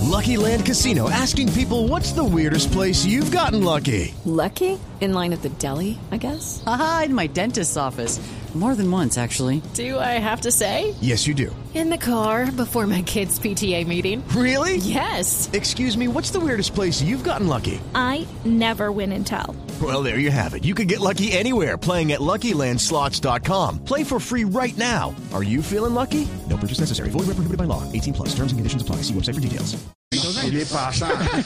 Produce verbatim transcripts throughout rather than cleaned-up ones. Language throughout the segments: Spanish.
Lucky Land Casino, asking people, what's the weirdest place you've gotten lucky? Lucky? In line at the deli, I guess? Aha, in my dentist's office. More than once, actually. Do I have to say? Yes, you do. In the car before my kids' P T A meeting. Really? Yes. Excuse me, what's the weirdest place you've gotten lucky? I never win and tell. Well, there you have it. You can get lucky anywhere, playing at Lucky Land Slots dot com. Play for free right now. Are you feeling lucky? No purchase necessary. Void where prohibited by law. eighteen plus. Terms and conditions apply. See website for details. ¿Qué le pasa?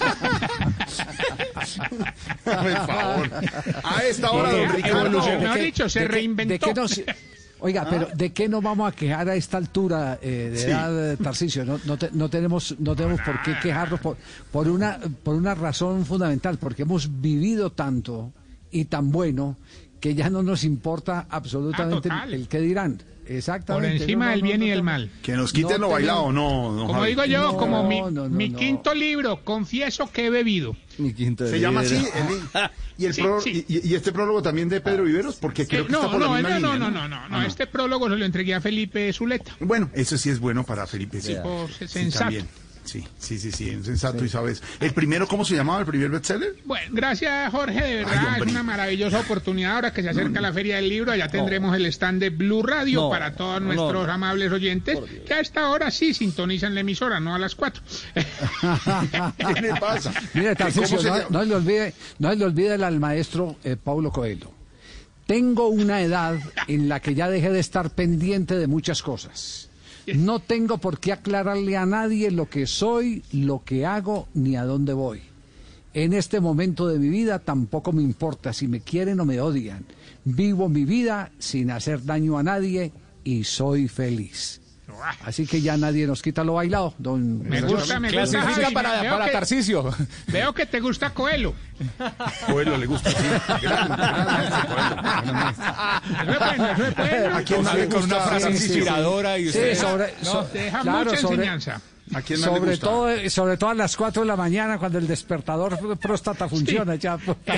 Por favor. A esta hora, don Ricardo. Mejor dicho, se reinventó. Oiga, pero ¿de qué nos vamos a quejar a esta altura eh, de Sí. edad, Tarcisio? No, no, te- no tenemos, no tenemos por qué quejarnos por, por, una, por una razón fundamental, porque hemos vivido tanto y tan bueno que ya no nos importa absolutamente Ah, total. el, el qué dirán. Por Exactamente. encima No, no, del no, bien no y del tenemos- mal. Que nos quiten No lo bailado, tenemos- no, no, Como Javi. digo yo, No, como mi, no, no, mi no. quinto libro, confieso que he bebido. Se llama así, el- y, el Sí, prólogo- sí. y, y este prólogo también de Pedro Viveros, porque creo Eh, que no, está por la no, misma no, no, línea, no, no, no, no, Ah, este prólogo se lo entregué a Felipe Zuleta. Bueno, eso sí es bueno para Felipe, sí. Tipo Sí, sensato. también. Sí, sí, sí, sí, un sensato y sabes. ¿El primero cómo se llamaba, el primer bestseller? Bueno, gracias Jorge, de verdad, Ay, hombre. es una maravillosa oportunidad ahora que se acerca la Feria del Libro, allá tendremos el stand de Blue Radio No, para todos no, nuestros no. amables oyentes, que a esta hora sí sintonizan la emisora, no a las cuatro. ¿Qué le pasa? Mire, Tarcisio, ¿Cómo se no, llama? no le olvide, no le olvide al maestro eh, Paulo Coelho. Tengo una edad en la que ya dejé de estar pendiente de muchas cosas. No tengo por qué aclararle a nadie lo que soy, lo que hago, ni a dónde voy. En este momento de mi vida tampoco me importa si me quieren o me odian. Vivo mi vida sin hacer daño a nadie y soy feliz. Así que ya nadie nos quita lo bailado, don Me gusta, me gusta. Clasifica Javi, para, veo para que- Tarcisio. Veo que te gusta Coelho. Coelho le gusta, sí. Gran, gran maestro Coelho, gran maestro. Eso es bueno, eso es bueno. ¿A quién más le Sale con una gusta? frase Sí, sí, sí. inspiradora y Sí, usted... sobre, No, so- te deja claro, mucha sobre- enseñanza. ¿A quién más le Sobre gusta? todo, sobre todo a las cuatro de la mañana cuando el despertador de próstata funciona ya.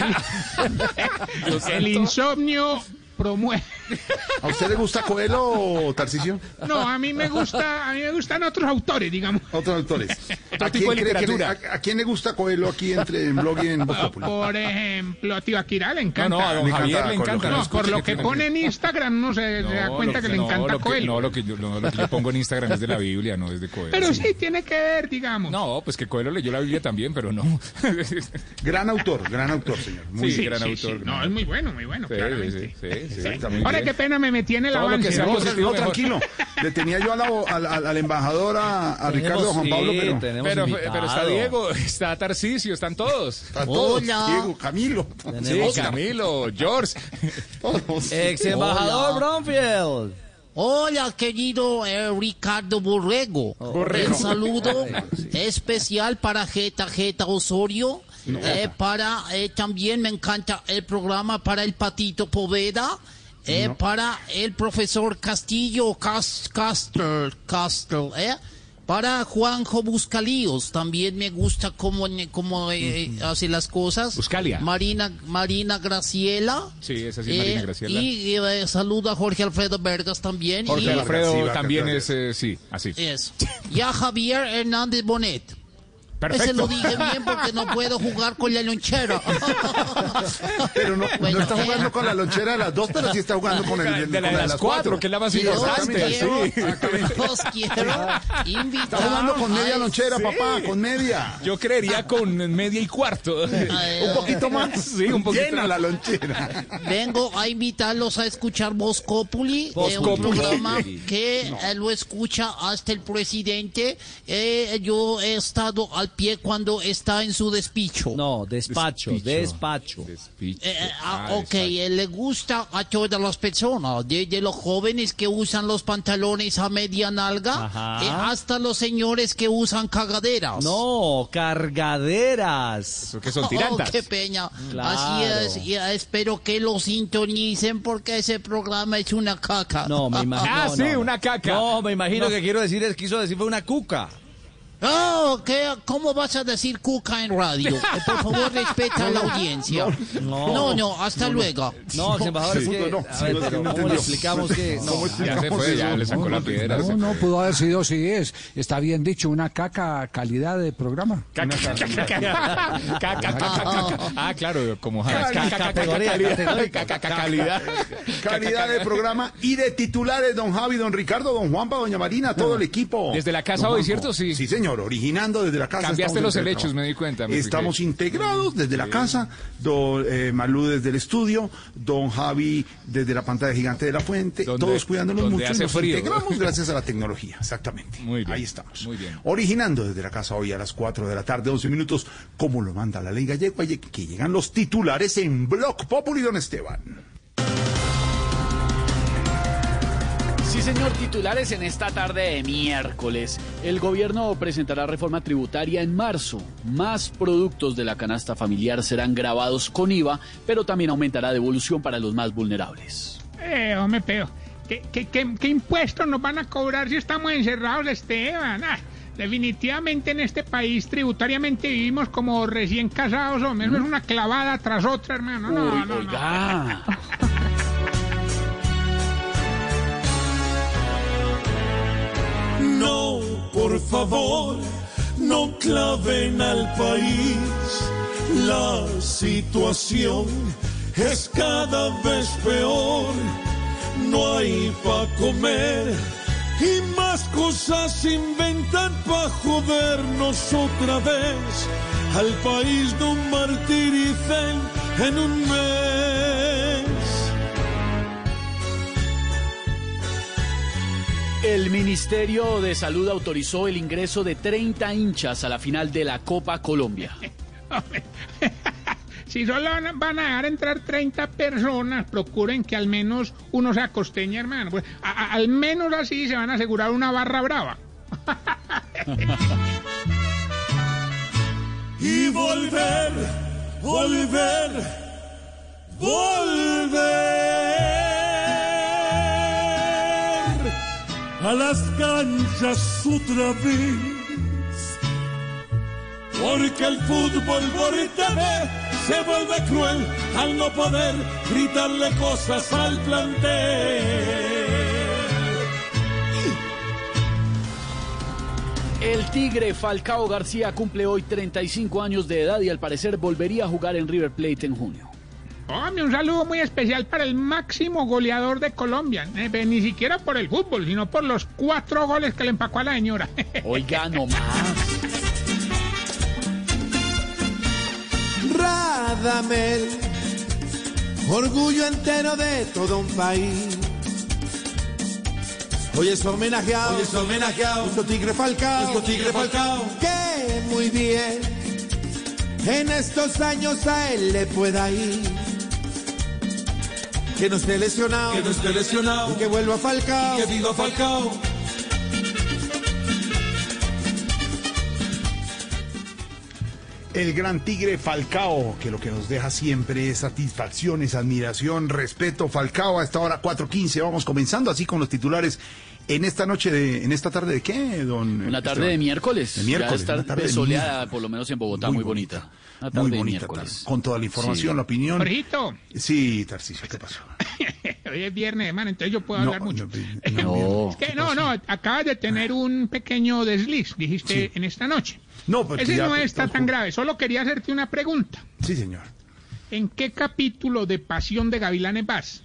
El insomnio promueve. ¿A usted le gusta Coelho, Tarcisio? No, a mí me gusta, a mí me gustan otros autores, digamos. Otros autores. ¿A tipo quién, de cree que le, literatura. a, a quién le gusta Coelho aquí entre en blog y en Voz Populi? Por ejemplo, a Tibaquirá le encanta. No, no, a don Le Javier encanta le encanta. Coelho. No, escuche por lo que tiene- pone en Instagram uno se, se da No, cuenta lo que le encanta no, lo que- Coelho. No, lo que, yo, no, lo que yo pongo en Instagram es de la Biblia, no es de Coelho. Pero sí tiene que ver, digamos. No, pues que Coelho leyó la Biblia también, pero no. Gran autor, gran autor, señor. Muy Sí, bien. gran Sí, autor. sí. No, es muy bueno, muy bueno, Sí, claramente. sí, sí, sí, Sí. está muy Ahora bien. qué pena me metí en el Todo lo avance. que sea ¿no? No, positivo, no, mejor. tranquilo. Le tenía yo a la- al, al- al embajador, a, a Ricardo Juan Pablo, pero Pero, pero está Diego, está Tarcisio, están todos. a todos, Hola. Diego, Camilo. Sí, Camilo, George. Todos. Ex embajador Bromfield. Hola, querido eh, Ricardo Borrego. Borrego. Un saludo especial para Jeta Jeta Osorio. Eh, para eh, también me encanta el programa para el Patito Poveda. Eh, Para el profesor Castillo Cas- Castel, Castel, eh. Para Juanjo Buscalíos, también me gusta cómo, cómo eh, hace las cosas. Buscalia. Marina, Marina Graciela. Sí, esa sí, Marina Graciela. Y eh, saludo a Jorge Alfredo Vergas también. Jorge y, Alfredo Sí, vaca, también gracias. es, eh, sí, así. Eso. Y a Javier Hernández Bonet. Ese lo Perfecto. dije bien porque no puedo jugar con la lonchera. Pero no, Bueno, no está eh. jugando con la lonchera de las dos, pero sí está jugando con el De la con de las cuatro, que es la más Sí, Los importante. quiero, exactamente. los quiero invitar. Está jugando con media a- lonchera, papá, con media. Yo creería con media y cuarto. Un poquito más. Sí, un poquito. Llena la lonchera. Vengo a invitarlos a escuchar Voz Populi, Voz eh, un Populi. programa que eh, lo escucha hasta el presidente. Eh, yo he estado al pie cuando está en su despicho. No, despacho, despacho. Despicho. Eh, eh, ah, Ah, ok, exacto. eh, le gusta a todas las personas, desde los jóvenes que usan los pantalones a media nalga, Ajá. eh, hasta los señores que usan cagaderas. No, cargaderas. Eso que son Oh, tirantas. qué peña. Claro. Así es, y eh, espero que lo sintonicen porque ese programa es una caca. No, me imagino. Ah, no, sí, no. una caca. No, me imagino que quiero decir, es quiso decir fue una cuca. Oh, ¿qué? ¿Cómo vas a decir cuca en radio? Eh, por favor, respeta a la audiencia. No, No, no, hasta luego. no, embajador, es que, no, a ver, pero ¿cómo le explicamos que no? Ya se fue, ya le sacó la piedra. No, no, pudo haber sido, sí es. Está bien dicho, una caca calidad de programa. Ah, claro, como Categoría, categoría. calidad. Calidad de programa y de titulares, don Javi, don Ricardo, don Juanpa, doña Marina, todo el equipo. Desde la casa Don hoy, Juanjo. ¿cierto? Sí. Sí, señor, originando desde la casa. Cambiaste estamos los en el helechos, trabajo. me di cuenta. me Estamos fijé. integrados desde la casa, don eh, Malú desde el estudio, don Javi desde la pantalla gigante de la fuente, Donde- todos cuidándonos donde mucho y hace nos frío. integramos gracias a la tecnología, exactamente. Muy bien, Ahí estamos. muy bien. Originando desde la casa hoy a las cuatro de la tarde, once minutos, como lo manda la ley gallego, ayer que llegan los titulares en Blog Populi, don Esteban. Sí, señor, titulares en esta tarde de miércoles. El gobierno presentará reforma tributaria en marzo. Más productos de la canasta familiar serán grabados con I V A, pero también aumentará devolución para los más vulnerables. Eh, hombre, pero, ¿qué, qué, qué, qué impuestos nos van a cobrar si estamos encerrados, Esteban? Ah, definitivamente en este país tributariamente vivimos como recién casados, hombre. Eso es una clavada tras otra, hermano. No, Uy, no, no. oiga. No, por favor, no claven al país. La situación es cada vez peor. No hay pa' comer y más cosas inventan pa' jodernos otra vez. Al país no martiricen en un mes. El Ministerio de Salud autorizó el ingreso de treinta hinchas a la final de la Copa Colombia. Hombre, si solo van- van a dejar entrar treinta personas, procuren que al menos uno sea costeña, hermano. Pues, a- a- al menos así se van a asegurar una barra brava. Y volver, volver, volver a las canchas otra vez. Porque el fútbol por T V se vuelve cruel al no poder gritarle cosas al plantel. El Tigre Falcao García cumple hoy treinta y cinco años de edad y al parecer volvería a jugar en River Plate en junio. Hombre, un saludo muy especial para el máximo goleador de Colombia. Eh, ni siquiera por el fútbol, sino por los cuatro goles que le empacó a la señora. Oiga, no más. Radamel, orgullo entero de todo un país. Hoy es homenajeado, hoy es homenajeado, nuestro Tigre Falcao, nuestro Tigre Falcao, que muy bien en estos años a él le pueda ir. Que no esté lesionado, que no esté lesionado, y que vuelva Falcao, y que viva Falcao. El gran Tigre Falcao, que lo que nos deja siempre es satisfacción, es admiración, respeto. Falcao a esta hora cuatro quince, vamos comenzando así con los titulares en esta noche, de, en esta tarde de qué, don Una tarde Esteban? de miércoles. De miércoles, Ya una está tarde de soleada, miércoles. por lo menos en Bogotá, muy, Muy bonita. bonita. Una tarde Muy de bonita miércoles. tarde, con toda la información, Sí. la opinión. Jorgito, Sí, Tarcisio, ¿qué pasó? hoy es viernes, hermano, entonces yo puedo hablar mucho. No, No. Es que no, no, acabas de tener un pequeño desliz, dijiste Sí. en esta noche. no, porque Ese ya- no está tan grave, solo quería hacerte una pregunta. Sí, señor. ¿En qué capítulo de Pasión de Gavilanes vas?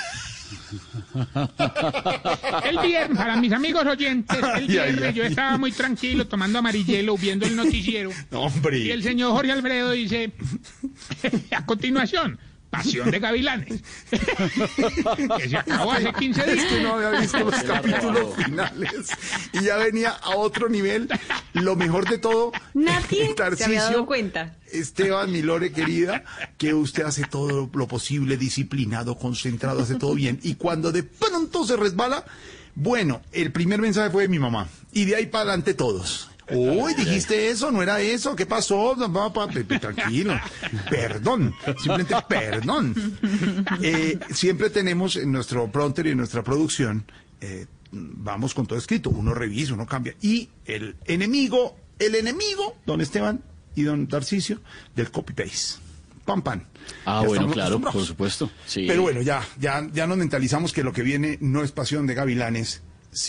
El viernes, para mis amigos oyentes, el Ay, viernes ay, ay. yo estaba muy tranquilo tomando amarillelo, viendo el noticiero. No, hombre. Y el señor Jorge Alfredo dice, a continuación, Pasión de Gavilanes. Que se acabó hace quince días. Es que no había visto los capítulos finales y ya venía a otro nivel. Lo mejor de todo, Nadie se Tarcisio, había dado cuenta. Esteban, mi Lore querida, que usted hace todo lo posible, disciplinado, concentrado, hace todo bien. Y cuando de pronto se resbala, bueno, el primer mensaje fue de mi mamá. Y de ahí para adelante todos. Uy, dijiste eso, no era eso, ¿qué pasó? Papá, Pepe, tranquilo, perdón, simplemente perdón. Eh, siempre tenemos en nuestro prompter y en nuestra producción eh, vamos con todo escrito, uno revisa, uno cambia. Y el enemigo, el enemigo, don Esteban y don Tarcisio, del copy-paste. Pam, pam. Ah, ya bueno, claro, por supuesto. Sí. Pero bueno, ya, ya, ya nos mentalizamos que lo que viene no es Pasión de Gavilanes,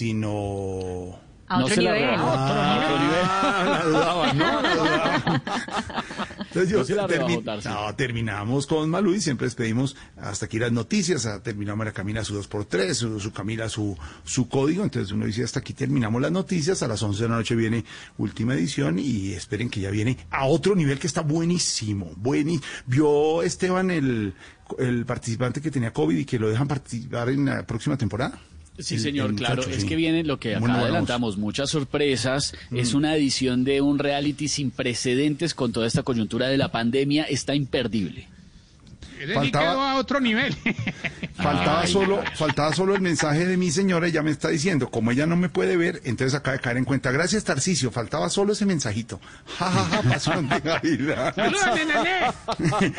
sino... A otro no nivel. Ah, otro nivel. Ah, la dudaba, no, la dudaba. Entonces yo No se la termi- rebajó, Tarcisio. no, terminamos con Malú y siempre les pedimos hasta aquí las noticias, a, terminamos María Camila su dos por tres, su, su Camila su, su código, entonces uno dice hasta aquí terminamos las noticias, a las once de la noche viene última edición y esperen que ya viene a otro nivel que está buenísimo, buenísimo. ¿Vio Esteban el, el participante que tenía COVID y que lo dejan participar en la próxima temporada? Sí, El- señor, el claro, muchacho, es sí. que viene lo que Muy acá buena adelantamos, muchas sorpresas, Mm. es una edición de un reality sin precedentes con toda esta coyuntura de la pandemia, está imperdible. Ese sí Faltaba- quedó a otro nivel. Faltaba Ay, solo, faltaba solo el mensaje de mi señora, ella me está diciendo, como ella no me puede ver, entonces acaba de caer en cuenta. Gracias, Tarcisio, faltaba solo ese mensajito. Ja, ja, ja, Pasión de Gavilanes. ¡Saludos, nené!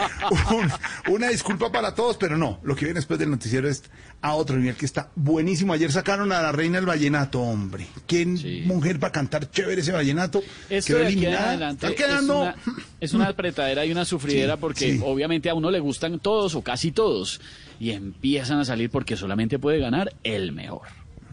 Un- una disculpa para todos, pero no, lo que viene después del noticiero es a otro nivel que está buenísimo. Ayer sacaron a la reina del vallenato, hombre. ¿Qué Sí. mujer va a cantar chévere ese vallenato? Esto Quedó de aquí en eliminada. adelante Está quedando... es, una, es una apretadera y una sufridera Sí, porque sí. obviamente a uno le gustan todos o casi todos y empiezan a salir porque solamente puede ganar el mejor.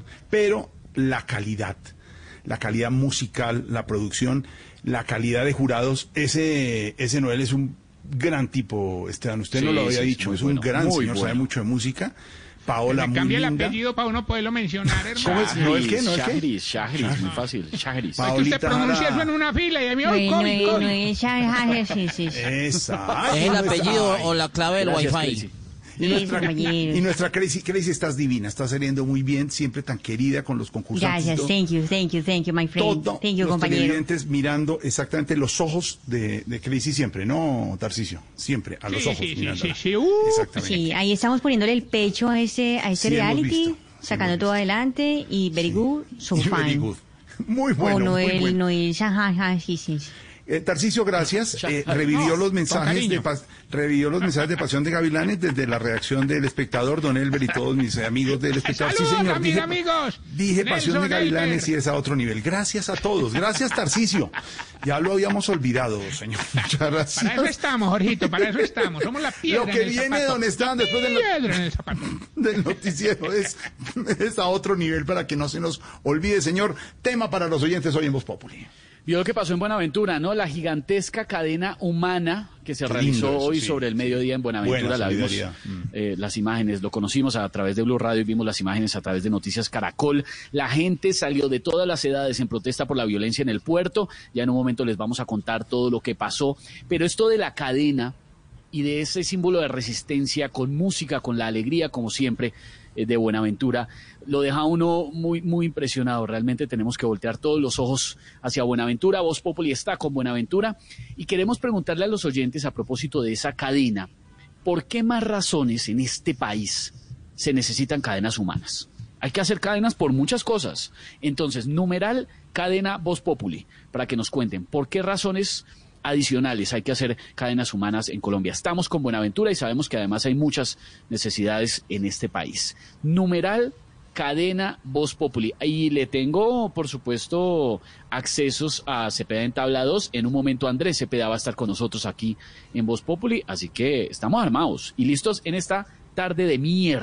Pero la calidad, la calidad musical, la producción, la calidad de jurados, ese, ese Noel es un gran tipo, Esteban, usted no Sí, lo había sí, dicho, muy es bueno, un gran muy señor, sabe bueno. mucho de música. Que Paola, me muy cambie el linda. apellido para uno poderlo mencionar, hermano. ¿Cómo es? ¿No el qué? ¿No el qué? Shahriz, Shahriz, muy fácil, Shahriz. Pa- Es que usted Paulita pronuncia Jara. eso en una fila y a mí No, hoy no, COVID, no, COVID. es Shahriz, sí, sí, sí. Esa. Es el apellido Ay. o la clave del Gracias, wifi. Crazy. Y nuestra, compañeros. y nuestra Crazy, Crazy, estás divina, estás saliendo muy bien, siempre tan querida con los concursantes. Gracias, todo. thank you, thank you, thank you, my friend. Todo Thank you, los compañero. televidentes mirando exactamente los ojos de, de Crazy siempre, ¿no, Tarcisio? Siempre, a los Sí, ojos sí, sí, mirándola. sí, sí, uh. Exactamente. Sí, ahí estamos poniéndole el pecho a ese, a ese Sí, hemos reality, visto, sí, sacando hemos todo visto. adelante y very good, so Y fine. very good. Muy O bueno, muy Noel, bueno. Noel, Shahriz, sí, sí. sí. Eh, Tarcisio, gracias. Eh, revivió No, los con mensajes de cariño. pas- revivió los mensajes de Pasión de Gavilanes desde la redacción del Espectador, Don Elber y todos mis amigos del Espectador. Sí, Saludos señor. a mis Dije, amigos. dije Pasión de Nelson Gavilanes Elber. y es a otro nivel. Gracias a todos. Gracias, Tarcisio. Ya lo habíamos olvidado, señor. Muchas gracias. Para eso estamos, Jorgito, para eso estamos. Somos la piedra Lo que en el viene zapato. donde están después del, Piedra en el zapato. del noticiero es, es a otro nivel para que no se nos olvide, señor. Tema para los oyentes hoy en Voz Populi. Vio lo que pasó en Buenaventura, ¿no? La gigantesca cadena humana que se Qué realizó lindo eso, hoy sí, sobre el mediodía en Buenaventura. Buena La vimos, solidaridad. Mm. eh, las imágenes, lo conocimos a través de Blue Radio y vimos las imágenes a través de Noticias Caracol. La gente salió de todas las edades en protesta por la violencia en el puerto. Ya en un momento les vamos a contar todo lo que pasó. Pero esto de la cadena y de ese símbolo de resistencia con música, con la alegría, como siempre, eh, de Buenaventura, lo deja uno muy, muy impresionado. Realmente tenemos que voltear todos los ojos hacia Buenaventura. Voz Populi está con Buenaventura y queremos preguntarle a los oyentes a propósito de esa cadena, ¿por qué más razones en este país se necesitan cadenas humanas? Hay que hacer cadenas por muchas cosas. Entonces, numeral cadena Voz Populi, para que nos cuenten por qué razones adicionales hay que hacer cadenas humanas en Colombia. Estamos con Buenaventura y sabemos que además hay muchas necesidades en este país. Numeral cadena Voz Populi. Y le tengo, por supuesto, accesos a Cepeda en Tabla dos. En un momento Andrés Cepeda va a estar con nosotros aquí en Voz Populi, así que estamos armados y listos en esta tarde de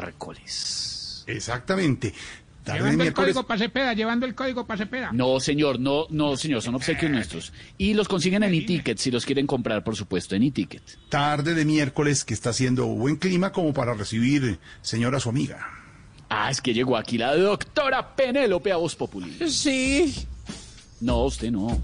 miércoles. Exactamente. Tarde de Llevando el miércoles. código para Cepeda, llevando el código para Cepeda. No, señor, no, no, señor, son obsequios nuestros. Y los consiguen en e-ticket, si los quieren comprar, por supuesto, en e-ticket. Tarde de miércoles que está haciendo buen clima como para recibir señora su amiga. Ah, es que llegó aquí la doctora Penélope a Voz Populi. Sí. No, usted no.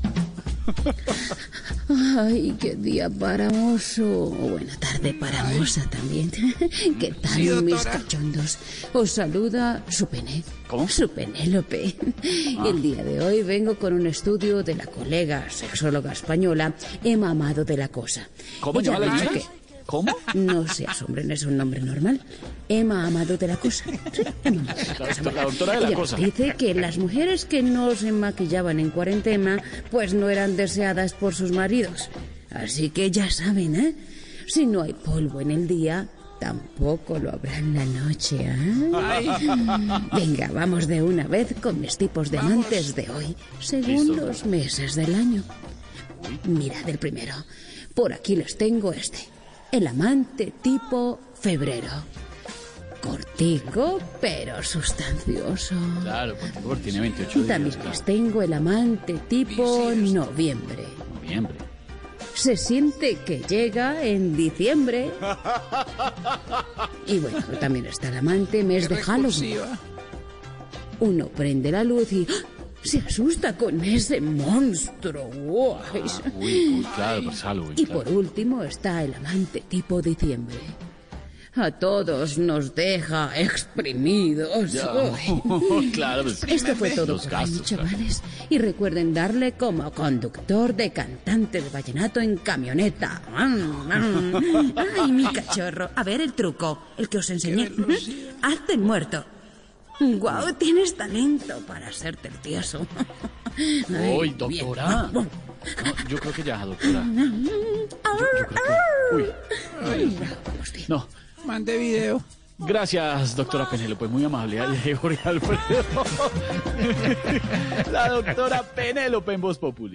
Ay, qué día para mozo. Buena tarde para moza también. ¿Qué tal, Sí, doctora. mis cachondos? Os saluda su pene. ¿Cómo? Su Penélope. Ah. El día de hoy vengo con un estudio de la colega sexóloga española Emma Amado de la Cosa. ¿Cómo Ella llama la dice chica? que- ¿Cómo? No seas hombre, no es un nombre normal. Emma Amado de la Cosa. Sí, Emma Amado de la La, Cosa. doctora- la doctora de la Ella cosa. dice que las mujeres que no se maquillaban en cuarentena, pues no eran deseadas por sus maridos. Así que ya saben, ¿eh? Si no hay polvo en el día, tampoco lo habrá en la noche, ¿ah? Venga, vamos de una vez con mis tipos de amantes de hoy, según Listo. los meses del año. Mirad el primero. Por aquí les tengo este. El amante tipo febrero. Cortico, pero sustancioso. Claro, porque tiene veintiocho días. También claro. les tengo el amante tipo noviembre. Noviembre. Se siente que llega en diciembre. Y bueno, también está el amante mes de Halloween. Uno prende la luz y ¡ah! Se asusta con ese monstruo. ¡Guay! Ah, uy, uy, claro, pues Halloween. Y claro. por último está el amante tipo diciembre. A todos nos deja exprimidos. Ya. Uy. Claro, pues, Esto fue todo los por hoy, gastos, claro. chavales. Y recuerden darle como conductor de cantante de vallenato en camioneta. Ay, mi cachorro. A ver el truco, el que os enseñé. Hazte el muerto. Guau, tienes talento para ser tertioso. Ay, Uy, bien. doctora. No, yo creo que ya, doctora. Yo, yo creo que... Uy. Ay, vamos bien. No. Mande video. Gracias, doctora Penélope, muy amable. Ay, Jorge Alfredo. La doctora Penélope en Voz Populi.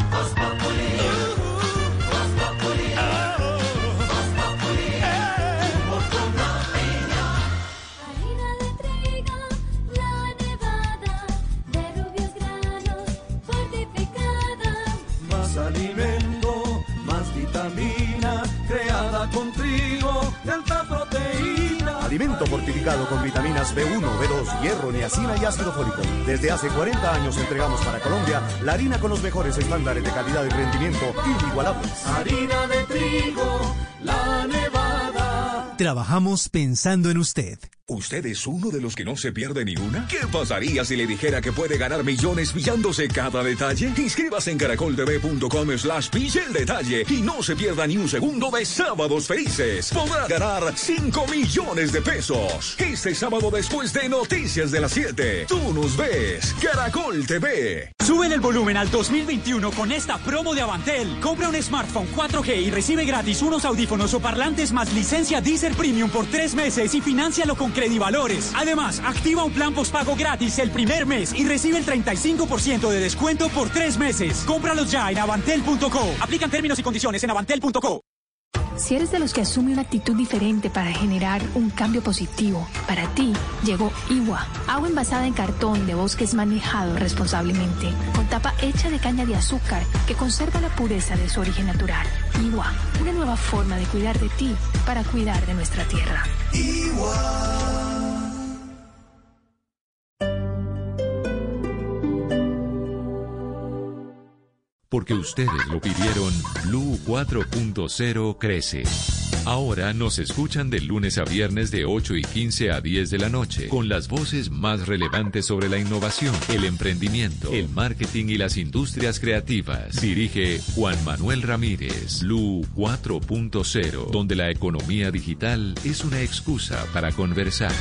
Más alimento, más vitamina, creada con trigo de alta proteína. Alimento fortificado con vitaminas B uno, B dos, hierro, niacina y ácido fólico. Desde hace cuarenta años entregamos para Colombia la harina con los mejores estándares de calidad y rendimiento inigualables. Harina de trigo, la Nevada. Trabajamos pensando en usted. ¿Usted es uno de los que no se pierde ni una? ¿Qué pasaría si le dijera que puede ganar millones pillándose cada detalle? Inscríbase en caracoltv.com slash pille el detalle y no se pierda ni un segundo de Sábados Felices. Podrá ganar cinco millones de pesos. Este sábado después de Noticias de las siete. Tú nos ves. Caracol T V. Suben el volumen al dos mil veintiuno con esta promo de Avantel. Compra un smartphone cuatro G y recibe gratis unos audífonos o parlantes más licencia Deezer Premium por tres meses y financialo con Credivalores. Además, activa un plan postpago gratis el primer mes y recibe el treinta y cinco por ciento de descuento por tres meses. Cómpralos ya en avantel punto co. Aplican términos y condiciones en avantel punto co. Si eres de los que asume una actitud diferente para generar un cambio positivo, para ti llegó Iwa, agua envasada en cartón de bosques manejado responsablemente, con tapa hecha de caña de azúcar que conserva la pureza de su origen natural. Iwa, una nueva forma de cuidar de ti para cuidar de nuestra tierra. Porque ustedes lo pidieron, Blue cuatro punto cero crece. Ahora nos escuchan de lunes a viernes de ocho y quince a diez de la noche, con las voces más relevantes sobre la innovación, el emprendimiento, el marketing y las industrias creativas. Dirige Juan Manuel Ramírez. Blue cuatro punto cero, donde la economía digital es una excusa para conversar.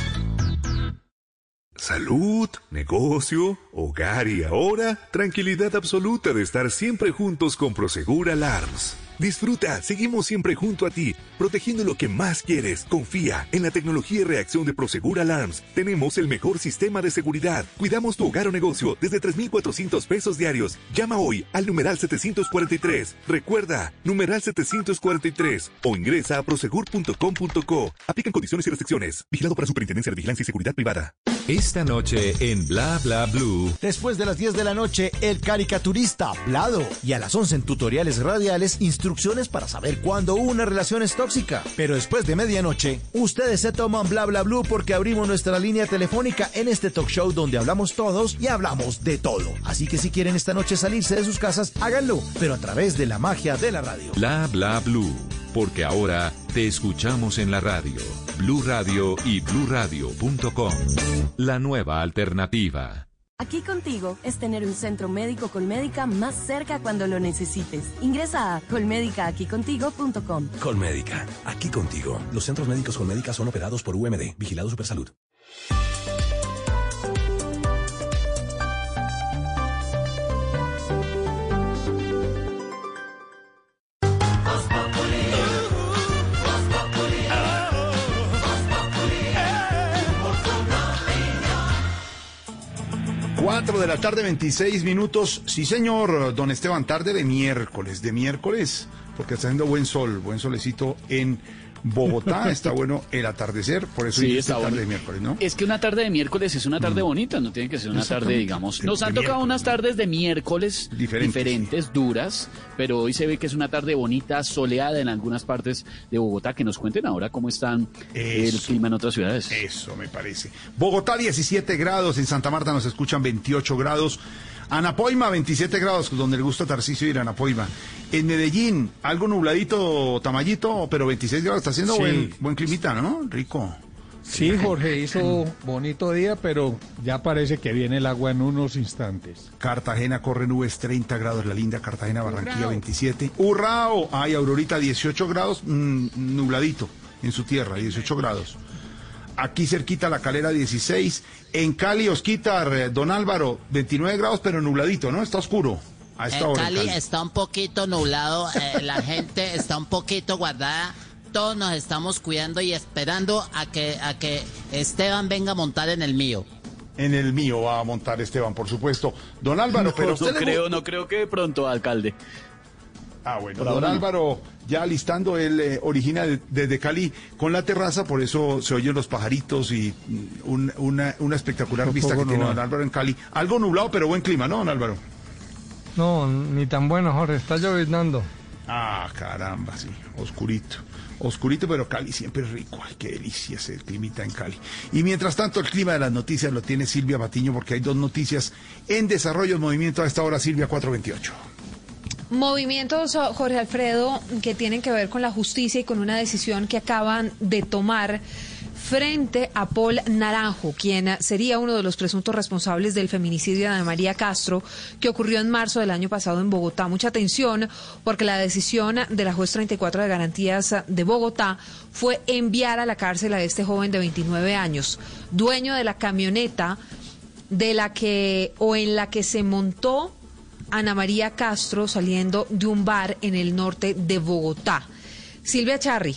Salud, negocio, hogar y ahora, tranquilidad absoluta de estar siempre juntos con Prosegur Alarms. Disfruta, seguimos siempre junto a ti, protegiendo lo que más quieres. Confía en la tecnología y reacción de Prosegur Alarms. Tenemos el mejor sistema de seguridad. Cuidamos tu hogar o negocio desde tres mil cuatrocientos pesos diarios. Llama hoy al numeral setecientos cuarenta y tres. Recuerda, numeral setecientos cuarenta y tres. O ingresa a prosegur punto com punto co. Aplican condiciones y restricciones. Vigilado para Superintendencia de Vigilancia y Seguridad Privada. Esta noche en Bla Bla Blue. Después de las diez de la noche, el caricaturista Blado. Y a las once en tutoriales radiales, instrucciones para saber cuándo una relación es tóxica. Pero después de medianoche, ustedes se toman Bla Bla Blue porque abrimos nuestra línea telefónica en este talk show donde hablamos todos y hablamos de todo. Así que si quieren esta noche salirse de sus casas, háganlo, pero a través de la magia de la radio. Bla Bla Blue, porque ahora te escuchamos en la radio. Blue Radio y blue radio punto com. La nueva alternativa. Aquí contigo es tener un centro médico Colmédica más cerca cuando lo necesites. Ingresa a colmédica aquí contigo punto com. Colmédica, aquí contigo. Los centros médicos Colmédica son operados por U M D, Vigilado Supersalud. cuatro de la tarde, veintiséis minutos. Sí, señor, don Esteban, tarde de miércoles, de miércoles, porque está haciendo buen sol, buen solecito en Bogotá. Está bueno el atardecer, por eso sí, está tarde bueno. de miércoles, ¿no? Es que una tarde de miércoles es una tarde mm. bonita, no tiene que ser una tarde, digamos. Nos han tocado unas tardes de miércoles diferentes. diferentes, duras, pero hoy se ve que es una tarde bonita, soleada en algunas partes de Bogotá. Que nos cuenten ahora cómo están eso, el clima en otras ciudades. Eso me parece. Bogotá, diecisiete grados, en Santa Marta nos escuchan veintiocho grados. Anapoima, veintisiete grados, donde le gusta a Tarcisio ir a Anapoima. En Medellín, algo nubladito, Tamayito, pero veintiséis grados, está haciendo sí. buen, buen climita, ¿no? Rico. Sí, Jorge, hizo bonito día, pero ya parece que viene el agua en unos instantes. Cartagena corre nubes, treinta grados, la linda Cartagena, Barranquilla, veintisiete. Urrao, ay, Aurorita, dieciocho grados, mmm, nubladito en su tierra, dieciocho grados. Aquí cerquita La Calera, dieciséis. En Cali, Osquitar, don Álvaro, veintinueve grados, pero nubladito, ¿no? Está oscuro a esta en hora. Cali en Cali está un poquito nublado, eh, la gente está un poquito guardada. Todos nos estamos cuidando y esperando a que, a que Esteban venga a montar en el mío. En el mío va a montar Esteban, por supuesto. Don Álvaro, no, pero usted no creo, no creo que de pronto, alcalde. Ah, bueno, don Álvaro, ya listando, él eh, origina de, desde Cali con la terraza, por eso se oyen los pajaritos y un, una, una espectacular un vista que tiene don Álvaro en Cali. Algo nublado, pero buen clima, ¿no, don Álvaro? No, ni tan bueno, Jorge, está lloviznando. Ah, caramba, sí, oscurito. Oscurito, pero Cali siempre es rico. Ay, qué delicia ese climita en Cali. Y mientras tanto, el clima de las noticias lo tiene Silvia Patiño, porque hay dos noticias en desarrollo, en movimiento a esta hora, Silvia, cuatro veintiocho. Movimientos, Jorge Alfredo, que tienen que ver con la justicia y con una decisión que acaban de tomar frente a Paul Naranjo, quien sería uno de los presuntos responsables del feminicidio de Ana María Castro, que ocurrió en marzo del año pasado en Bogotá. Mucha atención, porque la decisión de la juez treinta y cuatro de Garantías de Bogotá fue enviar a la cárcel a este joven de veintinueve años, dueño de la camioneta de la que o en la que se montó Ana María Castro saliendo de un bar en el norte de Bogotá. Silvia Charri.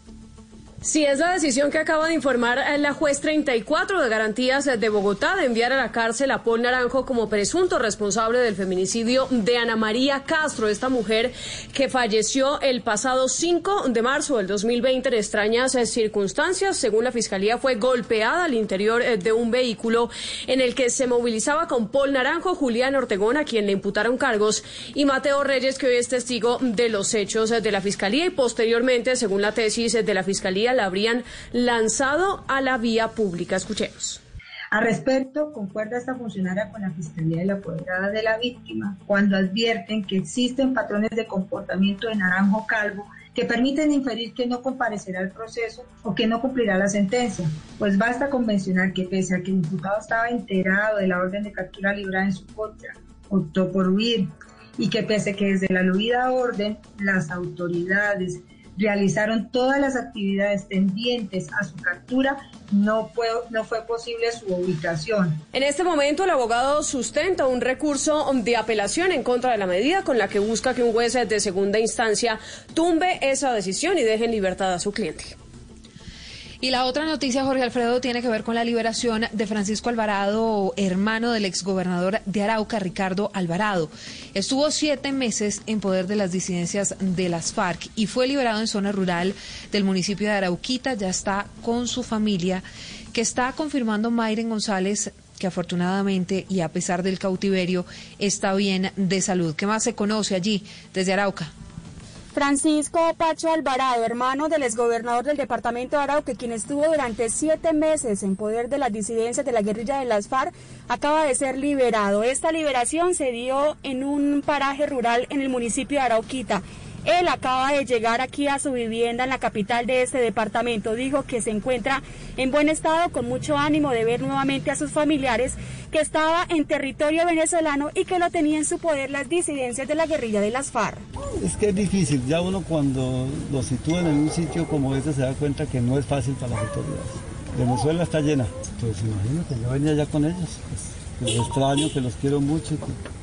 Sí, es la decisión que acaba de informar la juez treinta y cuatro de Garantías de Bogotá de enviar a la cárcel a Paul Naranjo como presunto responsable del feminicidio de Ana María Castro, esta mujer que falleció el pasado cinco de marzo del dos mil veinte en extrañas circunstancias. Según la Fiscalía, fue golpeada al interior de un vehículo en el que se movilizaba con Paul Naranjo, Julián Ortegón, a quien le imputaron cargos, y Mateo Reyes, que hoy es testigo de los hechos de la Fiscalía, y posteriormente, según la tesis de la Fiscalía, la habrían lanzado a la vía pública. Escuchemos. Al respecto, concuerda esta funcionaria con la Fiscalía y la apoderada de la víctima cuando advierten que existen patrones de comportamiento de Naranjo Calvo que permiten inferir que no comparecerá al proceso o que no cumplirá la sentencia, pues basta con mencionar que pese a que el imputado estaba enterado de la orden de captura librada en su contra, optó por huir, y que pese a que desde la aludida orden las autoridades realizaron todas las actividades tendientes a su captura, no fue, no fue posible su ubicación. En este momento, el abogado sustenta un recurso de apelación en contra de la medida, con la que busca que un juez de segunda instancia tumbe esa decisión y deje en libertad a su cliente. Y la otra noticia, Jorge Alfredo, tiene que ver con la liberación de Francisco Alvarado, hermano del exgobernador de Arauca, Ricardo Alvarado. Estuvo siete meses en poder de las disidencias de las FARC y fue liberado en zona rural del municipio de Arauquita. Ya está con su familia, que está confirmando Mayren González, que afortunadamente y a pesar del cautiverio está bien de salud. ¿Qué más se conoce allí desde Arauca? Francisco Pacho Alvarado, hermano del exgobernador del departamento de Arauca, quien estuvo durante siete meses en poder de las disidencias de la guerrilla de las FARC, acaba de ser liberado. Esta liberación se dio en un paraje rural en el municipio de Arauquita. Él acaba de llegar aquí a su vivienda en la capital de este departamento. Dijo que se encuentra en buen estado, con mucho ánimo de ver nuevamente a sus familiares, que estaba en territorio venezolano y que lo tenía en su poder las disidencias de la guerrilla de las FARC. Es que es difícil, ya uno cuando lo sitúan en un sitio como este se da cuenta que no es fácil para las autoridades. Venezuela está llena, pues imagínate, yo venía ya con ellos, pues, los extraño, que los quiero mucho. Que...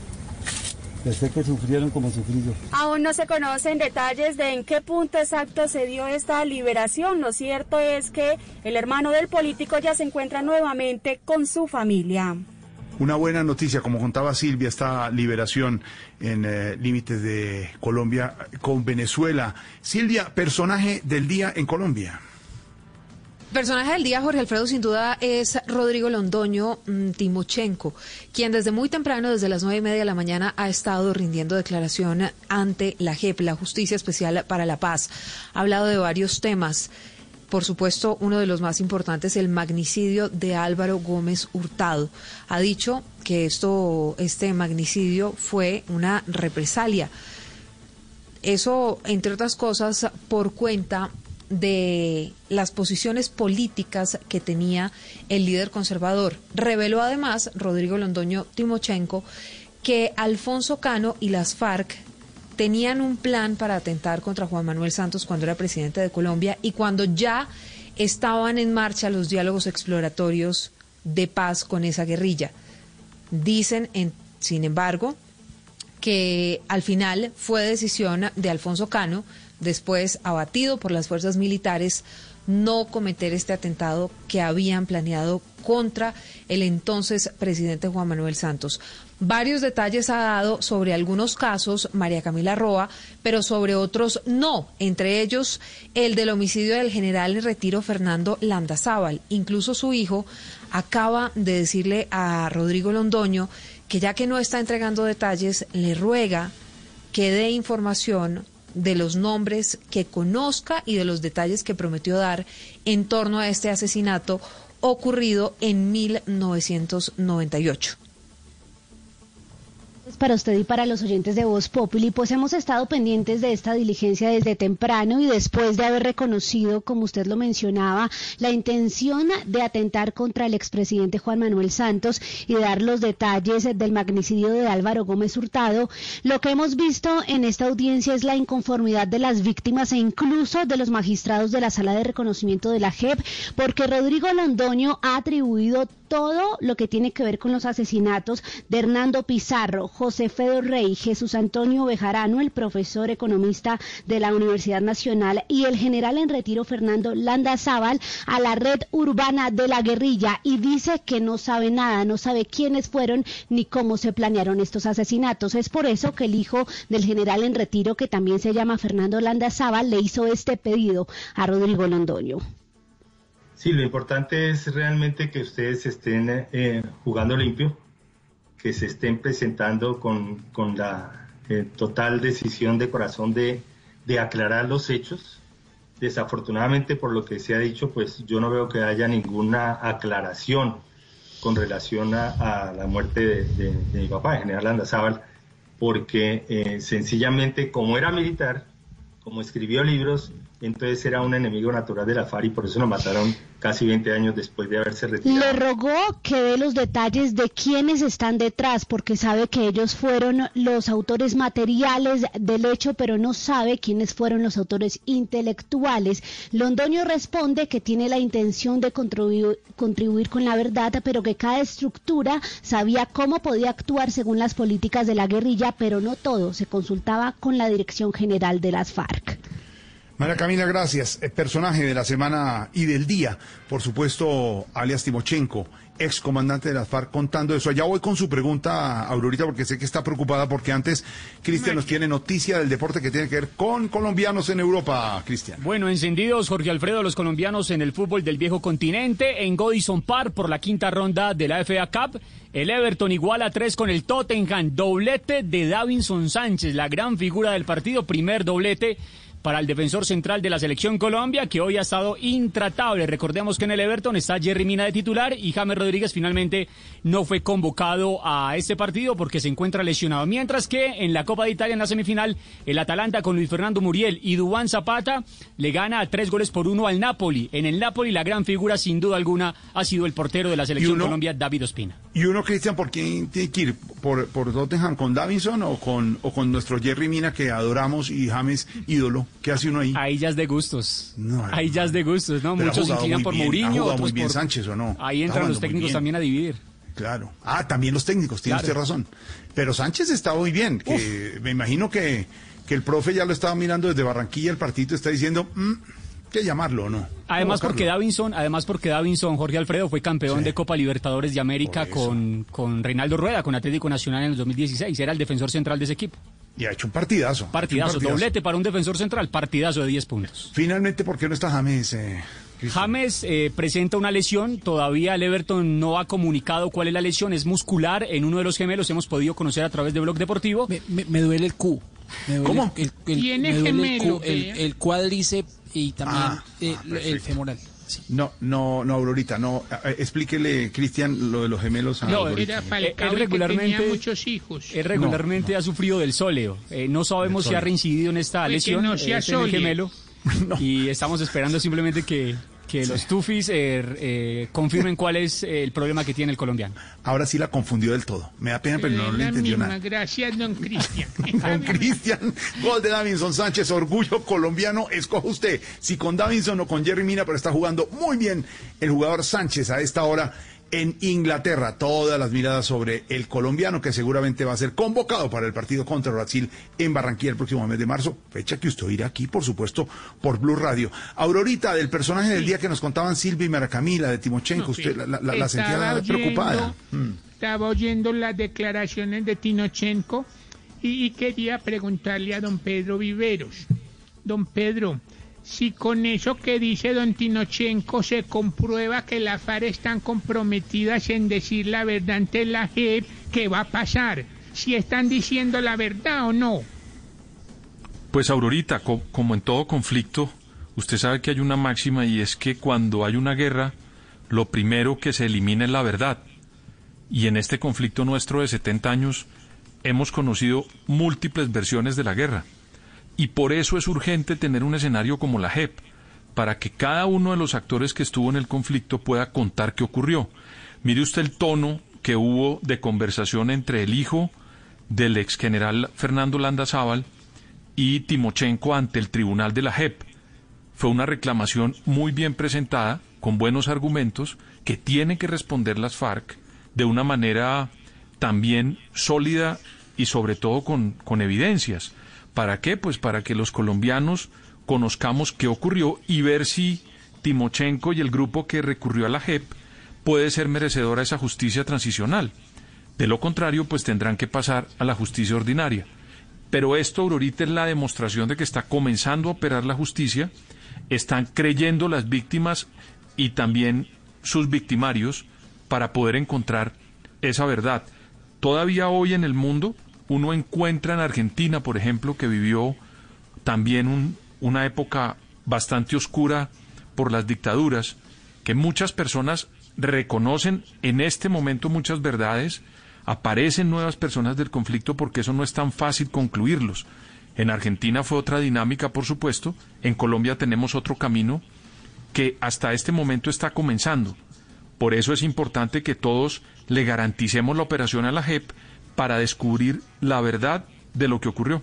Sé que sufrieron como sufrí yo. Aún no se conocen detalles de en qué punto exacto se dio esta liberación. Lo cierto es que el hermano del político ya se encuentra nuevamente con su familia. Una buena noticia, como contaba Silvia, esta liberación en eh, límites de Colombia con Venezuela. Silvia, personaje del día en Colombia. Personaje del día, Jorge Alfredo, sin duda es Rodrigo Londoño mmm, Timochenko, quien desde muy temprano, desde las nueve y media de la mañana, ha estado rindiendo declaración ante la J E P, la Justicia Especial para la Paz. Ha hablado de varios temas. Por supuesto, uno de los más importantes, el magnicidio de Álvaro Gómez Hurtado. Ha dicho que esto, este magnicidio fue una represalia. Eso, entre otras cosas, por cuenta de las posiciones políticas que tenía el líder conservador. Reveló además Rodrigo Londoño Timochenko que Alfonso Cano y las FARC tenían un plan para atentar contra Juan Manuel Santos cuando era presidente de Colombia y cuando ya estaban en marcha los diálogos exploratorios de paz con esa guerrilla. Dicen, en, sin embargo, que al final fue decisión de Alfonso Cano, después abatido por las fuerzas militares, no cometer este atentado que habían planeado contra el entonces presidente Juan Manuel Santos. Varios detalles ha dado sobre algunos casos María Camila Roa, pero sobre otros no, entre ellos el del homicidio del general en retiro Fernando Landazábal. Incluso su hijo acaba de decirle a Rodrigo Londoño que ya que no está entregando detalles, le ruega que dé información de los nombres que conozca y de los detalles que prometió dar en torno a este asesinato ocurrido en mil novecientos noventa y ocho. Para usted y para los oyentes de Voz Populi, pues hemos estado pendientes de esta diligencia desde temprano y después de haber reconocido, como usted lo mencionaba, la intención de atentar contra el expresidente Juan Manuel Santos y dar los detalles del magnicidio de Álvaro Gómez Hurtado, lo que hemos visto en esta audiencia es la inconformidad de las víctimas e incluso de los magistrados de la Sala de Reconocimiento de la J E P, porque Rodrigo Londoño ha atribuido todo lo que tiene que ver con los asesinatos de Hernando Pizarro, José Fedor Rey, Jesús Antonio Bejarano, el profesor economista de la Universidad Nacional, y el general en retiro Fernando Landazábal a la red urbana de la guerrilla, y dice que no sabe nada, no sabe quiénes fueron ni cómo se planearon estos asesinatos. Es por eso que el hijo del general en retiro, que también se llama Fernando Landazábal, le hizo este pedido a Rodrigo Londoño. Sí, lo importante es realmente que ustedes estén eh, jugando limpio, que se estén presentando con, con la eh, total decisión de corazón de, de aclarar los hechos. Desafortunadamente, por lo que se ha dicho, pues yo no veo que haya ninguna aclaración con relación a, a la muerte de, de, de mi papá, el general Landazábal, porque eh, sencillamente, como era militar, como escribió libros, entonces era un enemigo natural de la FARC y por eso lo mataron casi veinte años después de haberse retirado. Le rogó que dé los detalles de quiénes están detrás, porque sabe que ellos fueron los autores materiales del hecho, pero no sabe quiénes fueron los autores intelectuales. Londoño responde que tiene la intención de contribuir, contribuir con la verdad, pero que cada estructura sabía cómo podía actuar según las políticas de la guerrilla, pero no todo, se consultaba con la Dirección General de las FARC. María Camila, gracias. El personaje de la semana y del día, por supuesto, alias Timochenko, ex comandante de las FARC, contando eso. Ya voy con su pregunta, Aurorita, porque sé que está preocupada, porque antes Cristian nos tiene noticia del deporte que tiene que ver con colombianos en Europa. Cristian. Bueno, encendidos, Jorge Alfredo, los colombianos en el fútbol del viejo continente, en Goodison Park por la quinta ronda de la F A Cup. El Everton iguala a tres con el Tottenham, doblete de Davinson Sánchez, la gran figura del partido, primer doblete para el defensor central de la selección Colombia, que hoy ha estado intratable. Recordemos que en el Everton está Jerry Mina de titular y James Rodríguez finalmente no fue convocado a este partido porque se encuentra lesionado. Mientras que en la Copa de Italia, en la semifinal, el Atalanta con Luis Fernando Muriel y Duván Zapata le gana a tres goles por uno al Napoli. En el Napoli la gran figura, sin duda alguna, ha sido el portero de la selección uno, Colombia, David Ospina. ¿Y uno, Cristian, por quién tiene que ir? ¿Por, por Tottenham con Davinson o con, o con nuestro Jerry Mina, que adoramos, y James, ídolo? ¿Qué hace uno ahí? Ahí ya es de gustos. No, ahí ya es de gustos, ¿no? Muchos se inclinan por Mourinho, otros muy bien por Sánchez, ¿o no? Ahí entran los técnicos también a dividir. Claro. Ah, también los técnicos, tiene claro. usted razón. Pero Sánchez está muy bien, que me imagino que, que el profe ya lo estaba mirando desde Barranquilla, el partido está diciendo, mm, que llamarlo o no. Además porque Davinson, además porque Davinson, Jorge Alfredo, fue campeón sí. de Copa Libertadores de América con, con Reinaldo Rueda, con Atlético Nacional en el dos mil dieciséis. Era el defensor central de ese equipo. Y ha hecho un partidazo. Partidazo, un partidazo. Doblete para un defensor central, partidazo de diez puntos. Finalmente, ¿por qué no está James? Eh, James eh, presenta una lesión, todavía el Everton no ha comunicado cuál es la lesión, es muscular, en uno de los gemelos hemos podido conocer a través de Blog Deportivo. Me, me, me duele el Q. Me duele ¿Cómo? El, el, ¿Tiene me duele gemelo? El, el, el cuádriceps y también ah, eh, ah, el femoral. Sí. No, no, no, Aurorita, no. Eh, explíquele, Cristian, lo de los gemelos. A no, era él regularmente, que muchos hijos. Él regularmente no, no. ha sufrido del sóleo. Eh, no sabemos si ha reincidido en esta pues lesión. Que no sea eh, el gemelo. No. Y estamos esperando simplemente que, que sí. los Tufis eh, eh, confirmen cuál es el problema que tiene el colombiano. Ahora sí la confundió del todo. Me da pena, pero no, no le entendió misma. nada. Gracias, don Cristian. Don Cristian, gol de Davinson Sánchez, orgullo colombiano. Escoja usted si con Davinson o con Jerry Mina, pero está jugando muy bien el jugador Sánchez a esta hora en Inglaterra. Todas las miradas sobre el colombiano, que seguramente va a ser convocado para el partido contra Brasil en Barranquilla el próximo mes de marzo, fecha que usted oirá aquí, por supuesto, por Blue Radio. Aurorita, del personaje del día que nos contaban Silvia y Mara Camila de Timochenko, no, usted la, la, la, la sentía oyendo, preocupada. Mm. Estaba oyendo las declaraciones de Timochenko y, y quería preguntarle a don Pedro Viveros. Don Pedro, si con eso que dice don Timochenko se comprueba que las FARC están comprometidas en decir la verdad ante la J E P, ¿qué va a pasar? ¿Si están diciendo la verdad o no? Pues Aurorita, co como en todo conflicto, usted sabe que hay una máxima y es que cuando hay una guerra, lo primero que se elimina es la verdad. Y en este conflicto nuestro de setenta años hemos conocido múltiples versiones de la guerra. Y por eso es urgente tener un escenario como la J E P, para que cada uno de los actores que estuvo en el conflicto pueda contar qué ocurrió. Mire usted el tono que hubo de conversación entre el hijo del ex general Fernando Landazábal y Timochenko ante el tribunal de la J E P. Fue una reclamación muy bien presentada, con buenos argumentos, que tiene que responder las FARC de una manera también sólida y sobre todo con, con evidencias. ¿Para qué? Pues para que los colombianos conozcamos qué ocurrió y ver si Timochenko y el grupo que recurrió a la J E P puede ser merecedora de esa justicia transicional. De lo contrario, pues tendrán que pasar a la justicia ordinaria. Pero esto, Aurorita, es la demostración de que está comenzando a operar la justicia, están creyendo las víctimas y también sus victimarios para poder encontrar esa verdad. Todavía hoy en el mundo uno encuentra en Argentina, por ejemplo, que vivió también un, una época bastante oscura por las dictaduras, que muchas personas reconocen en este momento muchas verdades, aparecen nuevas personas del conflicto porque eso no es tan fácil concluirlos. En Argentina fue otra dinámica, por supuesto, en Colombia tenemos otro camino que hasta este momento está comenzando. Por eso es importante que todos le garanticemos la operación a la J E P para descubrir la verdad de lo que ocurrió.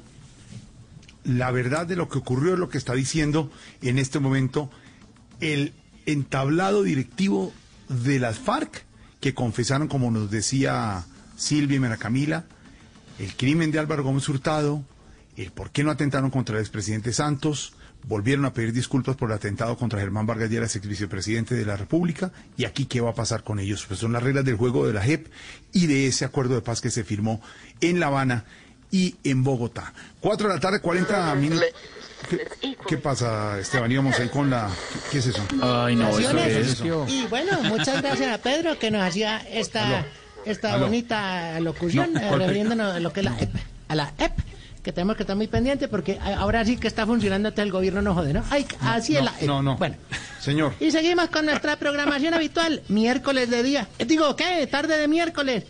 La verdad de lo que ocurrió es lo que está diciendo en este momento el entablado directivo de las FARC, que confesaron, como nos decía Silvia y Mara Camila, el crimen de Álvaro Gómez Hurtado, el por qué no atentaron contra el expresidente Santos, volvieron a pedir disculpas por el atentado contra Germán Vargas Lleras, ex vicepresidente de la República, y aquí qué va a pasar con ellos. Pues son las reglas del juego de la J E P y de ese acuerdo de paz que se firmó en La Habana y en Bogotá. Cuatro de la tarde, cuarenta minutos. ¿Qué, ¿Qué pasa, Esteban? Íbamos ahí con la... ¿Qué es eso? Ay, no, eso es... Y bueno, muchas gracias a Pedro que nos hacía esta, Aló. esta Aló. bonita locución, no, eh, refiriéndonos a lo que es la E P, a la E P, que tenemos que estar muy pendientes porque ahora sí que está funcionando hasta el gobierno no jode, ¿no? Ay, no así no, es la E P. No, no, bueno. Señor. Y seguimos con nuestra programación habitual, miércoles de día. Digo, ¿qué? Tarde de miércoles.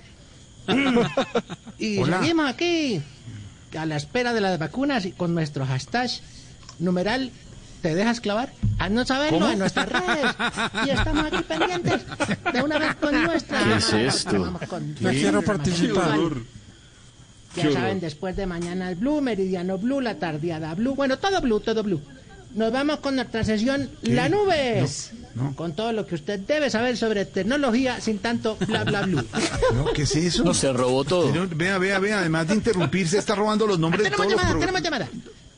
Y Hola. seguimos aquí a la espera de las vacunas y con nuestro hashtag numeral ¿te dejas clavar? Haznos saberlo ¿Cómo? en nuestras redes. Y estamos aquí pendientes de una vez con nuestra. ¿Qué es esto? No quiero participar. Ya saben, después de mañana el Blue, Meridiano Blue, la tardeada Blue, bueno, todo Blue, todo Blue. Nos vamos con nuestra sesión ¿Qué? La Nubes, no, no. con todo lo que usted debe saber sobre tecnología sin tanto bla bla blue. No, ¿qué es eso? No, se robó todo. Señor, vea, vea, vea, además de interrumpirse, está robando los nombres ah, de todos llamada, los tenemos llamada.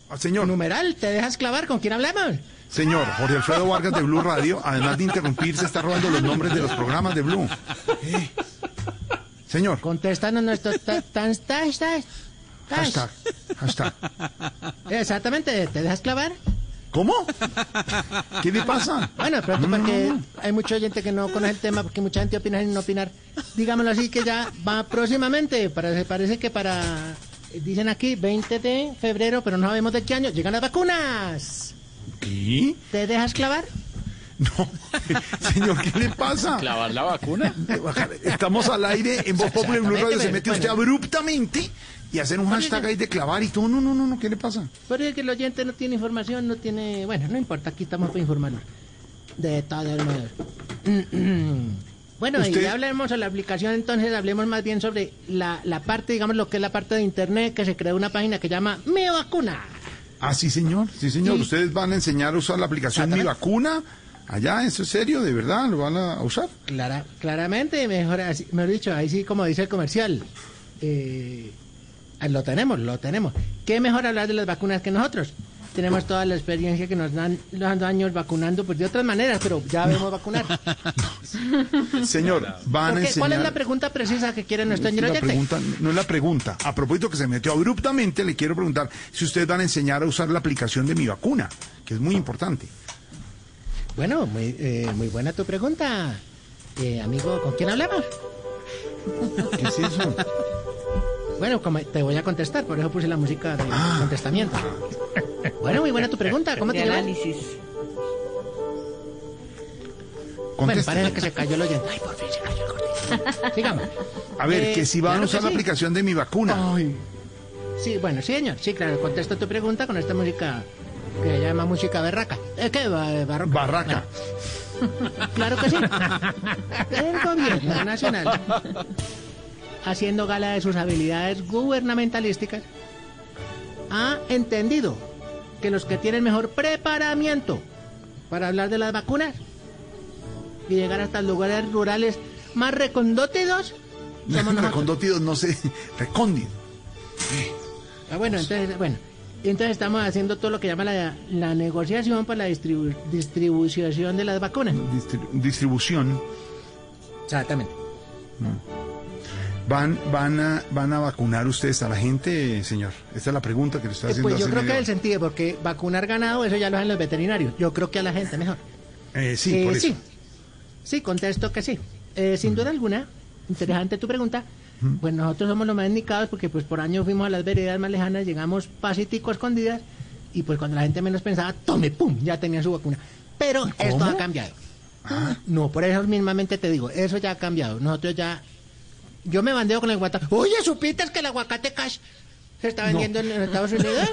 Señor. Numeral, ¿te dejas clavar? ¿Con quién hablamos? Señor, Jorge Alfredo Vargas de Blue Radio, además de interrumpir, se está robando los nombres de los programas de Blue. Eh. Señor. Contéstanos nuestro tan tan tan hashtag. Hashtag. Exactamente, ¿te dejas clavar? ¿Cómo? ¿Qué le pasa? Bueno, pronto no, porque no, no. hay mucha gente que no conoce el tema, porque mucha gente opina sin no opinar. Digámoslo así, que ya va próximamente, para, parece que para, dicen aquí, veinte de febrero, pero no sabemos de qué año, llegan las vacunas. ¿Qué? ¿Te dejas clavar? No, señor, ¿qué le pasa? ¿Clavar la vacuna? Estamos al aire en Voz Populi Blue Radio, se mete usted abruptamente y hacer un hashtag ahí de clavar y todo. No, no, no, no, ¿qué le pasa? Porque que el oyente no tiene información, no tiene... Bueno, no importa, aquí estamos para informarnos. De todos modos. Bueno, ¿Usted? y ya hablemos de la aplicación, entonces hablemos más bien sobre la, la parte, digamos, lo que es la parte de internet, que se creó una página que llama Mi Vacuna. Ah, sí, señor, sí, señor. Sí. ¿Ustedes van a enseñar a usar la aplicación Mi Vacuna? Allá, ¿eso es serio? ¿De verdad? ¿Lo van a usar? Clara, claramente, mejor, así, mejor dicho, ahí sí, como dice el comercial. Eh, lo tenemos, lo tenemos. ¿Qué mejor hablar de las vacunas que nosotros? Tenemos toda la experiencia que nos dan los años vacunando, pues de otras maneras, pero ya vemos vacunar. Señor, van a enseñar... ¿Cuál es la pregunta precisa que quiere nuestro señor oyente? La pregunta, no es la pregunta. A propósito que se metió abruptamente, le quiero preguntar si ustedes van a enseñar a usar la aplicación de Mi Vacuna, que es muy importante. Bueno, muy, eh, muy buena tu pregunta. Eh, amigo, ¿con quién hablamos? ¿Qué es eso? Bueno, como te voy a contestar, por eso puse la música de ah. contestamiento. Bueno, muy buena tu pregunta. ¿Cómo te llamas? análisis. Bueno, parece que se cayó el oyente. Ay, por fin se cayó el gordito. Sigamos. A ver, eh, que si van claro a usar la sí. aplicación de Mi Vacuna. Ay. Sí, bueno, sí, señor. Sí, claro, contesto tu pregunta con esta música que se llama música barraca. ¿Eh, ¿Qué? Barroca. Barraca. Bueno, claro que sí. El gobierno nacional, haciendo gala de sus habilidades gubernamentalísticas, ha entendido que los que tienen mejor preparamiento para hablar de las vacunas y llegar hasta los lugares rurales más recondótidos somos nosotros. Recondótidos, no sé, recóndidos. Ah, bueno, entonces, bueno, entonces estamos haciendo todo lo que llama la, la negociación para la distribu distribución de las vacunas. Distri distribución. Exactamente. ¿Van, van, a, ¿Van a vacunar ustedes a la gente, señor? Esta es la pregunta que le estoy haciendo. Eh, pues yo creo que es el sentido, porque vacunar ganado, eso ya lo hacen los veterinarios. Yo creo que a la gente mejor. Eh, sí, eh, por eso. Sí, sí, contesto que sí. Eh, sin duda alguna, interesante tu pregunta. Pues nosotros somos los más indicados porque pues por años fuimos a las veredas más lejanas, llegamos pasitico a escondidas y pues cuando la gente menos pensaba, tome, pum, ya tenía su vacuna. Pero ¿cómo? Esto ha cambiado. Ah. No, por eso mismamente te digo, eso ya ha cambiado. Nosotros ya... Yo me bandeo con el aguacate. Oye, ¿supiste que el aguacate cash se está vendiendo no. en Estados Unidos?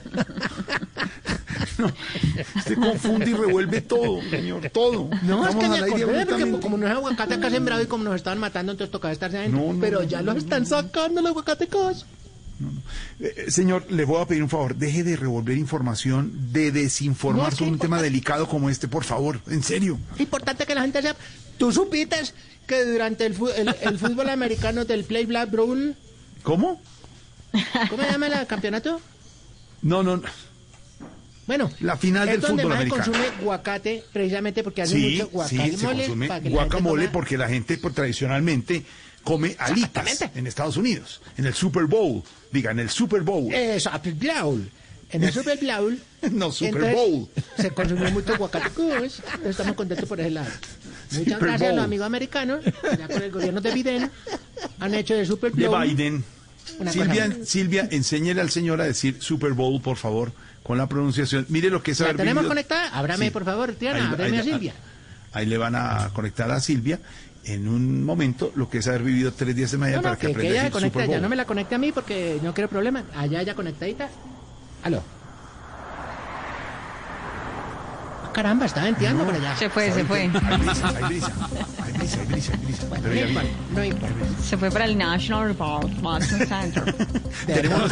No, usted confunde y revuelve todo, señor, todo. No, Vamos es que me acordé, porque como no es aguacate acá sembrado y como nos estaban matando, entonces tocaba estarse adentro. No, no, pero ya no, los están no, sacando el aguacate cash. No, no. Eh, señor, le voy a pedir un favor, deje de revolver información, de desinformar no, sobre un tema delicado como este, por favor, en serio. Es importante que la gente sepa. ¿Tú supiste que durante el, el, el fútbol americano del Play Black Brown... ¿Cómo? ¿Cómo se llama el campeonato? No, no, no. Bueno, la final del fútbol americano. Se consume guacate precisamente porque hace sí, mucho guacamole. Sí, se consume guacamole porque la gente pues, tradicionalmente come alitas en Estados Unidos, en el Super Bowl, diga, en el Super Bowl. Eh, Super Bowl. En el Super Bowl. No, Super Bowl. Se consumió mucho guacate. Estamos contentos por ese lado. Muchas Super gracias Bowl. A los amigos americanos, ya con el gobierno de Biden, han hecho de Super Bowl. De Biden. Silvia, Silvia, enséñele al señor a decir Super Bowl, por favor, con la pronunciación. Mire lo que es haber ¿La tenemos vivido... conectada? Ábrame, sí. por favor, Tiana, ábrame a Silvia. Ahí le van a conectar a Silvia en un momento lo que es haber vivido tres días de mañana no, para no, que, que aprenda que ella a decir conecta, Super Bowl. Ya no me la conecte a mí porque no quiero problemas. Allá ya conectadita. Aló. Caramba, está venteando no, por allá. Se fue, se fue. Hay brisa, hay brisa, hay brisa, hay brisa, hay brisa. Bueno, Pero ya no, no importa. Se fue para el National Reporting Center. Tenemos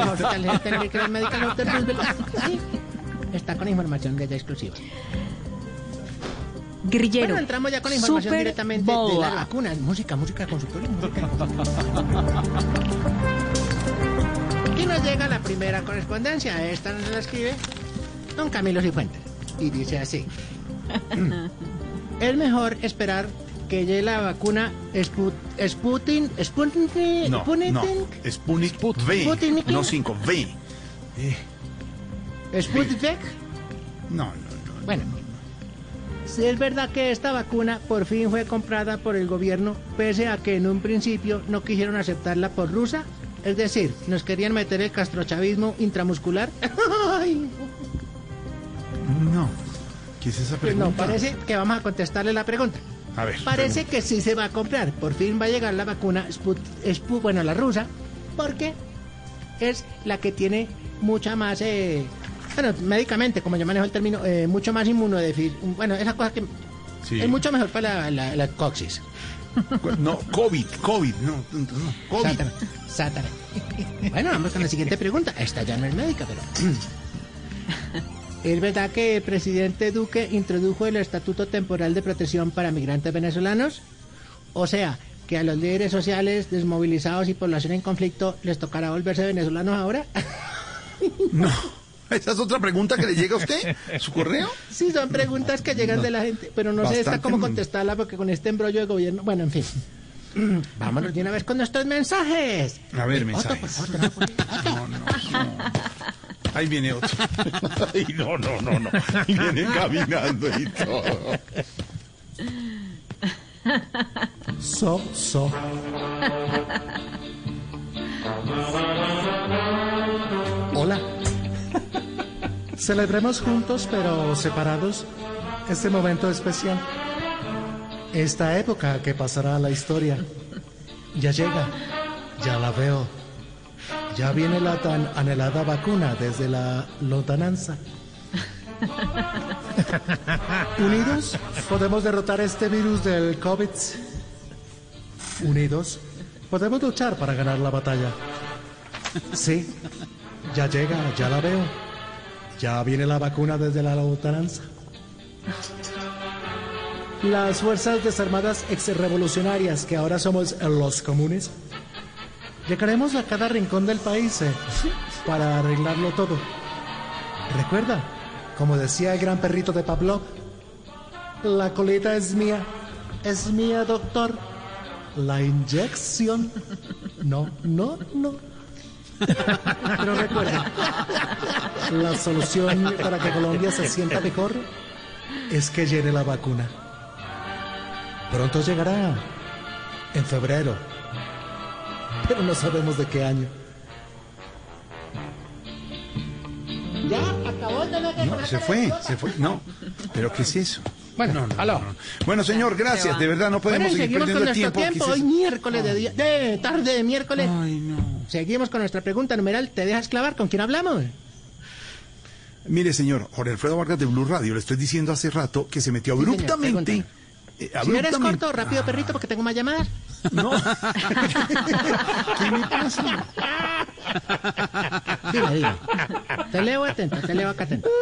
Está con información de ella exclusiva. Guerrillero. Bueno, entramos ya con información Super directamente Bowl. de las vacunas. Música, música, consultorio, música. Y nos llega la primera correspondencia. Esta nos la escribe don Camilo Cifuentes. Y dice así. Es mejor esperar que llegue la vacuna Sput, Sputin, Sputnik, No, Sputnik, no, Sputnik V, Sputnik. no cinco, V. Eh, Sputnik. No, no, no. Bueno, si es verdad que esta vacuna por fin fue comprada por el gobierno, pese a que en un principio no quisieron aceptarla por rusa, es decir, nos querían meter el castrochavismo intramuscular. Ay. No. ¿Qué es esa Pues pregunta? no, parece que vamos a contestarle la pregunta. A ver. Parece pregunta. que sí se va a comprar. Por fin va a llegar la vacuna Sput, Sput, bueno, la rusa, porque es la que tiene mucha más, eh, bueno, médicamente, como yo manejo el término, eh, mucho más inmunodeficiencia. Bueno, esa cosa que Sí. es mucho mejor para la, la, la coxis. No, COVID, COVID, no, no, no, COVID. Sátana, sátana. Bueno, vamos con la siguiente pregunta. Esta ya no es médica, pero... ¿Es verdad que el presidente Duque introdujo el Estatuto Temporal de Protección para Migrantes Venezolanos? O sea, que a los líderes sociales desmovilizados y población en conflicto les tocará volverse venezolanos ahora. No, esa es otra pregunta que le llega a usted, su correo. Sí, son preguntas que llegan de la gente, pero no sé está Bastante cómo muy- contestarla porque con este embrollo de gobierno... Bueno, en fin. Vámonos de una vez con nuestros mensajes. A ver, Eh, mensajes. Otto, por favor, te lo voy a poner. No, no, no. Ahí viene otro. Ay, no, no, no, no. Y viene caminando y todo. So, so. Hola. Celebremos juntos pero separados este momento especial. Esta época que pasará a la historia. Ya llega, ya la veo. Ya viene la tan anhelada vacuna desde la lontananza. Unidos podemos derrotar este virus del COVID. Unidos podemos luchar para ganar la batalla. Sí, ya llega, ya la veo. Ya viene la vacuna desde la lontananza. Las fuerzas desarmadas exrevolucionarias que ahora somos los comunes, llegaremos a cada rincón del país eh, para arreglarlo todo. Recuerda, como decía el gran perrito de Pavlov, la colita es mía, es mía, doctor. La inyección, no, no, no. Pero recuerda, la solución para que Colombia se sienta mejor es que llegue la vacuna. Pronto llegará, en febrero, pero no sabemos de qué año. Ya, acabó de ver que No, se fue, se fue. No, pero ¿qué es eso? Bueno, no, no, aló. no, no. Bueno, señor, gracias. De verdad, no podemos Bueno, y seguir seguimos con perdiendo el nuestro tiempo. tiempo. ¿Qué es Hoy eso? miércoles de día, de tarde de miércoles. Ay, no. Seguimos con nuestra pregunta numeral. ¿Te dejas clavar? ¿Con quién hablamos? Mire, señor, Jorge Alfredo Vargas de Blue Radio, le estoy diciendo hace rato que se metió Sí, señor, abruptamente. pregúntame. eh, Si eres abruptamente. corto, rápido, perrito, porque tengo más llamadas. No. ¿Qué me pasa? Dime, dime. Te leo atento, te leo acá atento.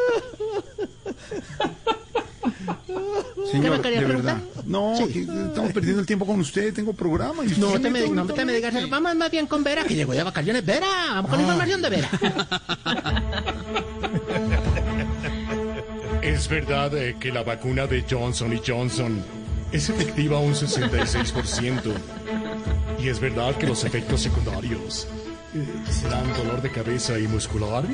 Señor, me quería de preguntar? verdad. No, Sí. que estamos perdiendo el tiempo con usted, tengo programa. Y usted No se te me, mete no te me digas eso. Vamos más bien con Vera, que llegó de vacaciones. Vera, vamos con Ah. información de Vera. ¿Es verdad eh, que la vacuna de Johnson y Johnson es efectiva a un sesenta y seis por ciento? ¿Y es verdad que los efectos secundarios eh, serán dolor de cabeza y muscular?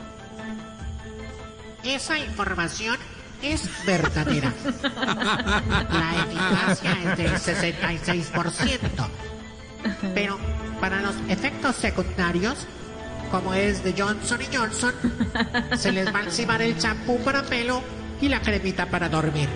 Esa información es verdadera. La eficacia es del sesenta y seis por ciento. Pero para los efectos secundarios, como es de Johnson y Johnson, se les va a encimar el champú para pelo y la cremita para dormir.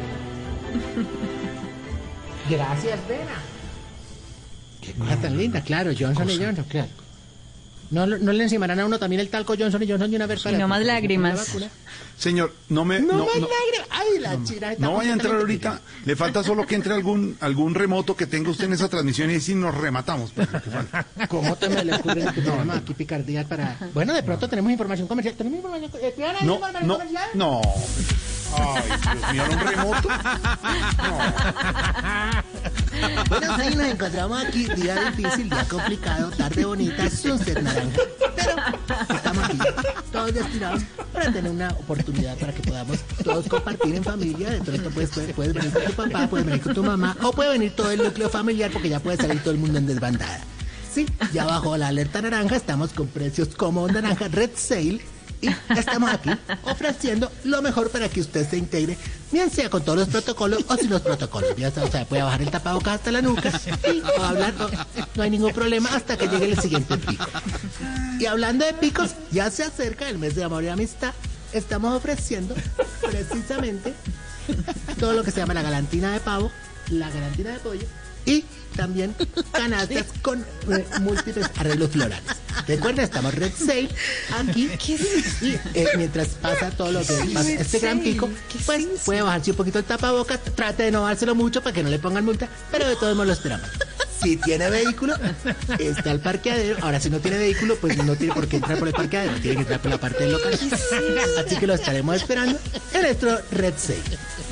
Gracias, Vera. Qué cosa tan linda, claro, Johnson y Johnson, claro. ¿No, ¿No le encimarán a uno también el talco Johnson y Johnson de una vez para... no más para- lágrimas. para la vacuna? Señor, no me. No, No, más no, lágrimas. Ay, la chira está no vaya a entrar completamente- ahorita. Le falta solo que entre algún algún remoto que tenga usted en esa transmisión y así nos rematamos. pues, lo que falta. ¿Cómo te me le ocurre que tenemos aquí picardías para...? Bueno, de pronto tenemos información comercial. ¿Tenemos información, eh, ¿tienen ahí No, información no, comercial? no. Ay, Dios mío, ¿era un remoto? No. Bueno, sí, nos encontramos aquí, día difícil, día complicado, tarde bonita, sunset naranja. Pero estamos aquí, todos destinados para tener una oportunidad para que podamos todos compartir en familia. De pronto puedes, puedes, puedes venir con tu papá, puedes venir con tu mamá, o puede venir todo el núcleo familiar porque ya puede salir todo el mundo en desbandada. Sí, ya bajo la alerta naranja estamos con precios como naranja Red Sale. Y estamos aquí ofreciendo lo mejor para que usted se integre, bien sea con todos los protocolos o sin los protocolos. Ya sea, o sea, puede bajar el tapabocas hasta la nuca y o hablar, o, no hay ningún problema hasta que llegue el siguiente pico. Y hablando de picos, ya se acerca el mes de amor y amistad. Estamos ofreciendo precisamente todo lo que se llama la galantina de pavo, la galantina de pollo y también canastas con eh, múltiples arreglos florales. Recuerden, estamos Red Sale aquí y eh, mientras pasa todo lo que pasa este gran pico, pues puede bajarse un poquito el tapabocas, trate de no dárselo mucho para que no le pongan multa, pero de todos modos lo esperamos. Si tiene vehículo, está el parqueadero. Ahora, si no tiene vehículo, pues no tiene por qué entrar por el parqueadero, tiene que entrar por la parte del local. Así que lo estaremos esperando en nuestro Red Sale.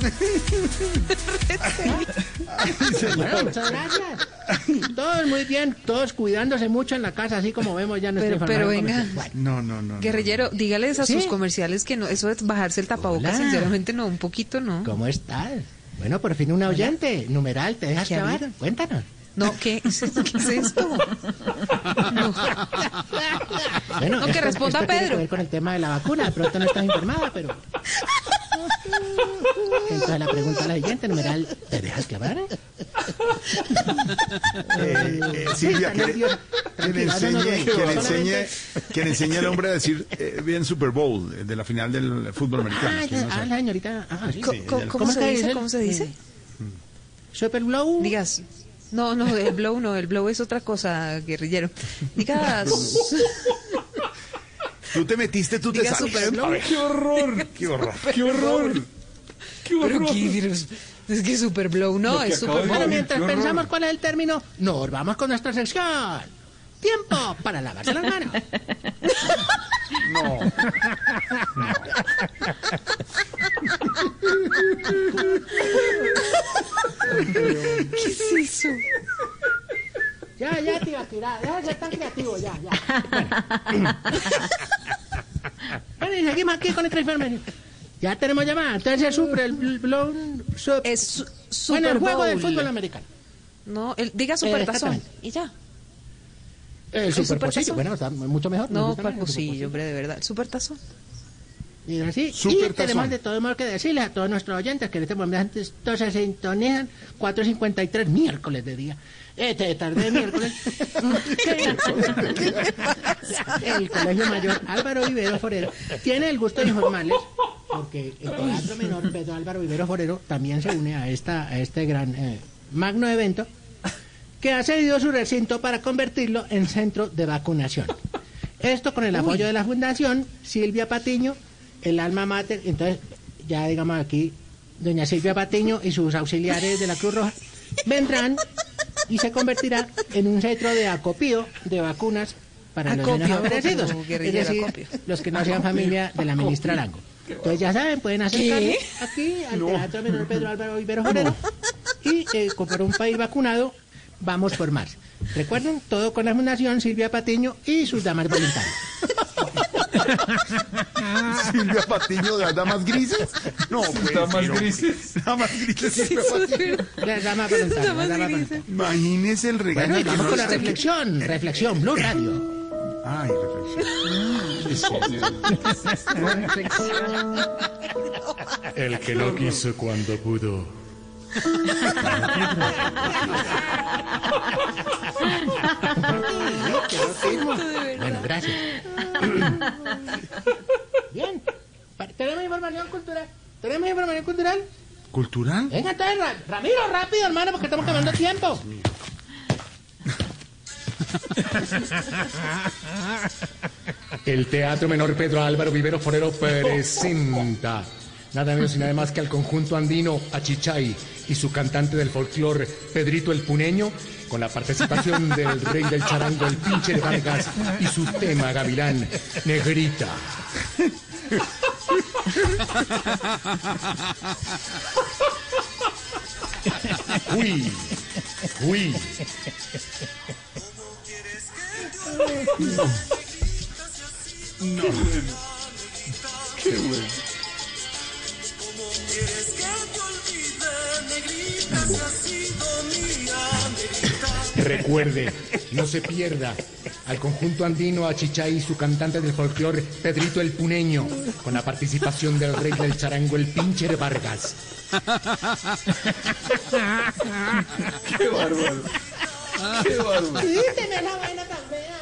Bueno, muchas gracias. Todos muy bien, todos cuidándose mucho en la casa, así como vemos ya nuestra Pero, información. pero venga, Bueno. No, no, no. guerrillero, dígales a ¿Sí? sus comerciales que no, eso es bajarse el tapabocas, Hola. sinceramente no, un poquito no. ¿Cómo estás? Bueno, por fin una oyente. Numeral, ¿te dejas ¿Qué acabar? había? Cuéntanos. No, ¿qué, ¿qué es esto? No. Bueno, No, que esto- responda esto tiene Pedro. que ver con el tema de la vacuna. De pronto no estás informada, pero... Entonces la pregunta es la siguiente, numeral, ¿te dejas clavar? Eh, eh, Silvia, que, le- que le enseñe, que le enseñe, que le enseñe al hombre a decir eh, bien Super Bowl, eh, de la final del fútbol americano. Ah, ¿Quién no ya, sabe? ah, la señorita. Ah, sí. Co- sí, co- ella- ¿Cómo, ¿Cómo se se dice? dice? ¿Cómo se dice? Super Blow. Digas. No, no, el blow no, el blow es otra cosa, guerrillero. Digas. Tú te metiste, tú te Diga sabes. Super Bowl. Ay, ¡qué horror! ¡Qué horror! ¡Qué horror! ¡Qué Pero horror! qué virus. Es que Super Blow no, Lo que es acabo Super de Bowl. Bueno, mientras pensamos cuál es el término, nos vamos con nuestra sección. Tiempo para lavarse las manos. No. ¿Qué es eso? Ya, ya, tía, tira. Deja de ser tan creativo, ya, ya. Bueno. Bueno, y seguimos aquí con el informe. Ya tenemos llamada. Entonces es Super el Blow. Sup- Es su- Bueno, el Super juego del Bowl. fútbol americano. No, el, diga Super Eh, Tazón. exactamente. Y ya. El Super Super Pocillo. Tazón. Bueno, está mucho mejor. nos No, gusta más Paco, el Super sí, hombre, de verdad. El Super Tazón. Y así, Super y tazón. tenemos de todo modo que decirles a todos nuestros oyentes que en este momento todos se sintonizan cuatro cincuenta y tres miércoles de día. Este tarde de miércoles. El Colegio Mayor Álvaro Vivero Forero tiene el gusto de informarles, porque el Teatro Menor Pedro Álvaro Vivero Forero también se une a, esta, a este gran eh, magno evento, que ha cedido su recinto para convertirlo en centro de vacunación. Esto con el apoyo de la Fundación Silvia Patiño, el alma mater. Entonces, ya digamos aquí, doña Silvia Patiño y sus auxiliares de la Cruz Roja vendrán y se convertirá en un centro de acopio de vacunas para los Acopio, menos favorecidos, acopio, es guerrillero, decir, acopio. los que no sean familia de la ministra Arango. Entonces ya saben, pueden acercarse aquí al Teatro Menor Pedro Álvaro Vivero Forero y eh, con- por un país vacunado vamos por más. Recuerden, todo con la Fundación Silvia Patiño y sus damas voluntarias. Silvia Patiño de las damas grises. No, pues, Damas pero- grises. Damas grises, Silvia Patiño. Las damas voluntarias. las damas voluntarias. Imagínese el regaño Bueno, y que vamos no con la está- reflexión. Reflexión, Blue Radio. Ay, reflexión. El que no quiso cuando pudo. Bueno, gracias. Bien. Pa- ¿Tenemos información cultural? ¿Tenemos información cultural? ¿Cultural? Venga, entonces, Ra- Ramiro, rápido, hermano, porque estamos quemando tiempo. El Teatro Menor Pedro Álvaro Vivero Forero presenta nada menos y nada más que al conjunto andino Achichay y su cantante del folclore Pedrito el Puneño, con la participación del rey del charango, el pinche de Vargas, y su tema gavilán, Negrita. Uy, Uy. No. No. Qué bueno. Recuerde, no se pierda al conjunto andino Achichá y su cantante del folclore Pedrito el Puneño, con la participación del rey del charango, el Pincher Vargas. Qué bárbaro. Qué bárbaro. Quíteme la vaina tan fea,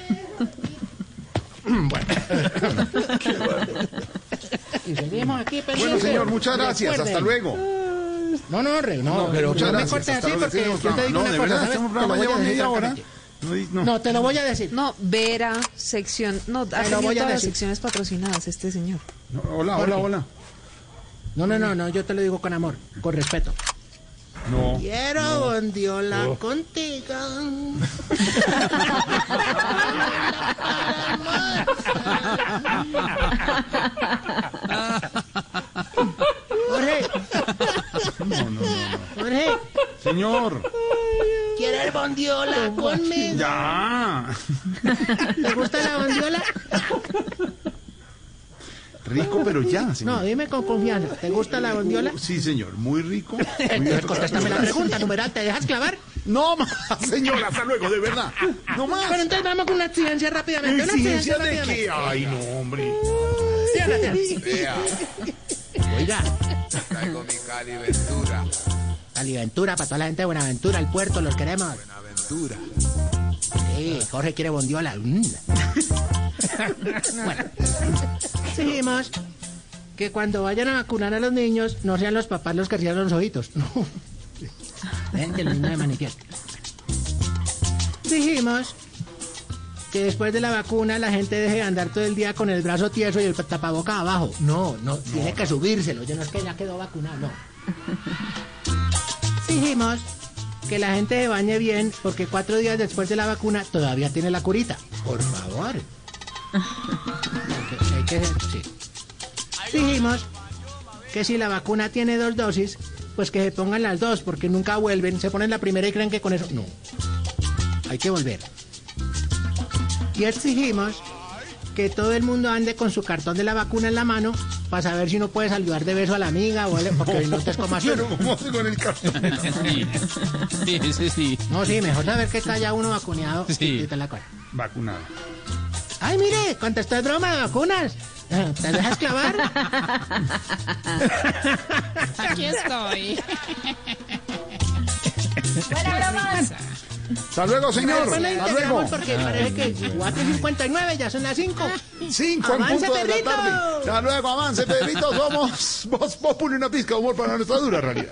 Bueno. Qué bárbaro. y seguimos aquí pendientes. Bueno, señor, muchas gracias. Recuerden. Hasta luego. No, no, re, no, No, pero muchas no me gracias. cortes Hasta así luego. porque Tenemos yo te digo programa. una No, de cosa, verdad, ¿sabes? tenemos Te lo programa, voy a lleva decir media hora. francamente. No, di- no. No, te lo voy a decir. No, Vera, sección. No, ha Te lo tenido voy a todas las decir. secciones patrocinadas este señor. No, hola, Jorge. hola, hola. No, no, no, no, yo te lo digo con amor, con respeto. No. Quiero no. bondiola Oh. contigo. Jorge, No, no, no, no. Jorge, Señor. ¿quieres bondiola conmigo? Ya. ¿Te gusta la bondiola? Rico, pero ya, señor. No, dime con confianza. ¿Te gusta la bondiola? Sí, señor. Muy rico. Muy Entonces rico. contéstame la pregunta, numeral, ¿te dejas clavar? No más, señor. Hasta luego, de verdad. No más. Bueno, entonces vamos con una exigencia rápidamente. Una ¿Exigencia exigencia de qué? rápidamente. Ay, no, hombre. Diana, Diana. Oiga, Traigo mi Cali Ventura. Caliventura para toda la gente de Buenaventura, el puerto, los queremos. Buenaventura. Sí, Jorge quiere bondiola. Mm. Bueno, seguimos. Que cuando vayan a vacunar a los niños, no sean los papás los que cierran los ojitos. No. Ven que el niño de manifieste. Dijimos que después de la vacuna la gente deje de andar todo el día con el brazo tieso y el tapaboca abajo. No, no, tiene que subírselo. Yo no es que ya quedó vacunado, no. Dijimos que la gente se bañe bien porque cuatro días después de la vacuna todavía tiene la curita. Por favor. Hay que, hay que- sí. Dijimos que si la vacuna tiene dos dosis, pues que se pongan las dos porque nunca vuelven. Se ponen la primera y creen que con eso... No. Hay que volver. Y exigimos que todo el mundo ande con su cartón de la vacuna en la mano para saber si no puede saludar de beso a la amiga o el- porque no te es como así. Pero ¿cómo hace con el cartón? Sí, sí, ese sí. No, sí, mejor saber que está ya uno vacunado Sí. y te la cara. Vacunado. Ay, mire, contestó el broma de vacunas. ¿Te dejas clavar? Aquí estoy. Buena broma. Hasta luego, señor. Después la Hasta luego. integramos porque parece que cuatro y cincuenta y nueve ya son las cinco. Cinco en ¡Avance, punto de la Pedrito! tarde. Hasta luego, avance, Pedrito. Somos Voz Populi, una pizca de humor para nuestra dura realidad.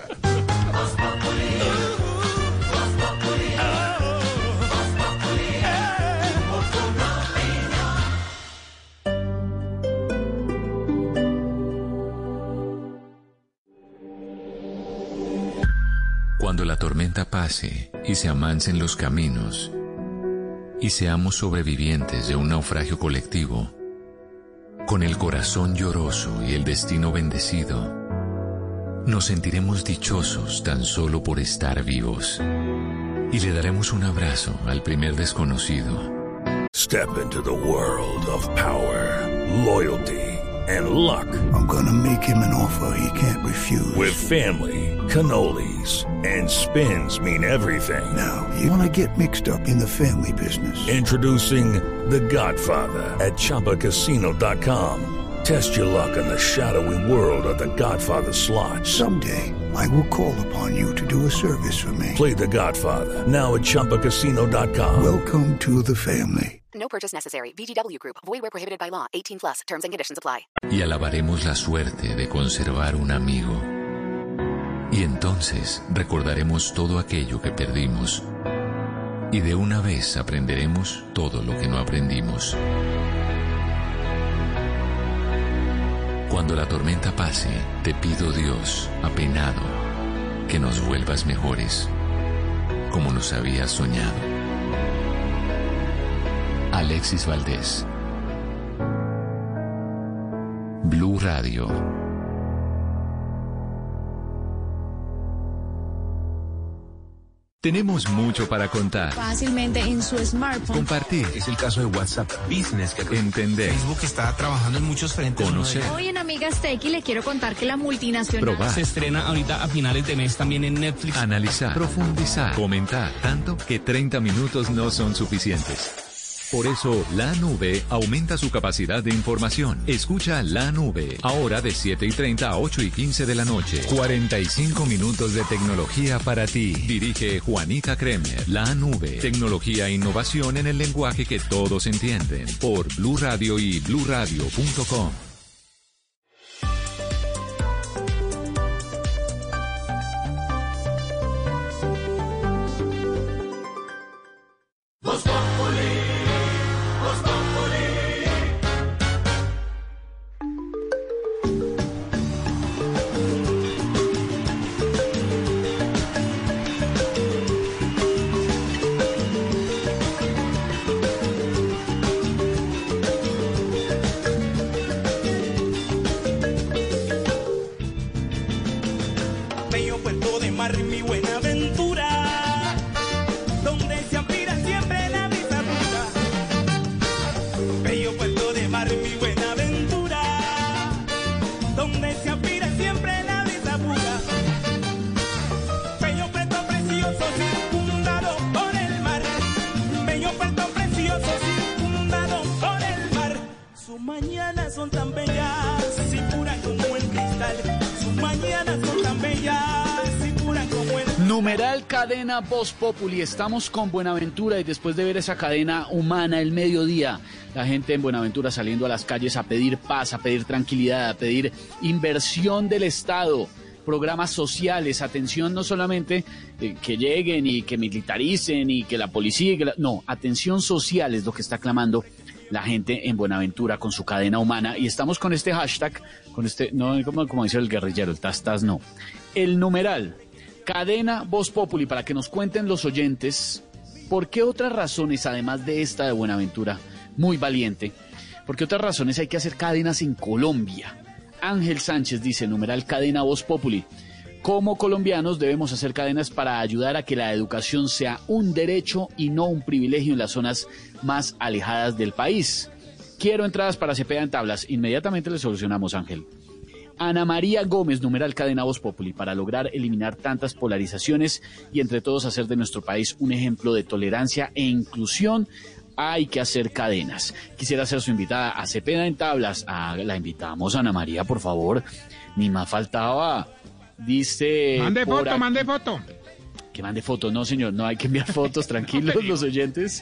Cuando la tormenta pase y se amancen los caminos y seamos sobrevivientes de un naufragio colectivo, con el corazón lloroso y el destino bendecido, nos sentiremos dichosos tan solo por estar vivos y le daremos un abrazo al primer desconocido. Step into the world of power, loyalty, and luck. I'm gonna make him an offer he can't refuse. With family, cannolis, and spins mean everything. Now, you wanna get mixed up in the family business. Introducing The Godfather at Chumba Casino dot com. Test your luck in the shadowy world of The Godfather slot. Someday, I will call upon you to do a service for me. Play The Godfather now at Chumba Casino dot com. Welcome to the family. No purchase necessary. V G W Group. Void where prohibited by law. eighteen plus. Terms and conditions apply. Y alabaremos la suerte de conservar un amigo. Y entonces recordaremos todo aquello que perdimos. Y de una vez aprenderemos todo lo que no aprendimos. Cuando la tormenta pase, te pido, Dios, apenado, que nos vuelvas mejores, como nos habías soñado. Alexis Valdés. Blue Radio. Tenemos mucho para contar, Fácilmente en su smartphone. compartir. Es el caso de WhatsApp Business. Que entender. Facebook está trabajando en muchos frentes. Conocer. Hoy en Amigas Tequi le quiero contar que la multinacional Probar. Se estrena ahorita a finales de mes también en Netflix. Analizar, profundizar, comentar, tanto que treinta minutos no son suficientes. Por eso, La Nube aumenta su capacidad de información. Escucha La Nube, ahora de siete y treinta a ocho y quince de la noche. cuarenta y cinco minutos de tecnología para ti. Dirige Juanita Kremer. La Nube, tecnología e innovación en el lenguaje que todos entienden. Por Blue Radio y blue radio punto com. Bello puerto de mar, mi Buenaventura, donde se aspira siempre la brisa pura. Bello puerto de mar, mi Buenaventura, donde se aspira siempre la brisa pura. Bello puerto precioso, circundado por el mar. Bello puerto precioso, circundado por el mar. Sus mañanas son tan bellas y puras como el cristal. Sus mañanas son tan bellas. Numeral cadena Voz Populi. Estamos con Buenaventura y después de ver esa cadena humana el mediodía, la gente en Buenaventura saliendo a las calles a pedir paz, a pedir tranquilidad, a pedir inversión del Estado, programas sociales, atención no solamente eh, que lleguen y que militaricen y que la policía, y que la... no, atención social es lo que está clamando la gente en Buenaventura con su cadena humana. Y estamos con este hashtag, con este, no como, como dice el guerrillero, el tas tas no, el numeral cadena Voz Populi, para que nos cuenten los oyentes por qué otras razones, además de esta de Buenaventura, muy valiente, por qué otras razones hay que hacer cadenas en Colombia. Ángel Sánchez dice, numeral cadena Voz Populi, como colombianos debemos hacer cadenas para ayudar a que la educación sea un derecho y no un privilegio en las zonas más alejadas del país. Quiero entradas para Cepeda en tablas. Inmediatamente le solucionamos, Ángel. Ana María Gómez, numeral cadena Voz Populi, para lograr eliminar tantas polarizaciones y entre todos hacer de nuestro país un ejemplo de tolerancia e inclusión, hay que hacer cadenas. Quisiera ser su invitada a Cepeda en tablas. Ah, la invitamos, Ana María, por favor. Ni más faltaba. Dice... Mande foto, aquí, mande foto. Que mande foto. No, señor, no hay que enviar fotos, tranquilos los oyentes.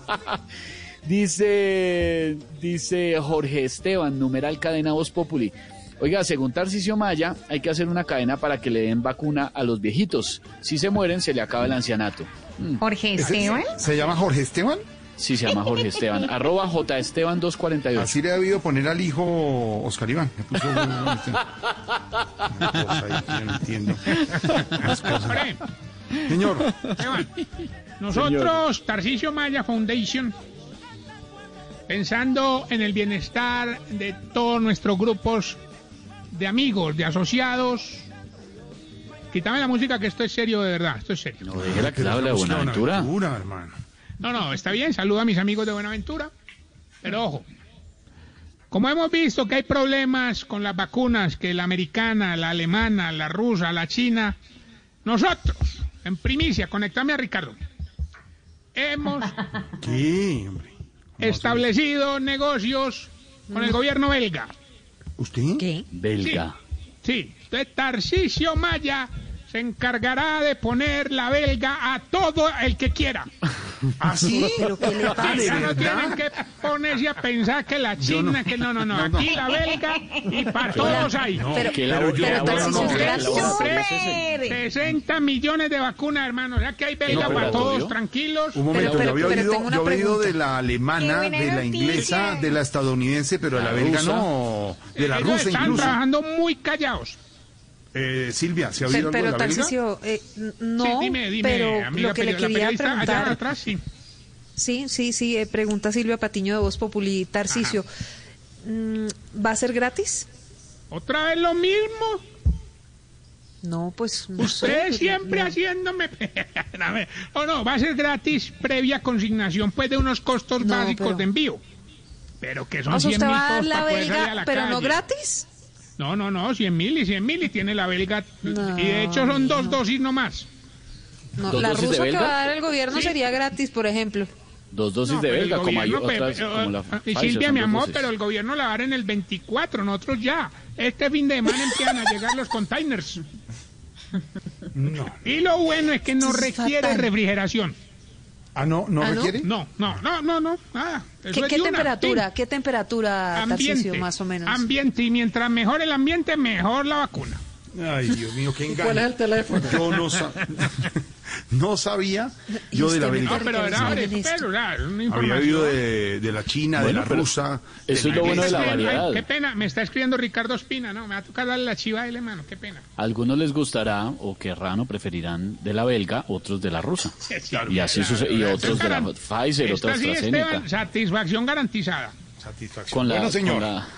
Dice, dice Jorge Esteban, numeral cadena Voz Populi. Oiga, según Tarcisio Maya, hay que hacer una cadena para que le den vacuna a los viejitos. Si se mueren, se le acaba el ancianato. Mm. ¿Jorge Esteban? ¿Se llama Jorge Esteban? Sí, se llama Jorge Esteban. Arroba J Esteban dos cuarenta y ocho. Así le ha debido poner al hijo Oscar Iván. Le puso una cosa ahí que yo no entiendo. Hombre. Señor. Esteban, nosotros, Señor. Tarcisio Maya Foundation, pensando en el bienestar de todos nuestros grupos de amigos, de asociados. Quítame la música, que esto es serio, de verdad, esto es serio. No, déjela que hable de Buenaventura. Buenaventura, hermano. No, no, está bien, saluda a mis amigos de Buenaventura, pero ojo, como hemos visto que hay problemas con las vacunas, que la americana, la alemana, la rusa, la china, nosotros, en primicia, conectame a Ricardo, hemos ¿Qué, hombre? establecido negocios con el gobierno belga. ¿Usted? ¿Qué? Belga. Sí, sí. Entonces Tarcisio Maya se encargará de poner la belga a todo el que quiera. ¿Ah, sí? ¿Pero qué le pasa? Sí, ya no tienen que ponerse a pensar que la china, no. que no, no, no, no, aquí la belga y para pero, todos hay. No, pero, pero, pero, pero Tarcisio, sesenta millones de vacunas, hermano, ya que hay belga no, para todos, ¿yo? Tranquilos. Un momento, pero, pero, yo había oído, yo oído de la alemana, de la inglesa, de la estadounidense, pero de la, la belga rusa. No, de la Ellos rusa están incluso. Están trabajando muy callados. Eh, Silvia, ¿se ha oído pero, algo de la Tarcisio, eh, no, sí, dime, dime, pero amiga, lo que le quería preguntar... Allá atrás, sí. Sí, sí, sí, eh, pregunta Silvia Patiño de Voz Populi. Tarcisio, mm, ¿va a ser gratis? ¿Otra vez lo mismo? No, pues no Usted sé, siempre no. haciéndome... No, no, va a ser gratis previa consignación pues de unos costos No, básicos pero- de envío. Pero que son O sea, cien usted mil va a dar pesos la para poder salir a belga, la pero no calle. gratis. No, no, no, cien mil y cien mil y tiene la belga. No, y de hecho son dos dosis nomás. No, ¿Dos la dosis de rusa que belga? va a dar el gobierno Sí. sería gratis, por ejemplo. Dos dosis No, de pero el belga, como hay gobierno, otras, pero, como la y Pfizer, Silvia, son mi dos amor, dosis. pero el gobierno la va a dar en el veinticuatro, nosotros ya. Este fin de semana empiezan a llegar los containers. No. Y lo bueno es que no Es requiere fatal. refrigeración. Ah, no, ¿no ¿Ah, no? requiere? No, no, no, no, no, nada. Eso ¿Qué, es qué de una, temperatura? tin. ¿Qué temperatura, Ambiente, Tarcisio, más o menos? ambiente, y mientras mejor el ambiente, mejor la vacuna. Ay, Dios mío, qué ¿Y engaño. cuál es el teléfono? Yo no, sa- no sabía ¿Y yo de la usted me belga. No, pero era, Saben pero, esto. pero era una Había información. oído de, de la China, de Bueno, la pero rusa. eso es de lo bueno de la Ay, variedad. qué pena, me está escribiendo Ricardo Espina, no, me va a tocar darle la chiva a él, hermano, qué pena. Algunos les gustará o querrán o preferirán de la belga, otros de la rusa. Claro, Y así claro, suce- y claro. otros de la Garan- Pfizer, Esta otros sí, AstraZeneca. Esteban, satisfacción garantizada. Satisfacción. Con la, Bueno, señor. con la,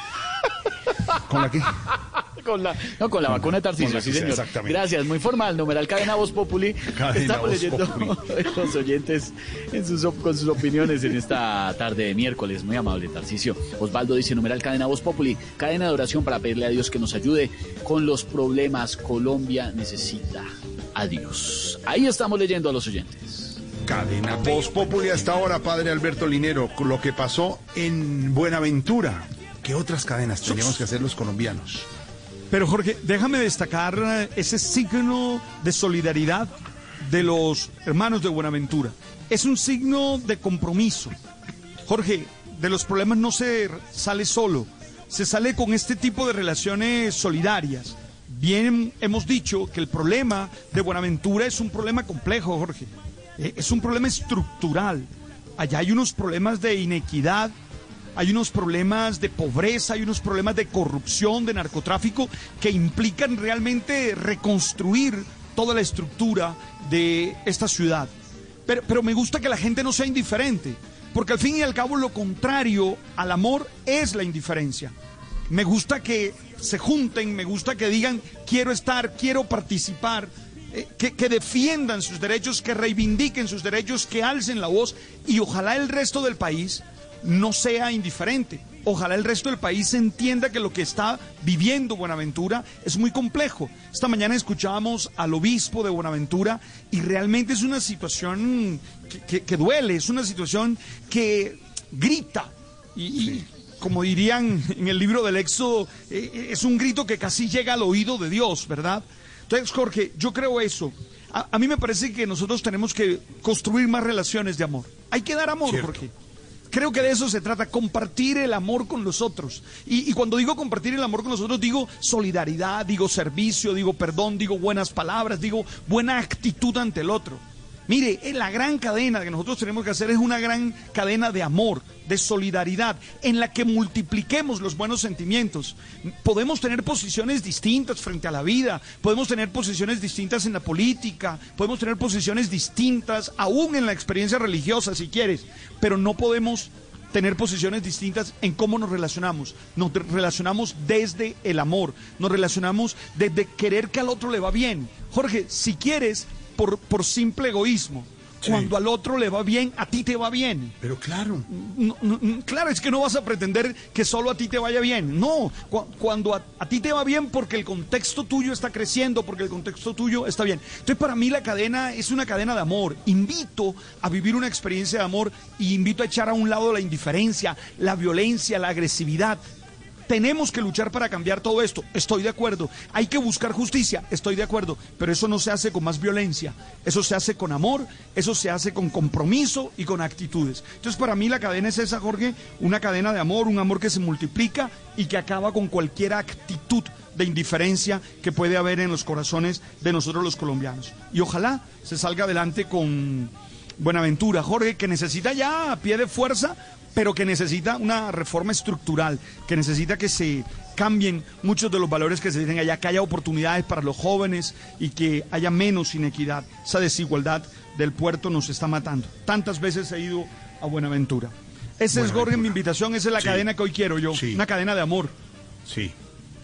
¿Con la qué? con la, no, con la vacuna de Tarcisio, con la sí, que sea, señor. exactamente. Gracias, muy formal. Numeral Cadena Voz Populi. Cadena Estamos Voz leyendo Populi. los oyentes en sus, op- con sus opiniones en esta tarde de miércoles. Muy amable, Tarcisio. Osvaldo dice, numeral Cadena Voz Populi. Cadena de oración para pedirle a Dios que nos ayude con los problemas. Colombia necesita a Dios. Ahí estamos leyendo a los oyentes. Cadena Voz Populi hasta ahora, padre Alberto Linero, con lo que pasó en Buenaventura. ¿Qué otras cadenas tendríamos que hacer los colombianos? Pero Jorge, déjame destacar eh, ese signo de solidaridad de los hermanos de Buenaventura. Es un signo de compromiso. Jorge, de los problemas no se sale solo, se sale con este tipo de relaciones solidarias. Bien hemos dicho que el problema de Buenaventura es un problema complejo, Jorge. Eh, es un problema estructural. Allá hay unos problemas de inequidad, hay unos problemas de pobreza, hay unos problemas de corrupción, de narcotráfico, que implican realmente reconstruir toda la estructura de esta ciudad. Pero, pero me gusta que la gente no sea indiferente, porque al fin y al cabo lo contrario al amor es la indiferencia. Me gusta que se junten, me gusta que digan quiero estar, quiero participar, eh, que, que defiendan sus derechos, que reivindiquen sus derechos, que alcen la voz, y ojalá el resto del país no sea indiferente. Ojalá el resto del país entienda que lo que está viviendo Buenaventura es muy complejo. Esta mañana escuchábamos al obispo de Buenaventura y realmente es una situación que, que- que duele, es una situación que grita y, y, como dirían en el libro del Éxodo, eh, es un grito que casi llega al oído de Dios, ¿verdad? Entonces, Jorge, yo creo eso. A, a mí me parece que nosotros tenemos que construir más relaciones de amor. Hay que dar amor, Cierto. Jorge. Creo que de eso se trata, compartir el amor con los otros. Y, y cuando digo compartir el amor con los otros, digo solidaridad, digo servicio, digo perdón, digo buenas palabras, digo buena actitud ante el otro. Mire, eh, la gran cadena que nosotros tenemos que hacer es una gran cadena de amor, de solidaridad, en la que multipliquemos los buenos sentimientos. Podemos tener posiciones distintas frente a la vida, podemos tener posiciones distintas en la política, podemos tener posiciones distintas aún en la experiencia religiosa, si quieres, pero no podemos tener posiciones distintas en cómo nos relacionamos. Nos de- relacionamos desde el amor, nos relacionamos desde querer que al otro le va bien. Jorge, si quieres, por, por simple egoísmo, Sí. cuando al otro le va bien, a ti te va bien. Pero claro. No, no, no, claro, es que no vas a pretender que solo a ti te vaya bien. No, cu- cuando a, a ti te va bien porque el contexto tuyo está creciendo, porque el contexto tuyo está bien. Entonces, para mí la cadena es una cadena de amor. Invito a vivir una experiencia de amor y invito a echar a un lado la indiferencia, la violencia, la agresividad. Tenemos que luchar para cambiar todo esto, estoy de acuerdo. Hay que buscar justicia, estoy de acuerdo. Pero eso no se hace con más violencia, eso se hace con amor, eso se hace con compromiso y con actitudes. Entonces, para mí la cadena es esa, Jorge, una cadena de amor, un amor que se multiplica y que acaba con cualquier actitud de indiferencia que puede haber en los corazones de nosotros los colombianos. Y ojalá se salga adelante con Buenaventura, Jorge, que necesita ya a pie de fuerza, pero que necesita una reforma estructural, que necesita que se cambien muchos de los valores que se tienen allá, que haya oportunidades para los jóvenes y que haya menos inequidad. Esa desigualdad del puerto nos está matando. Tantas veces he ido a Buenaventura. Esa es, Jorge, mi invitación, esa es la Sí. cadena que hoy quiero yo, Sí. una cadena de amor. Sí.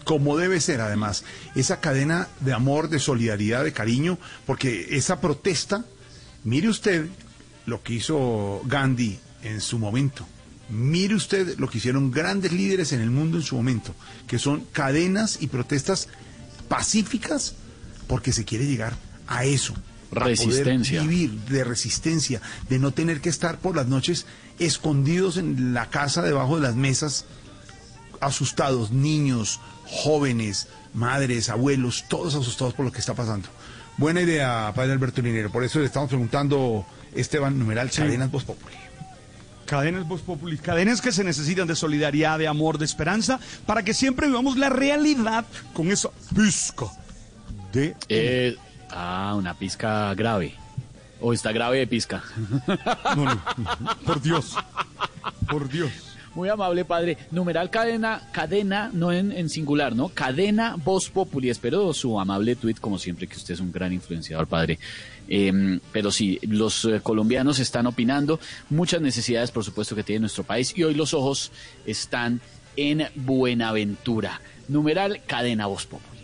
como debe ser además, esa cadena de amor, de solidaridad, de cariño, porque esa protesta, mire usted lo que hizo Gandhi en su momento, mire usted lo que hicieron grandes líderes en el mundo en su momento, que son cadenas y protestas pacíficas, porque se quiere llegar a eso. Resistencia. A poder vivir de resistencia, de no tener que estar por las noches escondidos en la casa debajo de las mesas, asustados, niños, jóvenes, madres, abuelos, todos asustados por lo que está pasando. Buena idea, padre Alberto Linero. Por eso le estamos preguntando, Esteban, numeral, sí. Cadenas Voz Populi. Cadenas Voz Populi, cadenas que se necesitan de solidaridad, de amor, de esperanza, para que siempre vivamos la realidad con esa pizca de... Eh, ah, una pizca grave. O está grave de pizca. No, no, por Dios, por Dios. Muy amable, padre. Numeral cadena, cadena, no en, en singular, ¿no? Cadena Voz Populi. Espero su amable tuit, como siempre, que usted es un gran influenciador, padre. Eh, pero sí, los eh, colombianos están opinando. Muchas necesidades, por supuesto, que tiene nuestro país. Y hoy los ojos están en Buenaventura. Numeral cadena Voz Populi.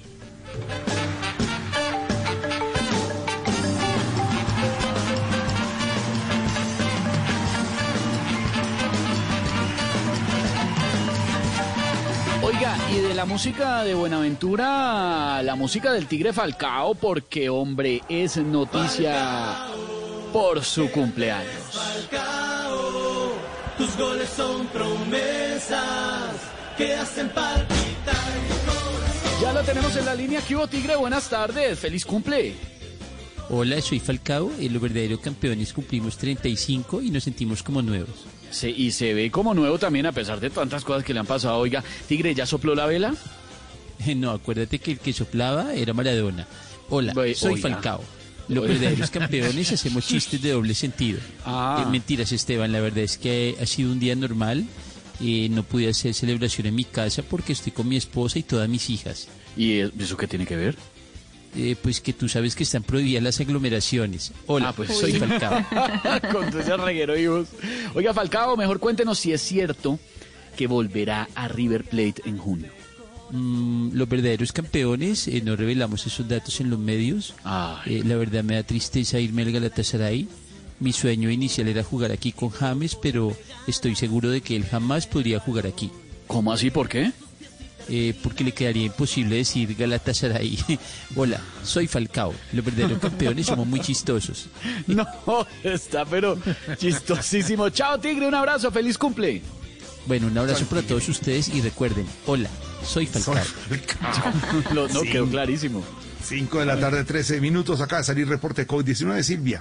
Oiga, y de la música de Buenaventura, la música del Tigre Falcao, porque, hombre, es noticia por su cumpleaños. Falcao, tus goles son promesas que hacen palpitar el corazón. Ya lo tenemos en la línea. ¿Qué hubo, Tigre? Buenas tardes. ¡Feliz cumple! Hola, soy Falcao. En los verdaderos campeones cumplimos treinta y cinco y nos sentimos como nuevos. Sí, y se ve como nuevo también a pesar de tantas cosas que le han pasado. Oiga, Tigre, ¿ya sopló la vela? No, acuérdate que el que soplaba era Maradona. Hola, Oye, soy oiga. Falcao. Los verdaderos campeones hacemos chistes de doble sentido. Ah. Eh, mentiras, Esteban, la verdad es que ha sido un día normal. Eh, no pude hacer celebración en mi casa porque estoy con mi esposa y todas mis hijas. ¿Y eso qué tiene que ver? Eh, pues que tú sabes que están prohibidas las aglomeraciones. Hola, Ah, pues soy sí. Falcao. Con todo ese reguero, hijos. Oiga, Falcao, mejor cuéntenos si es cierto que volverá a River Plate en junio. Mm, los verdaderos campeones, eh, no revelamos esos datos en los medios. Eh, la verdad me da tristeza irme al Galatasaray. Mi sueño inicial era jugar aquí con James, pero estoy seguro de que él jamás podría jugar aquí. ¿Cómo así? ¿Por qué? Eh, porque le quedaría imposible decir Galatasaray. Hola, soy Falcao. Los verdaderos campeones somos muy chistosos. No, está pero chistosísimo. Chao, Tigre, un abrazo, feliz cumple. Bueno, un abrazo para todos ustedes y recuerden, hola, soy Falcao. Lo, no, Sí. quedó clarísimo. cinco de la tarde, trece minutos. Acaba de salir reporte de COVID diecinueve, Silvia.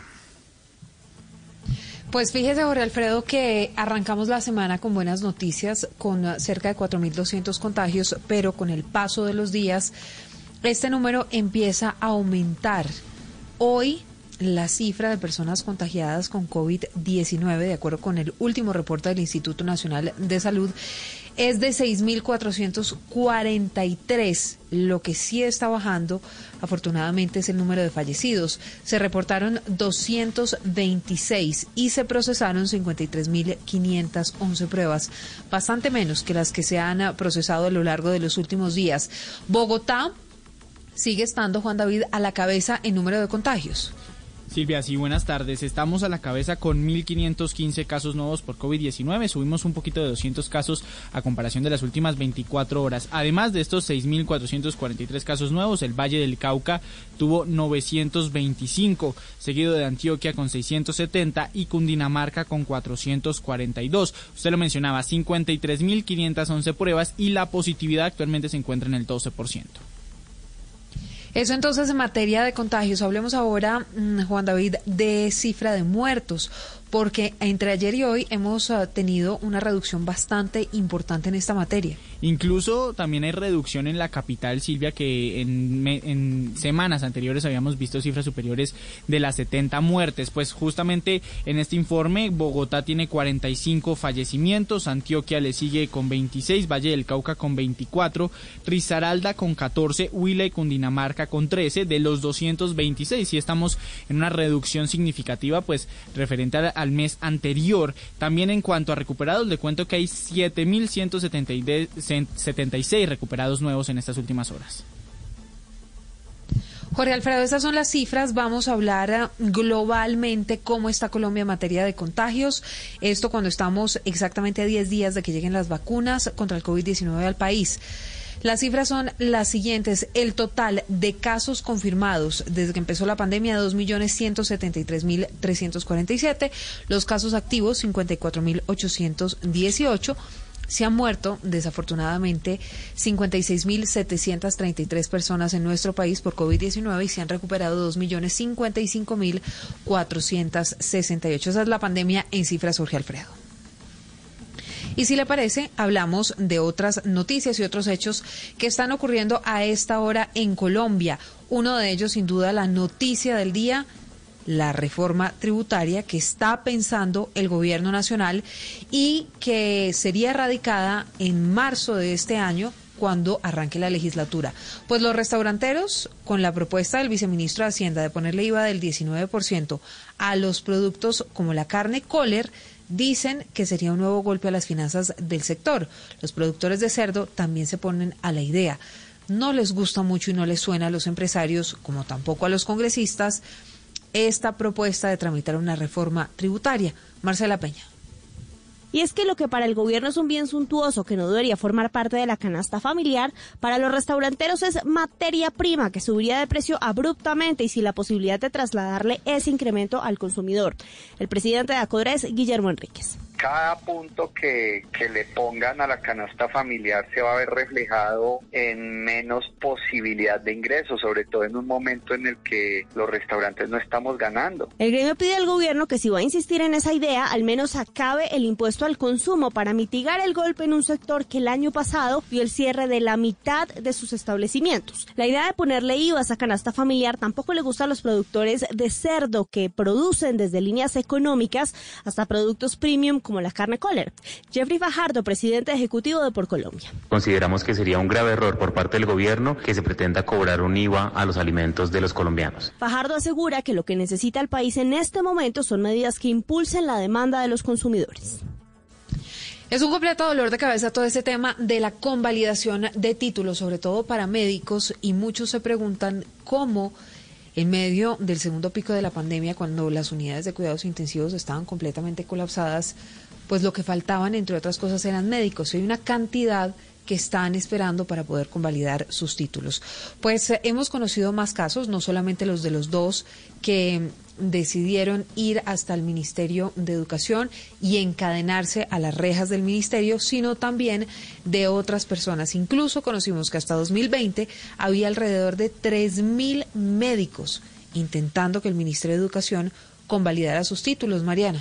Pues fíjese, Jorge Alfredo, que arrancamos la semana con buenas noticias, con uh, cerca de cuatro mil doscientos contagios, pero con el paso de los días, este número empieza a aumentar. Hoy, la cifra de personas contagiadas con COVID diecinueve, de acuerdo con el último reporte del Instituto Nacional de Salud, es de seis mil cuatrocientos cuarenta y tres. Lo que sí está bajando, afortunadamente, es el número de fallecidos. Se reportaron doscientos veintiséis y se procesaron cincuenta y tres mil quinientas once pruebas, bastante menos que las que se han procesado a lo largo de los últimos días. Bogotá sigue estando, Juan David, a la cabeza en número de contagios. Silvia, sí, buenas tardes. Estamos a la cabeza con mil quinientos quince casos nuevos por COVID diecinueve. Subimos un poquito de doscientos casos a comparación de las últimas veinticuatro horas. Además de estos seis mil cuatrocientos cuarenta y tres casos nuevos, el Valle del Cauca tuvo novecientos veinticinco, seguido de Antioquia con seiscientos setenta y Cundinamarca con cuatrocientos cuarenta y dos. Usted lo mencionaba, cincuenta y tres mil quinientas once pruebas y la positividad actualmente se encuentra en el doce por ciento. Eso entonces en materia de contagios. Hablemos ahora, Juan David, de cifra de muertos, porque entre ayer y hoy hemos uh, tenido una reducción bastante importante en esta materia. Incluso también hay reducción en la capital, Silvia, que en, me, en semanas anteriores habíamos visto cifras superiores de las setenta muertes. Pues justamente en este informe, Bogotá tiene cuarenta y cinco fallecimientos, Antioquia le sigue con veintiséis, Valle del Cauca con veinticuatro, Risaralda con catorce, Huila y Cundinamarca con trece, de los doscientos veintiséis. Si estamos en una reducción significativa, pues referente al, al mes anterior. También en cuanto a recuperados, le cuento que hay siete mil ciento setenta y setenta y seis recuperados nuevos en estas últimas horas. Jorge Alfredo, estas son las cifras. Vamos a hablar globalmente cómo está Colombia en materia de contagios. Esto cuando estamos exactamente a diez días de que lleguen las vacunas contra el COVID diecinueve al país. Las cifras son las siguientes. El total de casos confirmados desde que empezó la pandemia, dos millones ciento setenta y tres mil trescientos cuarenta y siete. Los casos activos, cincuenta y cuatro mil ochocientos dieciocho. Se han muerto, desafortunadamente, cincuenta y seis mil setecientos treinta y tres personas en nuestro país por COVID diecinueve y se han recuperado dos millones cincuenta y cinco mil cuatrocientos sesenta y ocho. Esa es la pandemia en cifras, Jorge Alfredo. Y si le parece, hablamos de otras noticias y otros hechos que están ocurriendo a esta hora en Colombia. Uno de ellos, sin duda, la noticia del día, la reforma tributaria que está pensando el gobierno nacional y que sería radicada en marzo de este año cuando arranque la legislatura. Pues los restauranteros, con la propuesta del viceministro de Hacienda de ponerle I V A del diecinueve por ciento a los productos como la carne Kohler, dicen que sería un nuevo golpe a las finanzas del sector. Los productores de cerdo también se ponen a la idea. No les gusta mucho y no les suena a los empresarios, como tampoco a los congresistas, esta propuesta de tramitar una reforma tributaria. Marcela Peña. Y es que lo que para el gobierno es un bien suntuoso que no debería formar parte de la canasta familiar, para los restauranteros es materia prima que subiría de precio abruptamente y sin la posibilidad de trasladarle ese incremento al consumidor. El presidente de ACODRES, Guillermo Enríquez. Cada punto que, que le pongan a la canasta familiar se va a ver reflejado en menos posibilidad de ingresos, sobre todo en un momento en el que los restaurantes no estamos ganando. El gremio pide al gobierno que si va a insistir en esa idea, al menos acabe el impuesto al consumo para mitigar el golpe en un sector que el año pasado vio el cierre de la mitad de sus establecimientos. La idea de ponerle I V A a esa canasta familiar tampoco le gusta a los productores de cerdo que producen desde líneas económicas hasta productos premium como la carne Kohler. Jeffrey Fajardo, presidente ejecutivo de Por Colombia. Consideramos que sería un grave error por parte del gobierno que se pretenda cobrar un I V A a los alimentos de los colombianos. Fajardo asegura que lo que necesita el país en este momento son medidas que impulsen la demanda de los consumidores. Es un completo dolor de cabeza todo este tema de la convalidación de títulos, sobre todo para médicos, y muchos se preguntan cómo en medio del segundo pico de la pandemia, cuando las unidades de cuidados intensivos estaban completamente colapsadas, pues lo que faltaban, entre otras cosas, eran médicos. Hay una cantidad que están esperando para poder convalidar sus títulos. Pues eh, hemos conocido más casos, no solamente los de los dos que decidieron ir hasta el Ministerio de Educación y encadenarse a las rejas del ministerio, sino también de otras personas. Incluso conocimos que hasta dos mil veinte había alrededor de tres mil médicos intentando que el Ministerio de Educación convalidara sus títulos. Mariana.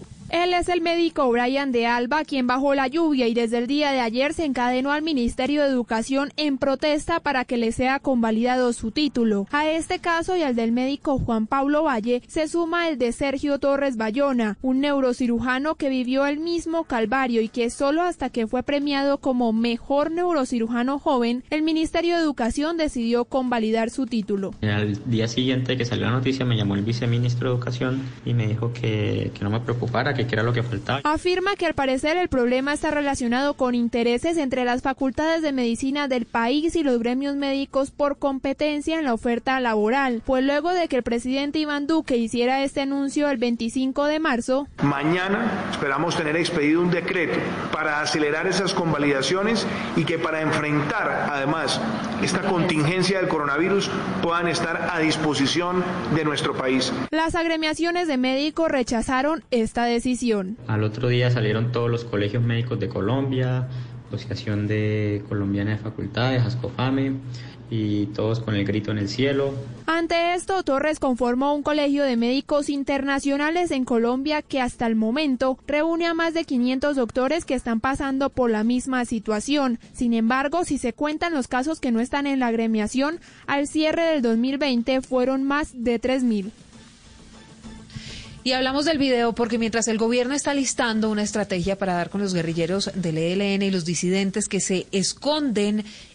Él es el médico Brian de Alba, quien bajo la lluvia y desde el día de ayer se encadenó al Ministerio de Educación en protesta para que le sea convalidado su título. A este caso y al del médico Juan Pablo Valle se suma el de Sergio Torres Bayona, un neurocirujano que vivió el mismo calvario y que solo hasta que fue premiado como mejor neurocirujano joven, el Ministerio de Educación decidió convalidar su título. Al día siguiente que salió la noticia me llamó el viceministro de Educación y me dijo que, que no me preocupara, que que era lo que faltaba. Afirma que al parecer el problema está relacionado con intereses entre las facultades de medicina del país y los gremios médicos por competencia en la oferta laboral, pues luego de que el presidente Iván Duque hiciera este anuncio el veinticinco de marzo, mañana esperamos tener expedido un decreto para acelerar esas convalidaciones y que para enfrentar además esta contingencia del coronavirus puedan estar a disposición de nuestro país. Las agremiaciones de médicos rechazaron esta decisión. Al otro día salieron todos los colegios médicos de Colombia, Asociación de Colombiana de Facultades, ASCOFAME, y todos con el grito en el cielo. Ante esto, Torres conformó un colegio de médicos internacionales en Colombia que hasta el momento reúne a más de quinientos doctores que están pasando por la misma situación. Sin embargo, si se cuentan los casos que no están en la agremiación, al cierre del dos mil veinte fueron más de tres mil. Y hablamos del video porque mientras el gobierno está listando una estrategia para dar con los guerrilleros del E L N y los disidentes que se esconden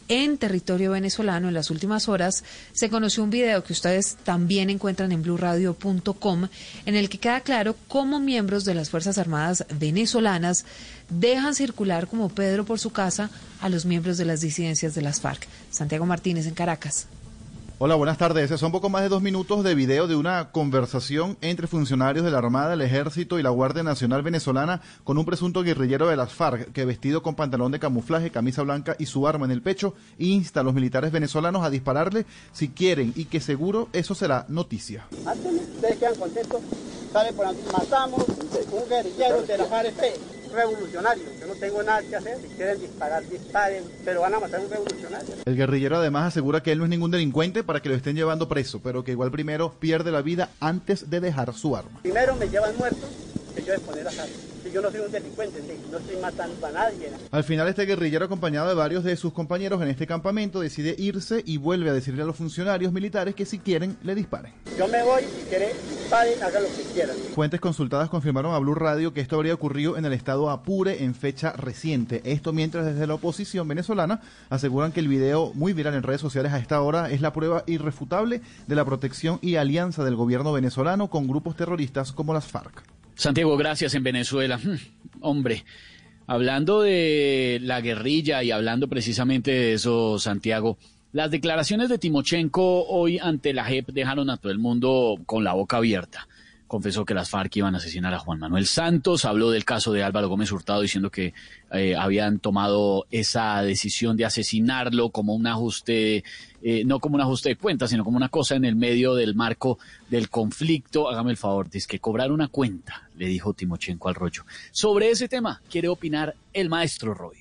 en territorio venezolano. En las últimas horas se conoció un video que ustedes también encuentran en blue radio punto com, en el que queda claro cómo miembros de las Fuerzas Armadas venezolanas dejan circular como Pedro por su casa a los miembros de las disidencias de las FARC. Santiago Martínez en Caracas. Hola, buenas tardes. Son poco más de dos minutos de video de una conversación entre funcionarios de la Armada, el Ejército y la Guardia Nacional venezolana con un presunto guerrillero de las FARC que, vestido con pantalón de camuflaje, camisa blanca y su arma en el pecho, insta a los militares venezolanos a dispararle si quieren, y que seguro eso será noticia. Ustedes quedan contentos, sale por aquí, matamos un guerrillero de la FARC revolucionario. Yo no tengo nada que hacer, si quieren disparar, disparen, pero van a matar a un revolucionario. El guerrillero además asegura que él no es ningún delincuente para que lo estén llevando preso, pero que igual primero pierde la vida antes de dejar su arma. Primero me llevan muerto que yo exponer a salvo. Si yo no soy un delincuente, no estoy matando a nadie. Al final, este guerrillero, acompañado de varios de sus compañeros en este campamento, decide irse y vuelve a decirle a los funcionarios militares que si quieren le disparen. Yo me voy, si quieren disparen, hagan lo que quieran. Fuentes consultadas confirmaron a Blue Radio que esto habría ocurrido en el estado Apure en fecha reciente. Esto mientras desde la oposición venezolana aseguran que el video muy viral en redes sociales a esta hora es la prueba irrefutable de la protección y alianza del gobierno venezolano con grupos terroristas como las FARC. Santiago, gracias. En Venezuela. Hombre, hablando de la guerrilla y hablando precisamente de eso, Santiago, las declaraciones de Timochenko hoy ante la J E P dejaron a todo el mundo con la boca abierta. Confesó que las FARC iban a asesinar a Juan Manuel Santos, habló del caso de Álvaro Gómez Hurtado diciendo que eh, habían tomado esa decisión de asesinarlo como un ajuste, eh, no como un ajuste de cuentas, sino como una cosa en el medio del marco del conflicto. Hágame el favor, dice que cobrar una cuenta, le dijo Timochenko al Rollo. Sobre ese tema quiere opinar el maestro Roy.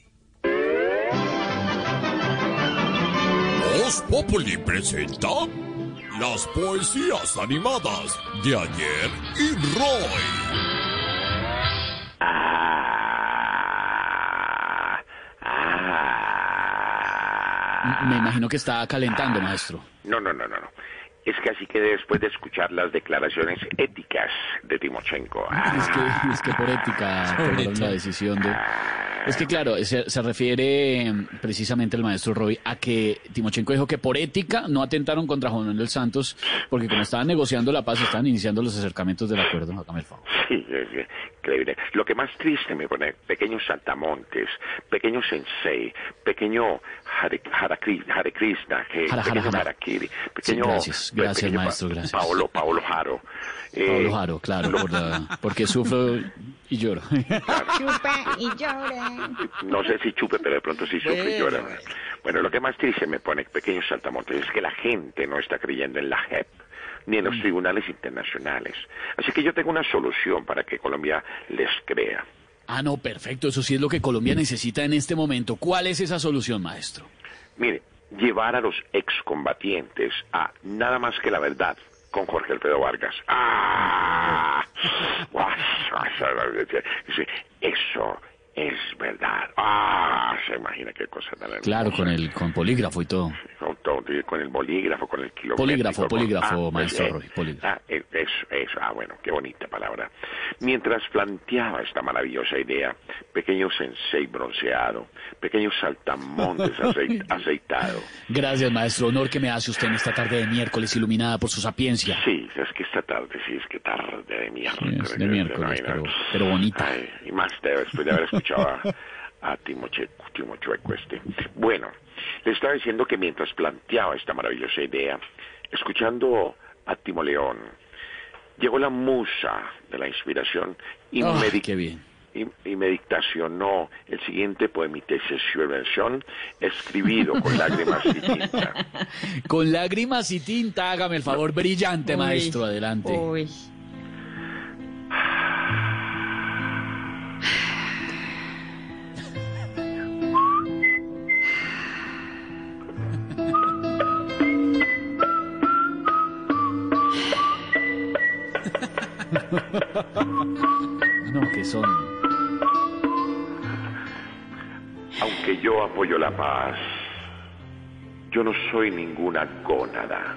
Voz Populi presenta las poesías animadas de ayer y Roy. Ah, ah. Me imagino que está calentando, maestro. No, no, no, no, no. Es que así que después de escuchar las declaraciones éticas de Timochenko. Ah, es, que, es que por ética tomaron la decisión de... Es que claro, se, se refiere precisamente el maestro Roy a que Timochenko dijo que por ética no atentaron contra Juan Manuel Santos, porque como estaban negociando la paz, estaban iniciando los acercamientos del acuerdo. Hágame el favor. Sí, es increíble. Lo que más triste me pone, pequeños saltamontes, pequeño sensei, pequeño Hare, Hare, Hare Krishna, que, Hara, pequeño Hara, Harakiri, pequeño... Sí, gracias, gracias pequeño maestro, gracias. Paolo, Paolo Jaro. Paolo Jaro, claro, por la, porque sufro y lloro. Chupe y llore. No sé si chupe, pero de pronto sí sufre y llora. Bueno, lo que más triste me pone, pequeños saltamontes, es que la gente no está creyendo en la J E P ni en los tribunales internacionales. Así que yo tengo una solución para que Colombia les crea. Ah, no, perfecto. Eso sí es lo que Colombia necesita en este momento. ¿Cuál es esa solución, maestro? Mire, llevar a los excombatientes a Nada Más Que la Verdad con Jorge Alfredo Vargas. ¡Ah! Eso es verdad. ¡Ah! Se imagina qué cosa tan hermosa. Claro, con el con polígrafo y todo. Con, todo, con el bolígrafo, con el kilómetro. Polígrafo, polígrafo, ah, maestro eh, Roy, polígrafo. Ah, eso, eso, ah, bueno, qué bonita palabra. Mientras planteaba esta maravillosa idea, pequeño sensei bronceado, pequeño saltamontes aceit, aceitado. Gracias, maestro. Honor que me hace usted en esta tarde de miércoles iluminada por su sapiencia. Sí, es que esta tarde, sí, es que tarde de miércoles. Sí, es de miércoles, pero, pero bonita. Ay, y más de, después de haber escuchado a, a Timocheco, Timochueco este. Bueno, le estaba diciendo que mientras planteaba esta maravillosa idea, escuchando a Timo León, llegó la musa de la inspiración y, oh, me, qué bien. y, y me dictacionó el siguiente poemita versión escribido con lágrimas y tinta. Con lágrimas y tinta, hágame el favor, brillante, uy, maestro, adelante. Uy. No, que son... Aunque yo apoyo la paz, yo no soy ninguna gónada,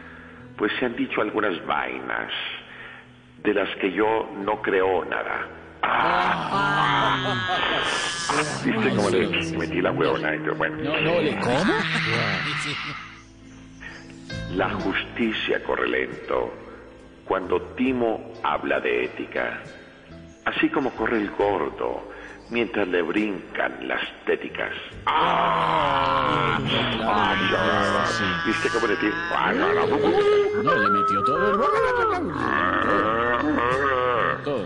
pues se han dicho algunas vainas de las que yo no creo nada. ¿Viste cómo le metí la huevona? Entonces, bueno. No, no, ¿le cómo? La justicia corre lento cuando Timo habla de ética, así como corre el gordo mientras le brincan las téticas. ¡Ah! ¿Viste cómo le tiró? No, le metió todo el... Todo.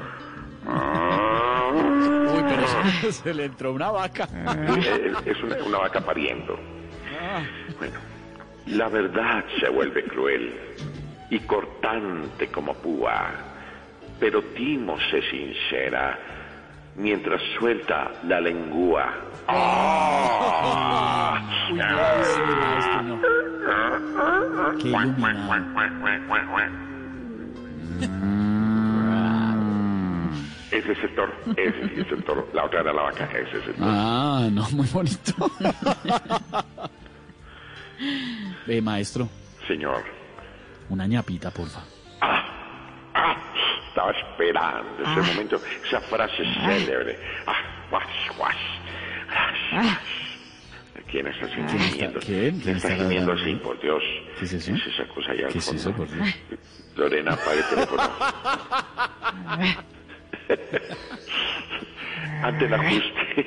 Uy, pero se, se le entró una vaca. Es una, una vaca pariendo. Bueno, la verdad se vuelve cruel y cortante como púa, pero Timo se sincera mientras suelta la lengua. ¡Ah! Uy, no, maestro, no. Qué Ese es el toro, ese sí es el toro. La otra era la vaca, ese es el toro. Ah, no, muy bonito. Ve, maestro. Señor. Una ñapita, porfa. Ah, ah, estaba esperando ese Ah. momento, esa frase célebre. Ah, guas, guas. Ah. ¿Quién está gimiendo? ¿Quién? ¿Quién está está gimiendo hablando? así, por Dios? ¿Qué es eso? ¿Qué es esa cosa allá al ¿Qué es fondo? eso, por Dios? Lorena, apague el teléfono. Ante la justicia.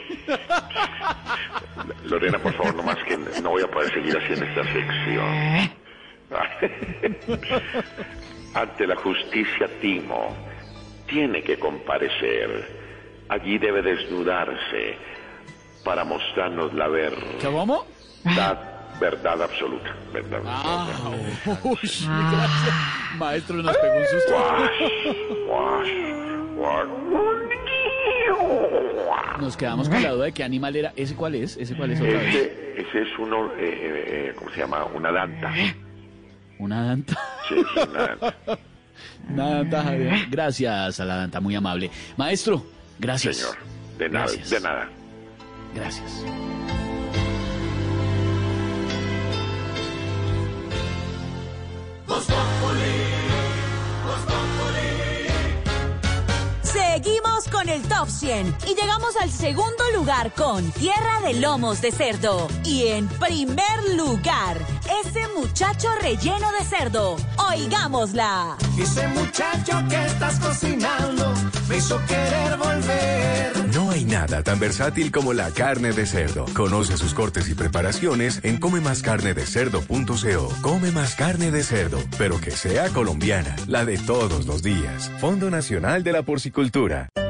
Lorena, por favor, no más que no voy a poder seguir haciendo esta sección. Ante la justicia, Timo tiene que comparecer. Allí debe desnudarse para mostrarnos la verdad. ¿Cómo? Verdad absoluta. Verdad Ah, absoluta. uy, gracias. Maestro, nos pegó un susto. Guas, guas, guas. Nos quedamos con la duda de qué animal era. ¿Ese cuál es? ¿Ese cuál es otra vez? Ese, ese es uno, eh, eh, ¿cómo se llama? Una danta. ¿Una danta? Sí, sí, una danta. Una danta, Javier. Gracias a la danta, muy amable. Maestro, gracias. Señor, de nada, Gracias. de nada. Gracias. Seguimos con el Top cien y llegamos al segundo lugar con Tierra de Lomos de Cerdo. Y en primer lugar, ese muchacho relleno de cerdo. Oigámosla. Ese muchacho que estás cocinando me hizo querer volver. No hay nada tan versátil como la carne de cerdo. Conoce sus cortes y preparaciones en come más carne de cerdo punto co. Come más carne de cerdo, pero que sea colombiana, la de todos los días. Fondo Nacional de la Porcicultura.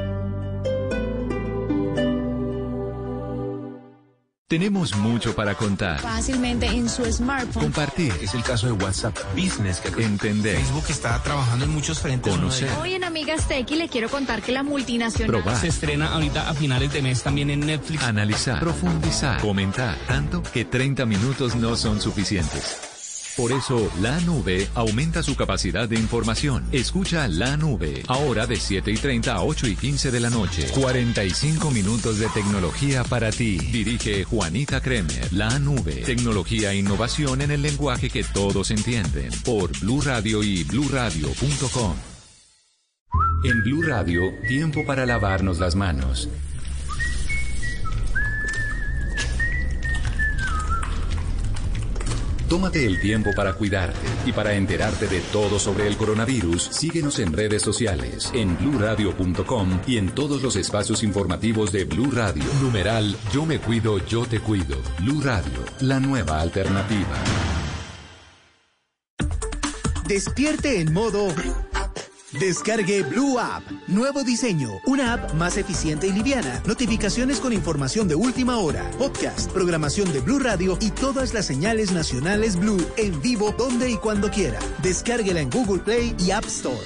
Tenemos mucho para contar. Fácilmente en su smartphone. Compartir. Es el caso de WhatsApp Business. Que entender. Facebook está trabajando en muchos frentes. Conocer. Hoy en Amigas Tech le quiero contar que la multinacional Probar. se estrena ahorita a finales de mes también en Netflix. Analizar. Profundizar. Comentar. Tanto que treinta minutos no son suficientes. Por eso, La Nube aumenta su capacidad de información. Escucha La Nube, ahora de siete y treinta a ocho y quince de la noche. cuarenta y cinco minutos de tecnología para ti. Dirige Juanita Kremer. La Nube, tecnología e innovación en el lenguaje que todos entienden. Por Blue Radio y blue radio punto com. En Blue Radio, tiempo para lavarnos las manos. Tómate el tiempo para cuidarte y para enterarte de todo sobre el coronavirus. Síguenos en redes sociales, en blue radio punto com y en todos los espacios informativos de Blue Radio. Numeral Yo me cuido, yo te cuido. Blue Radio, la nueva alternativa. Despierte en modo... Descargue Blue App. Nuevo diseño. Una app más eficiente y liviana. Notificaciones con información de última hora. Podcast, programación de Blue Radio y todas las señales nacionales Blue en vivo donde y cuando quiera. Descárguela en Google Play y App Store.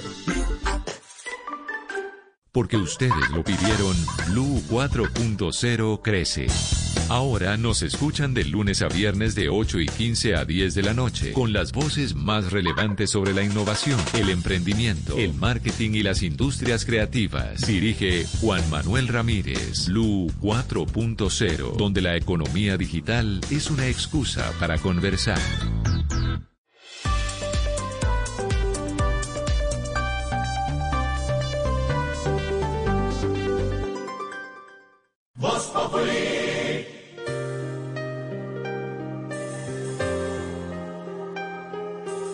Porque ustedes lo pidieron, Blue cuatro punto cero crece. Ahora nos escuchan de lunes a viernes de ocho y quince a diez de la noche, con las voces más relevantes sobre la innovación, el emprendimiento, el marketing y las industrias creativas. Dirige Juan Manuel Ramírez. Blue cuatro punto cero, donde la economía digital es una excusa para conversar.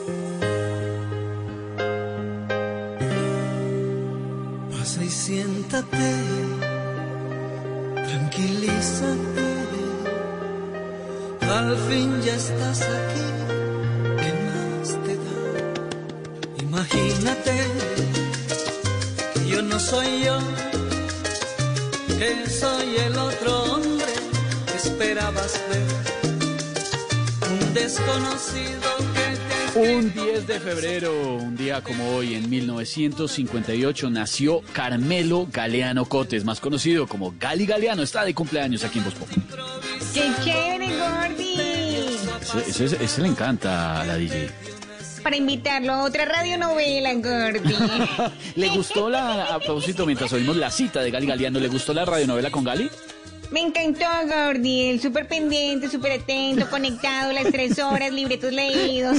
Pasa y siéntate, tranquilízate. Al fin ya estás aquí, ¿qué más te da? Imagínate que yo no soy yo, que soy el otro hombre que esperabas ver, un desconocido que te... Un diez de febrero, un día como hoy, en mil novecientos cincuenta y ocho, nació Carmelo Galeano Cotes, más conocido como Gali Galeano. Está de cumpleaños aquí en Voz Populi. ¡Qué chévere, Gordy! Ese, ese, ese le encanta a la D J. Para invitarlo a otra radionovela, Gordy. ¿Le gustó la, a propósito, mientras oímos la cita de Gali Galeano, ¿le gustó la radionovela con Gali? Me encantó, Gordy. El súper pendiente, súper atento, conectado, las tres horas, libretos leídos.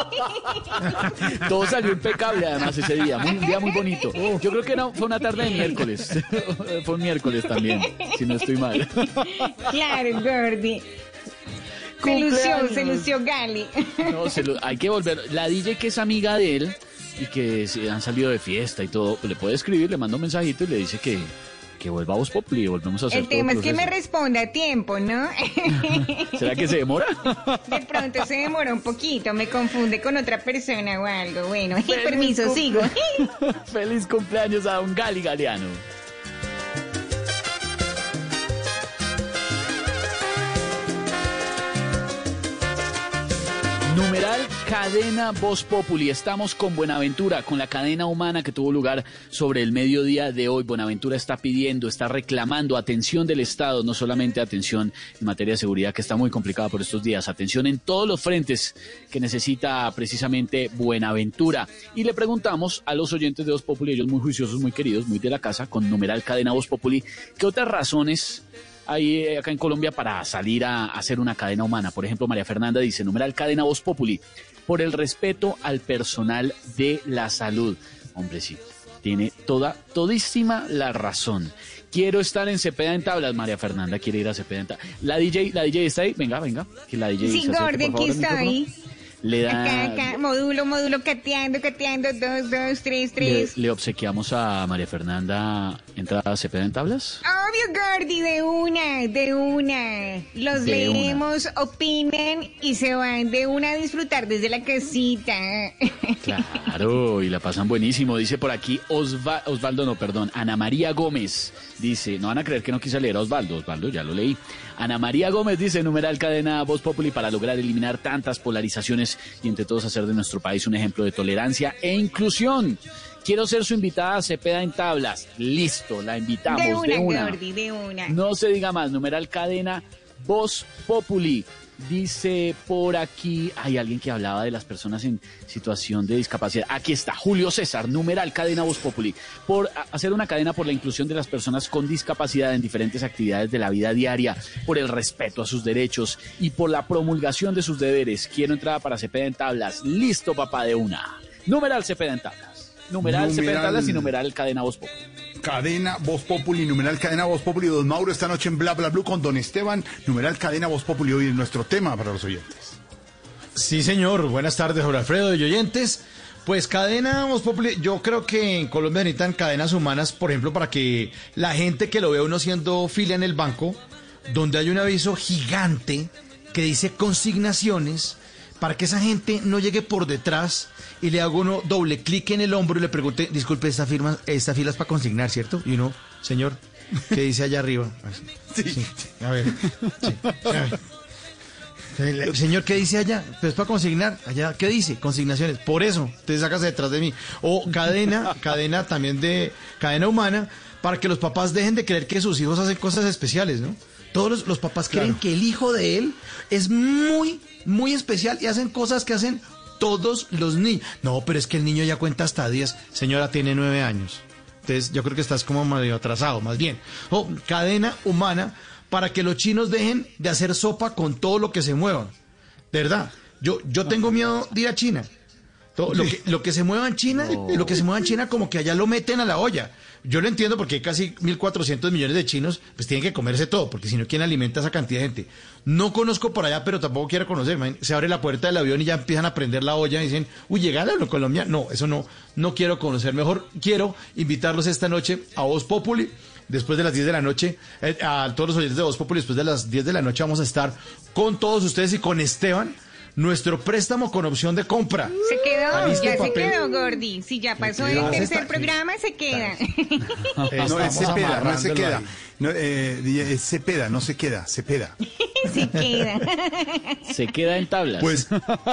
Todo salió impecable, además, ese día. Muy, un día muy bonito. Yo creo que no, fue una tarde de miércoles. Fue un miércoles también, si no estoy mal. Claro, Gordy. Se lució, se lució Gali. No, se lo, hay que volver. La D J que es amiga de él y que se han salido de fiesta y todo, pues le puede escribir, le manda un mensajito y le dice que, que vuelva a Voz Populi y volvemos a hacer el tema todo el es que me responda a tiempo, ¿no? ¿Será que se demora? De pronto se demora un poquito, me confunde con otra persona o algo. Bueno, permiso, sigo. Feliz cumpleaños a don Gali Galeano. Numeral Cadena Voz Populi. Estamos con Buenaventura, con la cadena humana que tuvo lugar sobre el mediodía de hoy. Buenaventura está pidiendo, está reclamando atención del Estado, no solamente atención en materia de seguridad, que está muy complicada por estos días, atención en todos los frentes que necesita precisamente Buenaventura. Y le preguntamos a los oyentes de Voz Populi, ellos muy juiciosos, muy queridos, muy de la casa, con numeral Cadena Voz Populi, ¿qué otras razones hay acá en Colombia para salir a hacer una cadena humana? Por ejemplo, María Fernanda dice, numeral Cadena Voz Populi, por el respeto al personal de la salud. Hombre, sí, tiene toda, todísima la razón. Quiero estar en Cepeda en Tablas. María Fernanda quiere ir a Cepeda en Tablas. La D J, la D J está ahí, venga, venga, que la D J sí, Gordy, aquí estoy. Le da... Acá, acá, módulo, módulo, cateando, cateando, dos, dos, tres, tres. Le, le obsequiamos a María Fernanda entrada a Cepeda en Tablas. Obvio, Gordy, de una, de una. Los de leemos, una. Opinen y se van de una a disfrutar desde la casita. Claro, y la pasan buenísimo. Dice por aquí Osva, Osvaldo, no, perdón, Ana María Gómez. Dice, no van a creer que no quise leer a Osvaldo. Osvaldo, ya lo leí. Ana María Gómez dice, numeral Cadena Voz Populi, para lograr eliminar tantas polarizaciones y entre todos hacer de nuestro país un ejemplo de tolerancia e inclusión. Quiero ser su invitada a Cepeda en Tablas. Listo, la invitamos. De una, de una. Gordy, de una. No se diga más, numeral Cadena Voz Populi. Dice por aquí, hay alguien que hablaba de las personas en situación de discapacidad. Aquí está, Julio César, numeral Cadena Voz Populi. Por hacer una cadena por la inclusión de las personas con discapacidad en diferentes actividades de la vida diaria, por el respeto a sus derechos y por la promulgación de sus deberes. Quiero entrada para Cepeda en Tablas. Listo, papá, de una. Numeral Cepeda en Tablas. Numeral, numeral Cepeda en Tablas y numeral Cadena Voz Populi. Cadena Voz Populi, numeral Cadena Voz Populi. Don Mauro esta noche en Bla Bla Blue con Don Esteban, numeral Cadena Voz Populi. Hoy es nuestro tema para los oyentes. Sí, señor. Buenas tardes, Jorge Alfredo y oyentes. Pues Cadena Voz Populi, yo creo que en Colombia necesitan cadenas humanas, por ejemplo, para que la gente que lo ve uno haciendo fila en el banco, donde hay un aviso gigante que dice consignaciones, para que esa gente no llegue por detrás y le haga uno doble clic en el hombro y le pregunte, disculpe, esta firma, esta fila es para consignar, ¿cierto? Y uno, señor, ¿qué dice allá arriba? Sí, sí. A ver, sí. A ver. Señor, ¿qué dice allá? Pues para consignar, allá, ¿qué dice? Consignaciones. Por eso, te sacas detrás de mí. O cadena, cadena también de, cadena humana, para que los papás dejen de creer que sus hijos hacen cosas especiales, ¿no? Todos los, los papás creen claro. que el hijo de él es muy, muy especial y hacen cosas que hacen todos los niños. No, pero es que el niño ya cuenta hasta diez. Señora, tiene nueve años. Entonces, yo creo que estás como medio atrasado, más bien. O cadena humana para que los chinos dejen de hacer sopa con todo lo que se mueva. De verdad, yo, yo tengo miedo de ir a China. Todo, lo, que, lo que se mueva en China, no. lo que se mueva en China como que allá lo meten a la olla. Yo lo entiendo porque hay casi mil cuatrocientos millones de chinos, pues tienen que comerse todo, porque si no, ¿quién alimenta a esa cantidad de gente? No conozco por allá, pero tampoco quiero conocer. Man, se abre la puerta del avión y ya empiezan a prender la olla y dicen, uy, llegaron a Colombia. No, eso no, no quiero conocer. Mejor quiero invitarlos esta noche a Voz Populi. Después de las diez de la noche, eh, a todos los oyentes de Voz Populi, después de las diez de la noche vamos a estar con todos ustedes y con Esteban. Nuestro préstamo con opción de compra. Se quedó, ya se papel. quedó, Gordy. Si ya pasó el tercer está, programa, se queda. No, es Cepeda, no se queda. No, eh, es Cepeda, no se queda, Cepeda. Se queda. Se queda en tablas. Pues...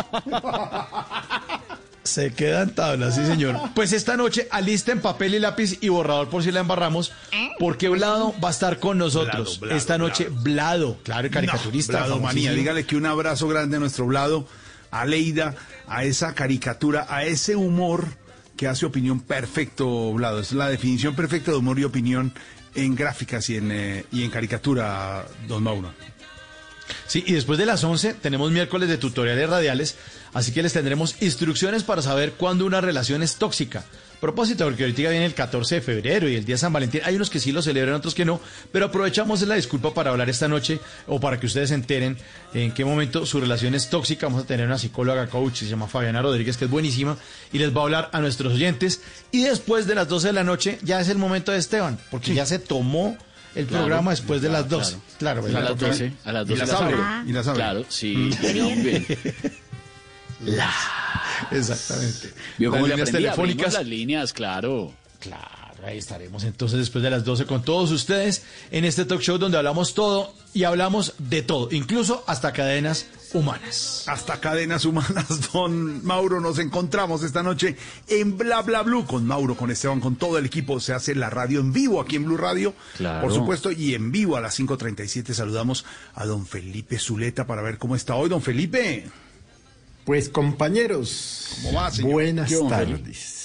Se quedan tablas, sí señor. Pues esta noche alisten papel y lápiz y borrador por si la embarramos, porque Vlado va a estar con nosotros. Vlado, Vlado, esta noche Vlado, Vlado claro, el caricaturista. No, Vlado manía, dígale que un abrazo grande a nuestro Vlado, a Leida, a esa caricatura, a ese humor que hace opinión perfecto, Vlado. Es la definición perfecta de humor y opinión en gráficas y en, eh, y en caricatura, don Mauro. Sí, y después de las once tenemos miércoles de tutoriales radiales, así que les tendremos instrucciones para saber cuándo una relación es tóxica. A propósito, porque ahorita viene el catorce de febrero y el día de San Valentín, hay unos que sí lo celebran, otros que no, pero aprovechamos la disculpa para hablar esta noche, o para que ustedes se enteren en qué momento su relación es tóxica. Vamos a tener una psicóloga coach, se llama Fabiana Rodríguez, que es buenísima, y les va a hablar a nuestros oyentes. Y después de las doce de la noche ya es el momento de Esteban, porque sí. ya se tomó... El claro, programa después de las doce. Claro, claro, claro, a las doce. A las doce. Y las abre. Y las abre. Claro, sí. Bien. La... Exactamente. Vio cómo las líneas telefónicas. Las líneas, claro. Claro, ahí estaremos entonces después de las doce con todos ustedes en este talk show donde hablamos todo y hablamos de todo, incluso hasta cadenas humanas. Hasta cadenas humanas, don Mauro. Nos encontramos esta noche en Bla Bla Blue con Mauro, con Esteban, con todo el equipo. Se hace la radio en vivo aquí en Blue Radio, claro. Por supuesto, y en vivo a las cinco treinta y siete saludamos a don Felipe Zuleta para ver cómo está hoy, don Felipe. Pues compañeros, ¿cómo va, señor? Buenas tardes.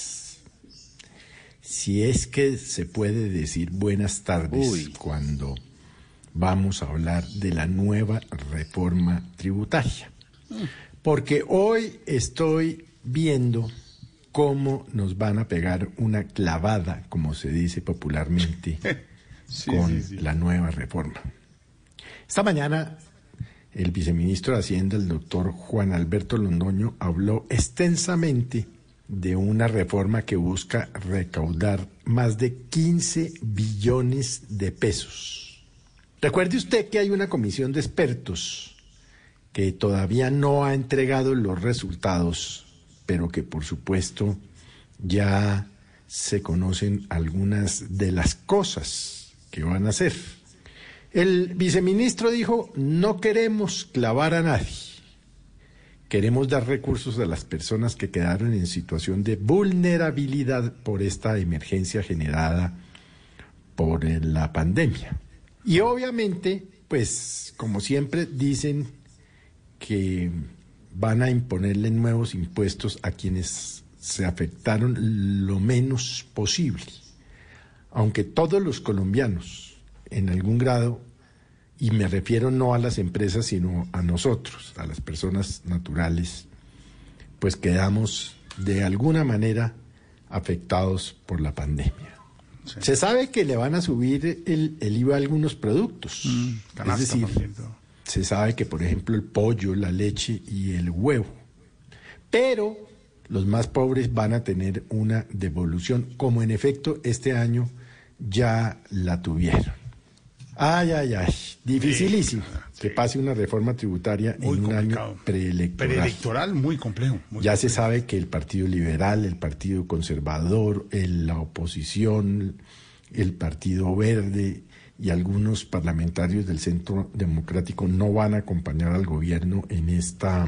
Si es que se puede decir buenas tardes Uy. cuando vamos a hablar de la nueva reforma tributaria. Porque hoy estoy viendo cómo nos van a pegar una clavada, como se dice popularmente, sí, con sí, sí. la nueva reforma. Esta mañana el viceministro de Hacienda, el doctor Juan Alberto Londoño, habló extensamente de una reforma que busca recaudar más de quince billones de pesos. Recuerde usted que hay una comisión de expertos que todavía no ha entregado los resultados, pero que por supuesto ya se conocen algunas de las cosas que van a hacer. El viceministro dijo, no queremos clavar a nadie. Queremos dar recursos a las personas que quedaron en situación de vulnerabilidad por esta emergencia generada por la pandemia. Y obviamente, pues, como siempre, dicen que van a imponerle nuevos impuestos a quienes se afectaron lo menos posible. Aunque todos los colombianos, en algún grado, y me refiero no a las empresas, sino a nosotros, a las personas naturales, pues quedamos de alguna manera afectados por la pandemia. Sí. Se sabe que le van a subir el, el I V A a algunos productos. Mm, canasta, es decir, se sabe que, por ejemplo, el pollo, la leche y el huevo. Pero los más pobres van a tener una devolución, como en efecto este año ya la tuvieron. Ay, ay, ay, dificilísimo sí, sí. que pase una reforma tributaria muy en un complicado. año preelectoral. Preelectoral muy complejo. Muy ya complejo. Se sabe que el Partido Liberal, el Partido Conservador, el, la oposición, el Partido Verde y algunos parlamentarios del Centro Democrático no van a acompañar al gobierno en esta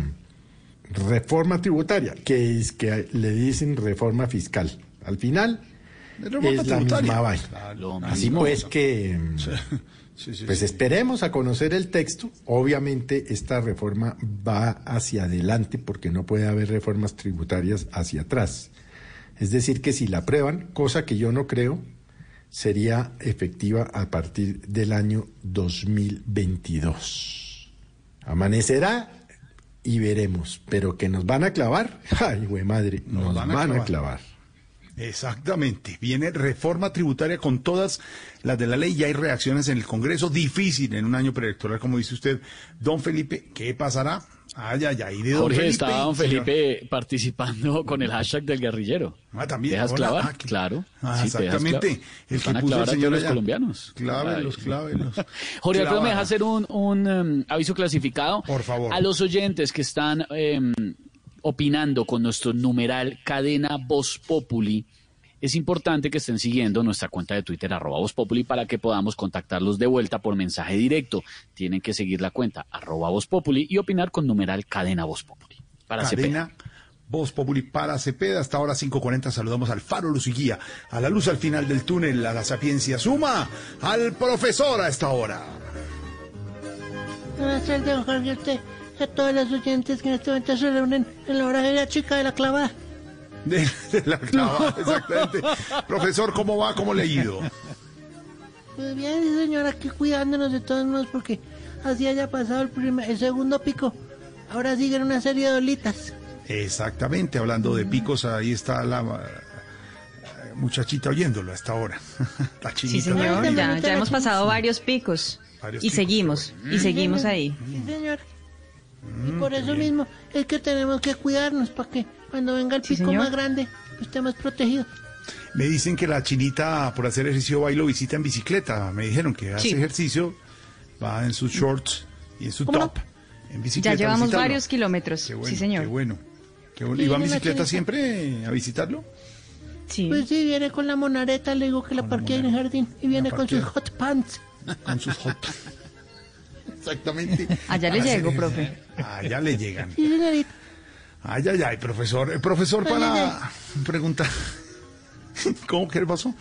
reforma tributaria, que es que le dicen reforma fiscal. Al final es la misma vaina. Claro, Así mismo, pues que... Sí. Sí, sí, pues sí. Esperemos a conocer el texto. Obviamente esta reforma va hacia adelante porque no puede haber reformas tributarias hacia atrás. Es decir, que si la aprueban, cosa que yo no creo, sería efectiva a partir del año dos mil veintidós. Amanecerá y veremos, pero que nos van a clavar, ay, güey madre, nos, nos van, a, van clavar. a clavar. Exactamente, viene reforma tributaria con todas las de la ley, ya hay reacciones en el Congreso, difícil en un año preelectoral, como dice usted. Don Felipe, ¿qué pasará? Ay, ay, ay, de don Jorge, Felipe, estaba don Felipe señor. participando con el hashtag del guerrillero. Ah, también. ¿Dejas Hola, clavar? ah, que... Claro. Ah, sí, exactamente. El que puso el señor los allá. colombianos. Clávelos, clávelos. Jorge Alfredo, ¿me deja hacer un, un um, aviso clasificado? Por favor. A los oyentes que están eh, opinando con nuestro numeral Cadena Voz Populi, es importante que estén siguiendo nuestra cuenta de Twitter, arroba Voz Populi, para que podamos contactarlos de vuelta por mensaje directo. Tienen que seguir la cuenta, arroba Voz Populi, y opinar con numeral Cadena Voz Populi. Para Cadena Cepeda. Voz Populi para Cepeda. Hasta ahora cinco cuarenta saludamos al Faro Luz y Guía, a la luz al final del túnel, a la sapiencia suma, al profesor a esta hora. Buenas tardes, don Jorge, a usted, a todos los oyentes que en este momento se reúnen en la hora de la chica de la clavada. De, de la clavada, exactamente. Profesor, ¿cómo va? ¿Cómo le ha ido? Pues bien, sí, señor, aquí cuidándonos de todos modos porque así haya pasado el, primer, el segundo pico. Ahora siguen una serie de olitas. Exactamente, hablando de picos, ahí está la uh, muchachita oyéndolo a esta hora. La chinita. Sí, señor, ya, ya hemos pasado varios picos. Varios y picos, seguimos, y seguimos ahí. Sí, señor. Y por eso mismo es que tenemos que cuidarnos para que cuando venga el pico más grande, pues estemos protegidos. Me dicen que la chinita, por hacer ejercicio, va y lo visita en bicicleta. Me dijeron que hace sí. ejercicio, va en sus shorts y en su top. No? En bicicleta. Ya llevamos varios kilómetros. Qué bueno, sí, señor. Qué bueno. Qué bueno. ¿Y va en bicicleta siempre a visitarlo? Sí. Pues sí, viene con la monareta, le digo que la parquea en el jardín. Y viene con sus hot pants. Con sus hot pants. Exactamente. Allá le llego, profe. Allá le llegan. Sí, señorita. Ay, ay, ay, profesor. El profesor, para ay, ay. preguntar. ¿Cómo que le pasó?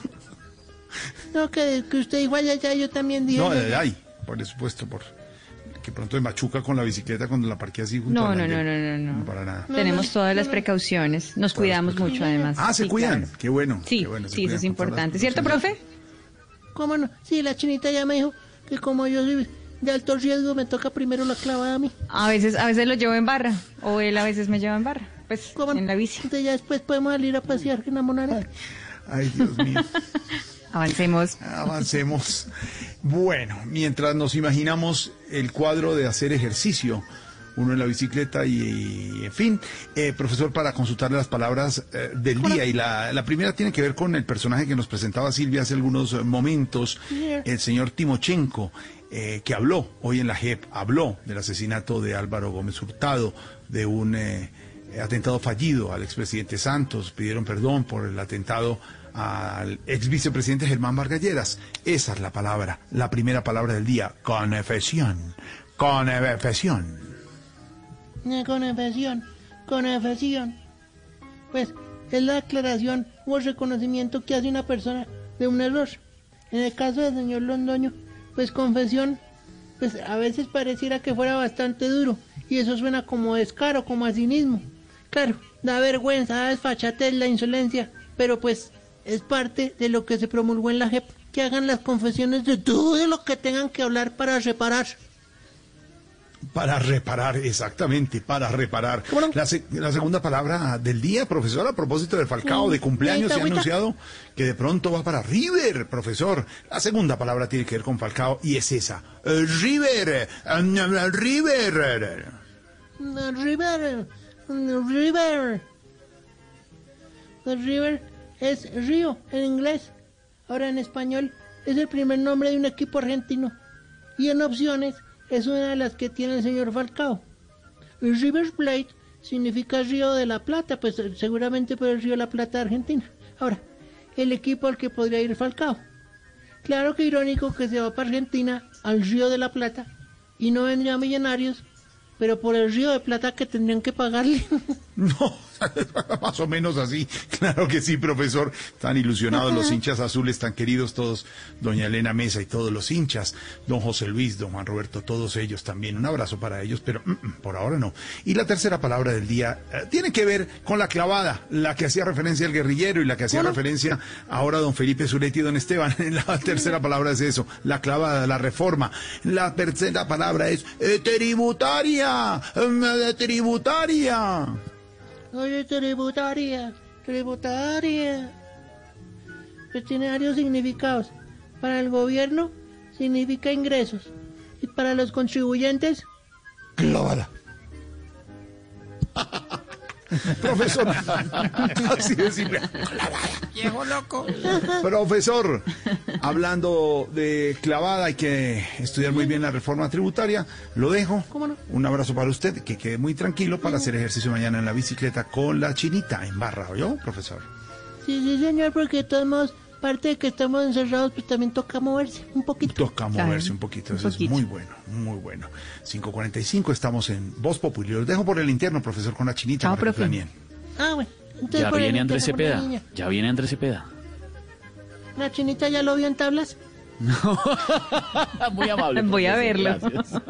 No, que, que usted dijo ay, ay, ay, yo también dije. No, ay, ay, por supuesto, por que pronto me machuca con la bicicleta cuando la parqué así junto no, a la no, no, no, no, no. No, para nada. Tenemos todas las precauciones. Nos cuidamos mucho, además. Ah, ¿se sí, cuidan? Claro. Qué bueno. Sí, qué bueno, sí, eso es importante. ¿Cierto, profe? ¿Cómo no? Sí, la chinita ya me dijo que como yo soy de alto riesgo, me toca primero la clavada a mí. A veces, a veces lo llevo en barra, o él a veces me lleva en barra, pues ¿cómo? En la bici. Entonces ya después podemos salir a pasear en la monareta. Ay, Dios mío. Avancemos. Avancemos. Bueno, mientras nos imaginamos el cuadro de hacer ejercicio, uno en la bicicleta y, y en fin, eh, profesor, para consultarle las palabras eh, del día. Y la, la primera tiene que ver con el personaje que nos presentaba Silvia hace algunos momentos, el señor Timochenko, eh, que habló hoy en la J E P, habló del asesinato de Álvaro Gómez Hurtado, de un eh, atentado fallido al expresidente Santos, pidieron perdón por el atentado al ex vicepresidente Germán Vargas Lleras. Esa es la palabra, la primera palabra del día, confesión, confesión. Confesión, confesión. Pues es la aclaración o el reconocimiento que hace una persona de un error. En el caso del señor Londoño, pues confesión, pues a veces pareciera que fuera bastante duro, y eso suena como descaro, como a cinismo. Claro, da vergüenza, da desfachatez, la insolencia, pero pues es parte de lo que se promulgó en la J E P, que hagan las confesiones de todo lo que tengan que hablar para reparar. Para reparar, exactamente, para reparar. No? La, se, la segunda palabra del día, profesor, a propósito del Falcao de cumpleaños, se ha anunciado que de pronto va para River, profesor. La segunda palabra tiene que ver con Falcao y es esa. Uh, River, uh, River. Uh, River, uh, River. Uh, River es río en inglés. Ahora en español es el primer nombre de un equipo argentino. Y en opciones es una de las que tiene el señor Falcao. El River Plate significa Río de la Plata, pues seguramente por el Río de la Plata de Argentina. Ahora, el equipo al que podría ir Falcao. Claro que irónico que se va para Argentina, al Río de la Plata, y no vendría a Millonarios, pero por el Río de Plata que tendrían que pagarle. No, más o menos así. Claro que sí, profesor. Están ilusionados los hinchas azules tan queridos todos, doña Elena Mesa y todos los hinchas, don José Luis, don Juan Roberto, todos ellos también. Un abrazo para ellos, pero mm, por ahora no. Y la tercera palabra del día eh, tiene que ver con la clavada, la que hacía referencia al guerrillero y la que hacía ¿Cómo? referencia ahora don Felipe Zuletti y don Esteban. La tercera palabra es eso, la clavada, la reforma. La tercera palabra es eh, tributaria. Hola, eh, tributaria. Oye, tributaria, tributaria. Pues tiene varios significados. Para el gobierno significa ingresos. Y para los contribuyentes, clávada. Profesor, así de simple. Viejo loco. Profesor, hablando de clavada, hay que estudiar muy bien la reforma tributaria. Lo dejo. ¿Cómo no? Un abrazo para usted, que quede muy tranquilo para hacer ejercicio mañana en la bicicleta con la chinita en barra, ¿oyó, profesor? Sí, sí, señor, porque de todos modos, parte de que estamos encerrados, pues también toca moverse un poquito. Toca moverse un poquito, eso es muy bueno, muy bueno. cinco cuarenta y cinco, estamos en Voz Populi. Los dejo por el interno, profesor, con la chinita. Chao, para que profe. planeen. Ah, bueno. Entonces, Ya por viene el Andrés interno, por la Cepeda. niña. Ya viene Andrés Cepeda. ¿La chinita ya lo vio en tablas? Muy amable. Voy a profesor, verlo. gracias.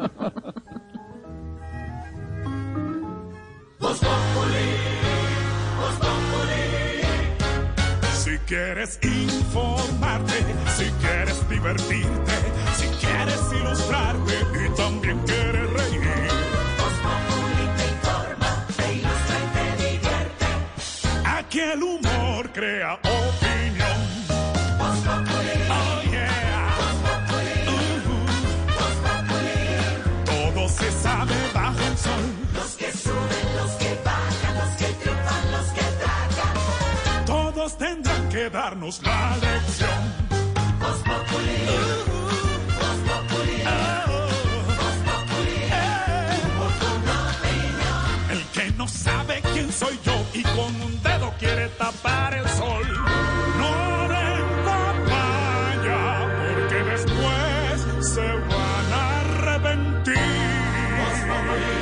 Voz Populi, Voz Populi. Si quieres informarte, si quieres divertirte, si quieres ilustrarte y también quieres reír. Voz Populi te informa, te ilustra y te divierte. Aquí el humor crea opinión. Voz Populi, oh yeah. Voz Populi, uh-huh. Voz Populi. Todo se sabe bajo el sol. Los que suben, los que bajan, los que triunfan, los que tragan. Todos tendrán que darnos la lección. Voz Populi, Voz Populi, Voz Populi, oportuna opinión. El que no sabe quién soy yo y con un dedo quiere tapar el sol, no den papaya, porque después se van a arrepentir. Voz Populi.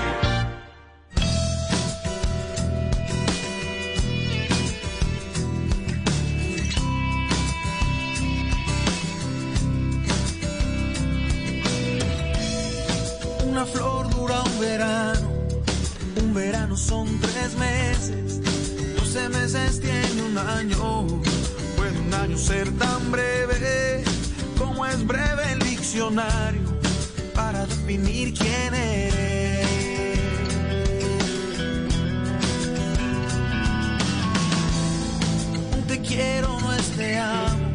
Una flor dura un verano, un verano son tres meses, doce meses tiene un año, puede un año ser tan breve como es breve el diccionario para definir quién eres. Un te quiero no es te amo,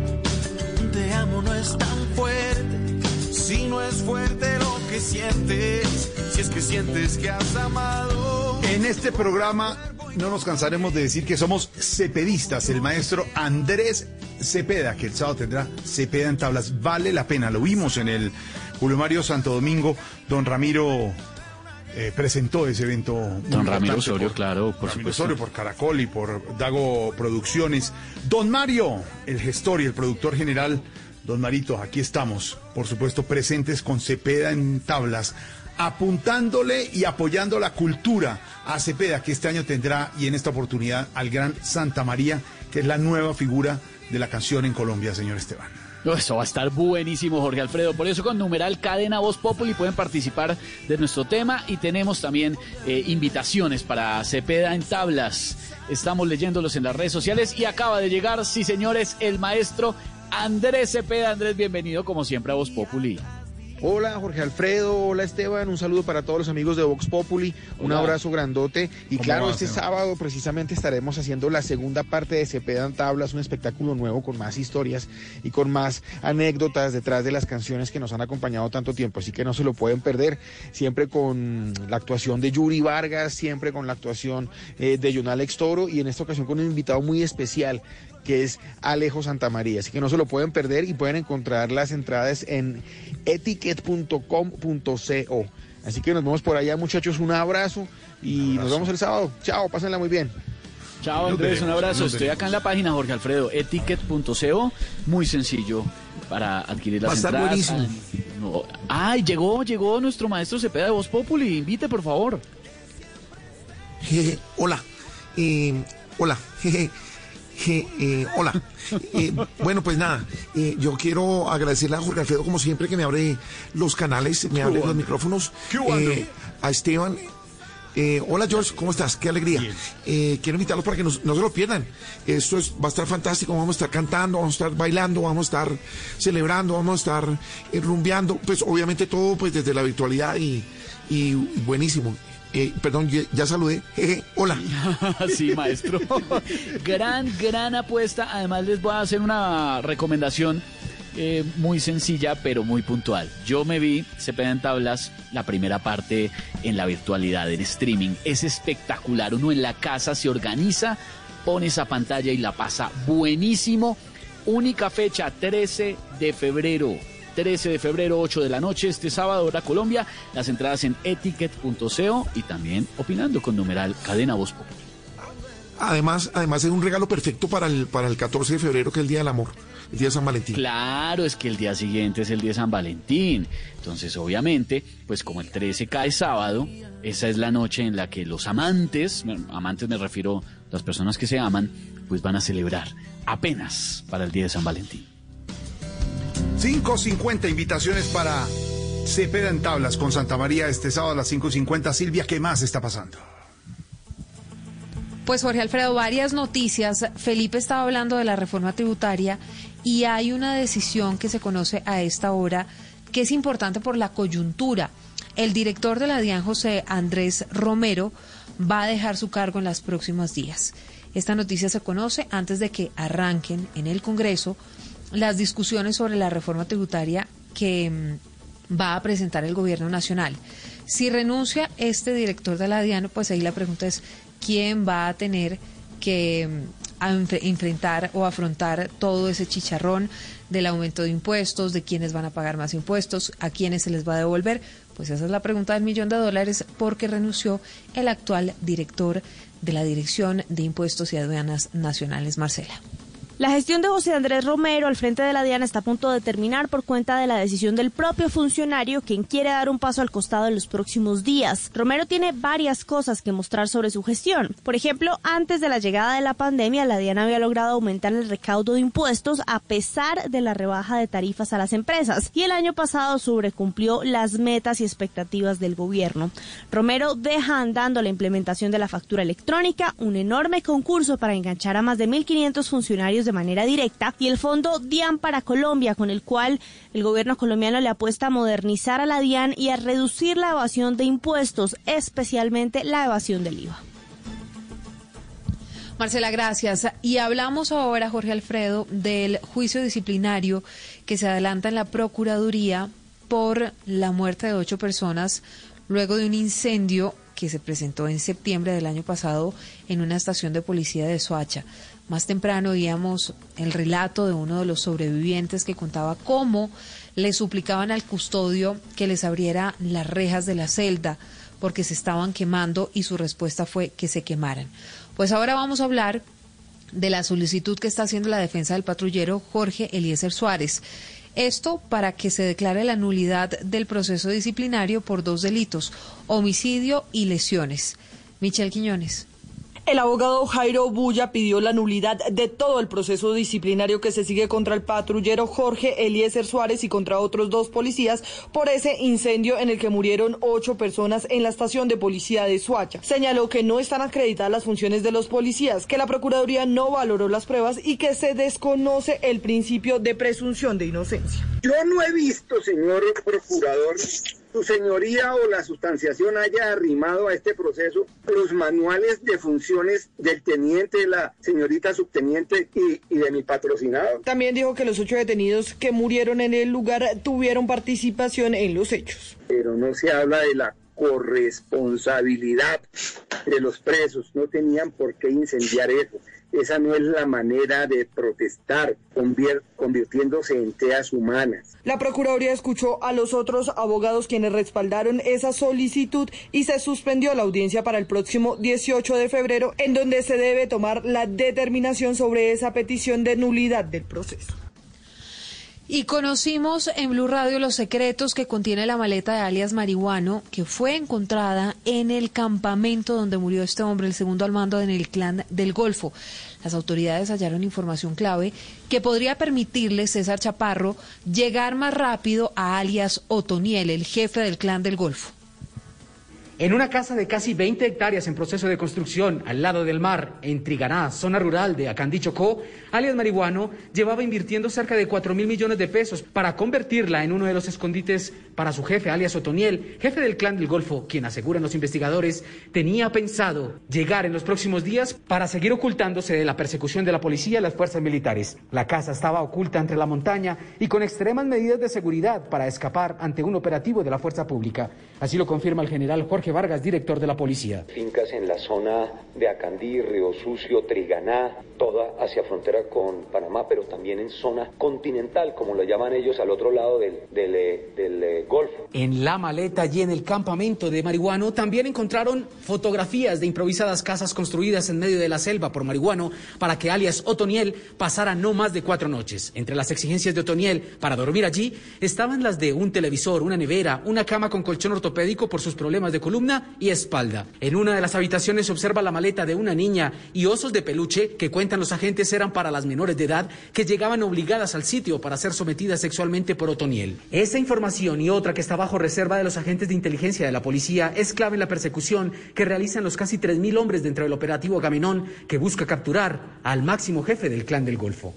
un te amo no es tan fuerte, si no es fuerte lo que sientes, si es que sientes que has amado. En este programa no nos cansaremos de decir que somos cepedistas. El maestro Andrés Cepeda, que el sábado tendrá Cepeda en tablas, vale la pena. Lo vimos en el Julio Mario Santo Domingo. Don Ramiro eh, presentó ese evento. Don Ramiro Osorio, por, claro, por Ramiro supuesto. Osorio, por Caracol y por Dago Producciones. Don Mario, el gestor y el productor general. Don Marito, aquí estamos, por supuesto, presentes con Cepeda en tablas, apuntándole y apoyando la cultura a Cepeda, que este año tendrá, y en esta oportunidad, al gran Santa María, que es la nueva figura de la canción en Colombia, señor Esteban. No, eso va a estar buenísimo, Jorge Alfredo. Por eso con numeral Cadena Voz Populi pueden participar de nuestro tema y tenemos también eh, invitaciones para Cepeda en tablas. Estamos leyéndolos en las redes sociales y acaba de llegar, sí señores, el maestro Andrés Cepeda. Andrés, bienvenido como siempre a Voz Populi. Hola Jorge Alfredo, hola Esteban, un saludo para todos los amigos de Vox Populi, un Hola. abrazo grandote y claro, va, este señor? sábado precisamente estaremos haciendo la segunda parte de Cepeda en Tablas, un espectáculo nuevo con más historias y con más anécdotas detrás de las canciones que nos han acompañado tanto tiempo, así que no se lo pueden perder, siempre con la actuación de Yuri Vargas, siempre con la actuación eh, de John Alex Toro y en esta ocasión con un invitado muy especial que es Alejo Santamaría, así que no se lo pueden perder y pueden encontrar las entradas en etiquet punto com punto co. Así que nos vemos por allá, muchachos, un abrazo y un abrazo. Nos vemos el sábado. Chao, pásenla muy bien. Chao Andrés, un abrazo. Estoy acá en la página, Jorge Alfredo, etiquet punto co, muy sencillo para adquirir las Va a entradas. estar buenísimo. Ay, no. Ay, llegó, llegó nuestro maestro Cepeda de Voz Populi, invite por favor. Jeje, hola, eh, hola, jeje. Je, eh, hola, eh, bueno pues nada, eh, yo quiero agradecerle a Jorge Alfredo como siempre que me abre los canales, me abre los micrófonos, eh, a Esteban, Eh, hola George, ¿cómo estás? Qué alegría. Eh, quiero invitarlos para que nos, no se lo pierdan. Esto es, va a estar fantástico, vamos a estar cantando, vamos a estar bailando, vamos a estar celebrando, vamos a estar eh, rumbeando, pues obviamente todo pues desde la virtualidad y, y buenísimo. Eh, perdón, ya, ya saludé. Jeje, hola. Sí, maestro. Gran, gran apuesta. Además les voy a hacer una recomendación eh, muy sencilla, pero muy puntual. Yo me vi Cepeda en Tablas, la primera parte en la virtualidad, en streaming. Es espectacular. Uno en la casa se organiza, pone esa pantalla y la pasa buenísimo. Única fecha, trece de febrero. trece de febrero, ocho de la noche, este sábado, hora Colombia. Las entradas en etiquet punto co y también opinando con numeral Cadena Voz Populi. Además, además es un regalo perfecto para el, para el catorce de febrero, que es el Día del Amor, el Día de San Valentín. Claro, es que el día siguiente es el Día de San Valentín. Entonces, obviamente, pues como el trece cae sábado, esa es la noche en la que los amantes, amantes me refiero a las personas que se aman, pues van a celebrar apenas para el Día de San Valentín. cinco cincuenta invitaciones para Cepeda en Tablas con Santa María este sábado a las cinco cincuenta. Silvia, ¿qué más está pasando? Pues Jorge Alfredo, varias noticias. Felipe estaba hablando de la reforma tributaria y hay una decisión que se conoce a esta hora que es importante por la coyuntura. El director de la DIAN, José Andrés Romero, va a dejar su cargo en los próximos días. Esta noticia se conoce antes de que arranquen en el Congreso las discusiones sobre la reforma tributaria que mmm, va a presentar el gobierno nacional. Si renuncia este director de la DIAN, pues ahí la pregunta es quién va a tener que mmm, enfrentar o afrontar todo ese chicharrón del aumento de impuestos, de quiénes van a pagar más impuestos, a quiénes se les va a devolver. Pues esa es la pregunta del millón de dólares, porque renunció el actual director de la Dirección de Impuestos y Aduanas Nacionales, Marcela. La gestión de José Andrés Romero al frente de la DIAN está a punto de terminar por cuenta de la decisión del propio funcionario, quien quiere dar un paso al costado en los próximos días. Romero tiene varias cosas que mostrar sobre su gestión. Por ejemplo, antes de la llegada de la pandemia, la DIAN había logrado aumentar el recaudo de impuestos a pesar de la rebaja de tarifas a las empresas, y el año pasado sobrecumplió las metas y expectativas del gobierno. Romero deja andando la implementación de la factura electrónica, un enorme concurso para enganchar a más de mil quinientos funcionarios de manera directa, y el fondo DIAN para Colombia, con el cual el gobierno colombiano le apuesta a modernizar a la DIAN y a reducir la evasión de impuestos, especialmente la evasión del I V A. Marcela, gracias. Y hablamos ahora, Jorge Alfredo, del juicio disciplinario que se adelanta en la Procuraduría por la muerte de ocho personas luego de un incendio que se presentó en septiembre del año pasado en una estación de policía de Soacha. Más temprano oíamos el relato de uno de los sobrevivientes que contaba cómo le suplicaban al custodio que les abriera las rejas de la celda porque se estaban quemando, y su respuesta fue que se quemaran. Pues ahora vamos a hablar de la solicitud que está haciendo la defensa del patrullero Jorge Eliezer Suárez. Esto para que se declare la nulidad del proceso disciplinario por dos delitos: homicidio y lesiones. Michelle Quiñones. El abogado Jairo Bulla pidió la nulidad de todo el proceso disciplinario que se sigue contra el patrullero Jorge Eliezer Suárez y contra otros dos policías por ese incendio en el que murieron ocho personas en la estación de policía de Soacha. Señaló que no están acreditadas las funciones de los policías, que la Procuraduría no valoró las pruebas y que se desconoce el principio de presunción de inocencia. Yo no he visto, señor procurador, su señoría o la sustanciación haya arrimado a este proceso los manuales de funciones del teniente, de la señorita subteniente y, y de mi patrocinado. También dijo que los ocho detenidos que murieron en el lugar tuvieron participación en los hechos. Pero no se habla de la corresponsabilidad de los presos, no tenían por qué incendiar eso. Esa no es la manera de protestar, convier- convirtiéndose en teas humanas. La Procuraduría escuchó a los otros abogados quienes respaldaron esa solicitud y se suspendió la audiencia para el próximo dieciocho de febrero, en donde se debe tomar la determinación sobre esa petición de nulidad del proceso. Y conocimos en Blue Radio los secretos que contiene la maleta de alias Marihuano, que fue encontrada en el campamento donde murió este hombre, el segundo al mando en el clan del Golfo. Las autoridades hallaron información clave que podría permitirle, César Chaparro, llegar más rápido a alias Otoniel, el jefe del clan del Golfo. En una casa de casi veinte hectáreas en proceso de construcción al lado del mar, en Triganá, zona rural de Acandí, Chocó, alias Marihuano llevaba invirtiendo cerca de cuatro mil millones de pesos para convertirla en uno de los escondites para su jefe, alias Otoniel, jefe del Clan del Golfo, quien, aseguran los investigadores, tenía pensado llegar en los próximos días para seguir ocultándose de la persecución de la policía y las fuerzas militares. La casa estaba oculta entre la montaña y con extremas medidas de seguridad para escapar ante un operativo de la fuerza pública. Así lo confirma el general Jorge Vargas, director de la policía. Fincas en la zona de Acandí, Río Sucio, Triganá, toda hacia frontera con Panamá, pero también en zona continental, como lo llaman ellos, al otro lado del, del, del, del Golfo. En la maleta y en el campamento de Marihuano también encontraron fotografías de improvisadas casas construidas en medio de la selva por Marihuano para que alias Otoniel pasara no más de cuatro noches. Entre las exigencias de Otoniel para dormir allí estaban las de un televisor, una nevera, una cama con colchón ortopédico por sus problemas de columna y espalda. En una de las habitaciones se observa la maleta de una niña y osos de peluche que cuentan los agentes eran para las menores de edad que llegaban obligadas al sitio para ser sometidas sexualmente por Otoniel. Esa información y otra que está bajo reserva de los agentes de inteligencia de la policía es clave en la persecución que realizan los casi tres mil hombres dentro del operativo Agamenón que busca capturar al máximo jefe del Clan del Golfo.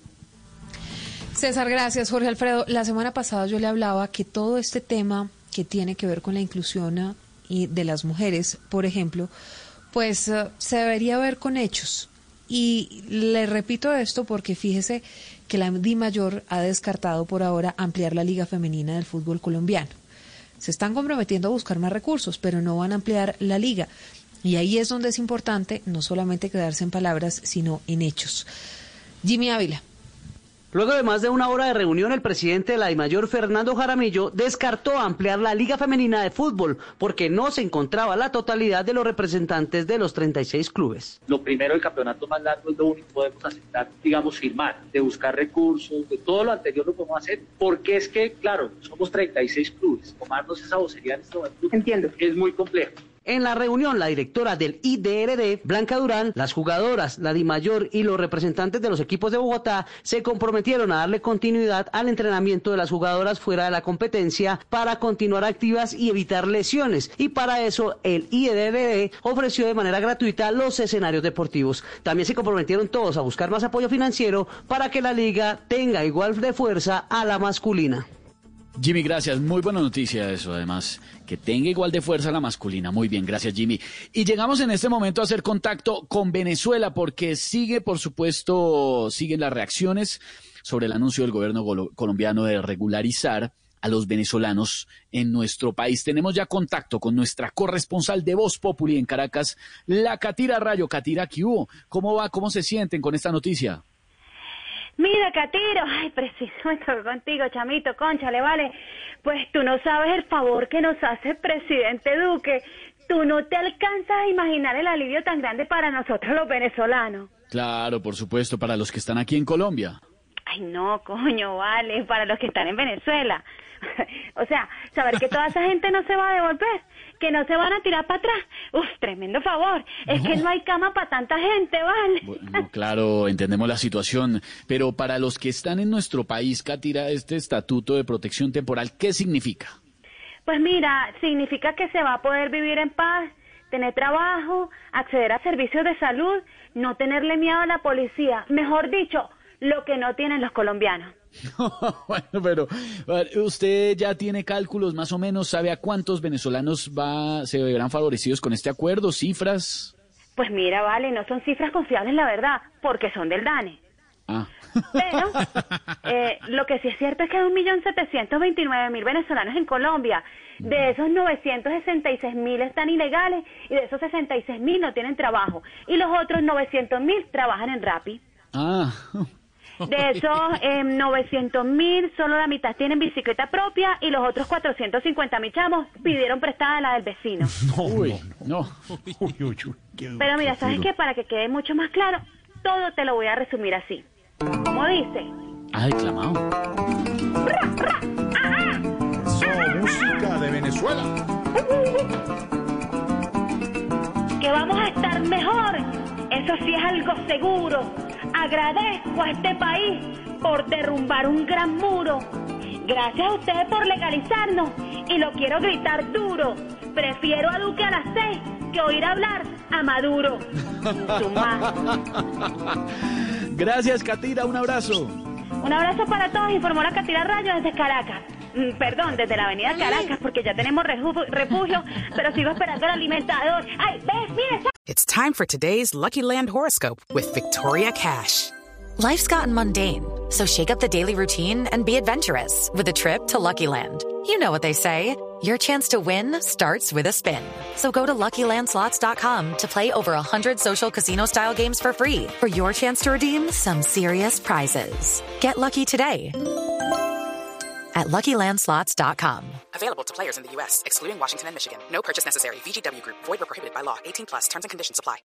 César, gracias. Jorge Alfredo, la semana pasada yo le hablaba que todo este tema que tiene que ver con la inclusión y de las mujeres, por ejemplo, pues uh, se debería ver con hechos. Y le repito esto porque fíjese que la DIMAYOR ha descartado por ahora ampliar la Liga Femenina del fútbol colombiano. Se están comprometiendo a buscar más recursos, pero no van a ampliar la liga. Y ahí es donde es importante no solamente quedarse en palabras, sino en hechos. Jimmy Ávila. Luego de más de una hora de reunión, el presidente de la DIMAYOR, Fernando Jaramillo, descartó ampliar la Liga Femenina de Fútbol porque no se encontraba la totalidad de los representantes de los treinta y seis clubes. Lo primero, el campeonato más largo es lo único que podemos aceptar, digamos, firmar, de buscar recursos, de todo lo anterior lo podemos hacer, porque es que, claro, somos treinta y seis clubes, tomarnos esa vocería en este momento Entiendo. es muy complejo. En la reunión, la directora del I D R D, Blanca Durán, las jugadoras, la DIMAYOR y los representantes de los equipos de Bogotá se comprometieron a darle continuidad al entrenamiento de las jugadoras fuera de la competencia para continuar activas y evitar lesiones. Y para eso, el I D R D ofreció de manera gratuita los escenarios deportivos. También se comprometieron todos a buscar más apoyo financiero para que la liga tenga igual de fuerza a la masculina. Jimmy, gracias. Muy buena noticia eso, además, que tenga igual de fuerza la masculina. Muy bien, gracias, Jimmy. Y llegamos en este momento a hacer contacto con Venezuela porque sigue, por supuesto, siguen las reacciones sobre el anuncio del gobierno colombiano de regularizar a los venezolanos en nuestro país. Tenemos ya contacto con nuestra corresponsal de Voz Populi en Caracas, la Catira Rayo. Catira, ¿qué hubo? ¿Cómo va? ¿Cómo se sienten con esta noticia? Mira, Catiro, ay, preciso me tocó contigo, chamito, cónchale, vale. Pues tú no sabes el favor que nos hace el presidente Duque. Tú no te alcanzas a imaginar el alivio tan grande para nosotros los venezolanos. Claro, por supuesto, para los que están aquí en Colombia. Ay, no, coño, vale, para los que están en Venezuela. O sea, saber que toda esa gente no se va a devolver, que no se van a tirar para atrás. Uf, tremendo favor. Es no. que no hay cama para tanta gente, ¿vale? Bueno, claro, entendemos la situación, pero para los que están en nuestro país, Catira, este estatuto de protección temporal, ¿qué significa? Pues mira, significa que se va a poder vivir en paz, tener trabajo, acceder a servicios de salud, no tenerle miedo a la policía. Mejor dicho, lo que no tienen los colombianos. Bueno, pero usted ya tiene cálculos, más o menos, ¿sabe a cuántos venezolanos va se verán favorecidos con este acuerdo? ¿Cifras? Pues mira, vale, no son cifras confiables, la verdad, porque son del DANE. Ah. Pero eh, lo que sí es cierto es que hay un millón setecientos veintinueve mil venezolanos en Colombia. De esos novecientos sesenta y seis mil están ilegales y de esos sesenta y seis mil no tienen trabajo. Y los otros novecientos mil trabajan en Rappi. Ah. De esos eh, novecientos mil, solo la mitad tienen bicicleta propia y los otros cuatrocientos cincuenta mil chamos pidieron prestada la del vecino. No, uy, no. Uy, uy, uy, qué, Pero mira, ¿sabes qué? Para que quede mucho más claro, todo te lo voy a resumir así. ¿Cómo dice? Ah, declamado. ¡Ra, ra! ¡Ajá! Eso, música de Venezuela. Que vamos a estar mejor. Eso sí es algo seguro. Agradezco a este país por derrumbar un gran muro. Gracias a ustedes por legalizarnos y lo quiero gritar duro. Prefiero a Duque a las seis que oír hablar a Maduro. Gracias, Catira, un abrazo. Un abrazo para todos, informó la Catira Rayo desde Caracas. Mm, perdón, desde la avenida Caracas, porque ya tenemos refugio, pero sigo esperando el alimentador. ¡Ay, ves, mire! It's time for today's Lucky Land horoscope with Victoria Cash. Life's gotten mundane, so shake up the daily routine and be adventurous with a trip to Lucky Land. You know what they say. Your chance to win starts with a spin. So go to Lucky Land Slots dot com to play over one hundred social casino-style games for free for your chance to redeem some serious prizes. Get lucky today at Lucky Land Slots dot com. Available to players in the U S, excluding Washington and Michigan. No purchase necessary. V G W Group. Void or prohibited by law. eighteen plus. Terms and conditions apply.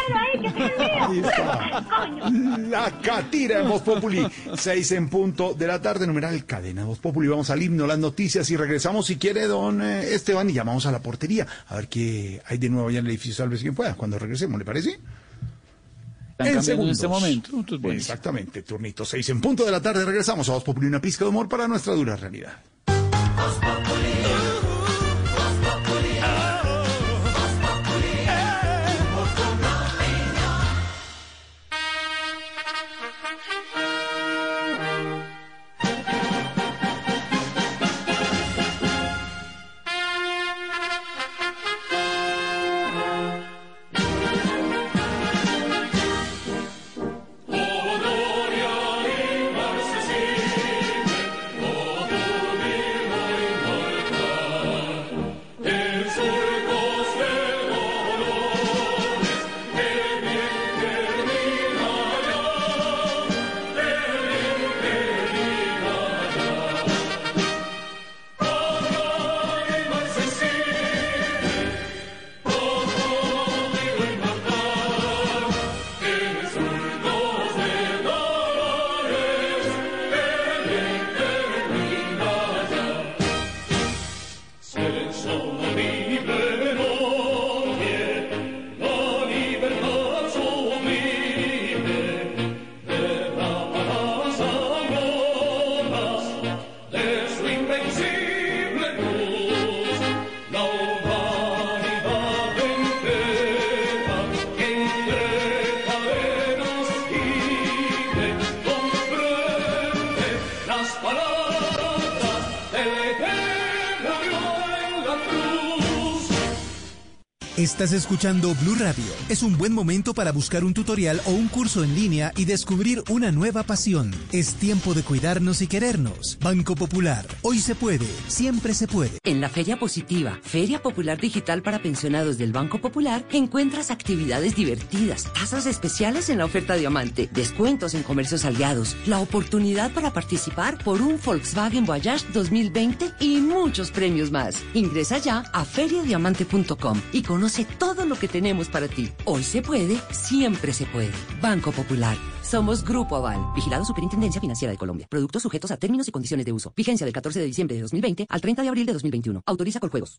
La Catira en Voz Populi. Seis en punto de la tarde, numeral Cadena Voz Populi. Vamos al himno, las noticias y regresamos si quiere don eh, Esteban y llamamos a la portería a ver qué hay de nuevo allá en el edificio Salve quien pueda cuando regresemos, ¿le parece? En segundos. En este momento. Entonces, exactamente, turnito seis en punto de la tarde. Regresamos a Voz Populi, una pizca de humor para nuestra dura realidad. Voz Populi. Estás escuchando Blue Radio. Es un buen momento para buscar un tutorial o un curso en línea y descubrir una nueva pasión. Es tiempo de cuidarnos y querernos. Banco Popular. Hoy se puede. Siempre se puede. En la Feria Positiva, Feria Popular Digital para pensionados del Banco Popular, encuentras actividades divertidas, tasas especiales en la oferta Diamante, descuentos en comercios aliados, la oportunidad para participar por un Volkswagen Voyage dos mil veinte y muchos premios más. Ingresa ya a feria diamante punto com y conoce todo lo que tenemos para ti. Hoy se puede, siempre se puede. Banco Popular. Somos Grupo Aval. Vigilado Superintendencia Financiera de Colombia. Productos sujetos a términos y condiciones de uso. Vigencia del catorce de diciembre de dos mil veinte al treinta de abril de dos mil veintiuno. Autoriza Coljuegos.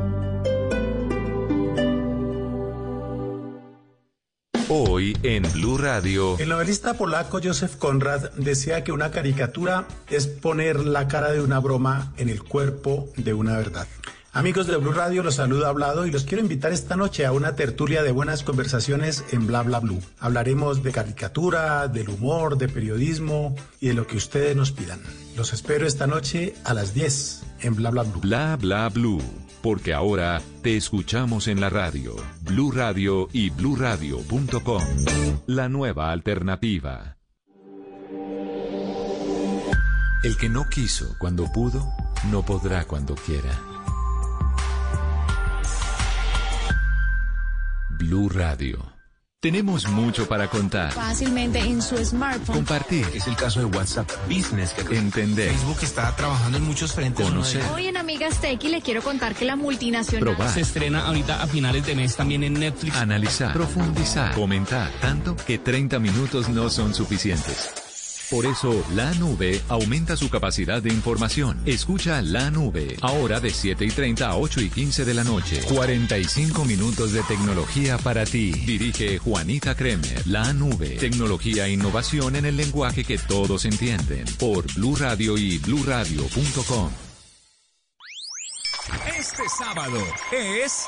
Hoy en Blue Radio. El novelista polaco Joseph Conrad decía que una caricatura es poner la cara de una broma en el cuerpo de una verdad. Amigos de Blue Radio, los saluda Hablado y los quiero invitar esta noche a una tertulia de buenas conversaciones en Bla Bla Blue. Hablaremos de caricatura, del humor, de periodismo y de lo que ustedes nos pidan. Los espero esta noche a las diez en Bla Bla Blue. Bla Bla Blue, porque ahora te escuchamos en la radio. Blue Radio y blue radio punto com. La nueva alternativa. El que no quiso cuando pudo, no podrá cuando quiera. Blue Radio. Tenemos mucho para contar. Fácilmente en su smartphone. Compartir. Es el caso de WhatsApp Business. Que entender. Facebook está trabajando en muchos frentes. Conocer. Hoy en Amigas Tequi le quiero contar que la multinacional Probar. Se estrena ahorita a finales de mes también en Netflix. Analizar. Profundizar. Comentar. Tanto que treinta minutos no son suficientes. Por eso, La Nube aumenta su capacidad de información. Escucha La Nube, ahora de siete y treinta a ocho y quince de la noche. cuarenta y cinco minutos de tecnología para ti. Dirige Juanita Kremer. La Nube, tecnología e innovación en el lenguaje que todos entienden. Por Blue Radio y blue radio punto com. Este sábado es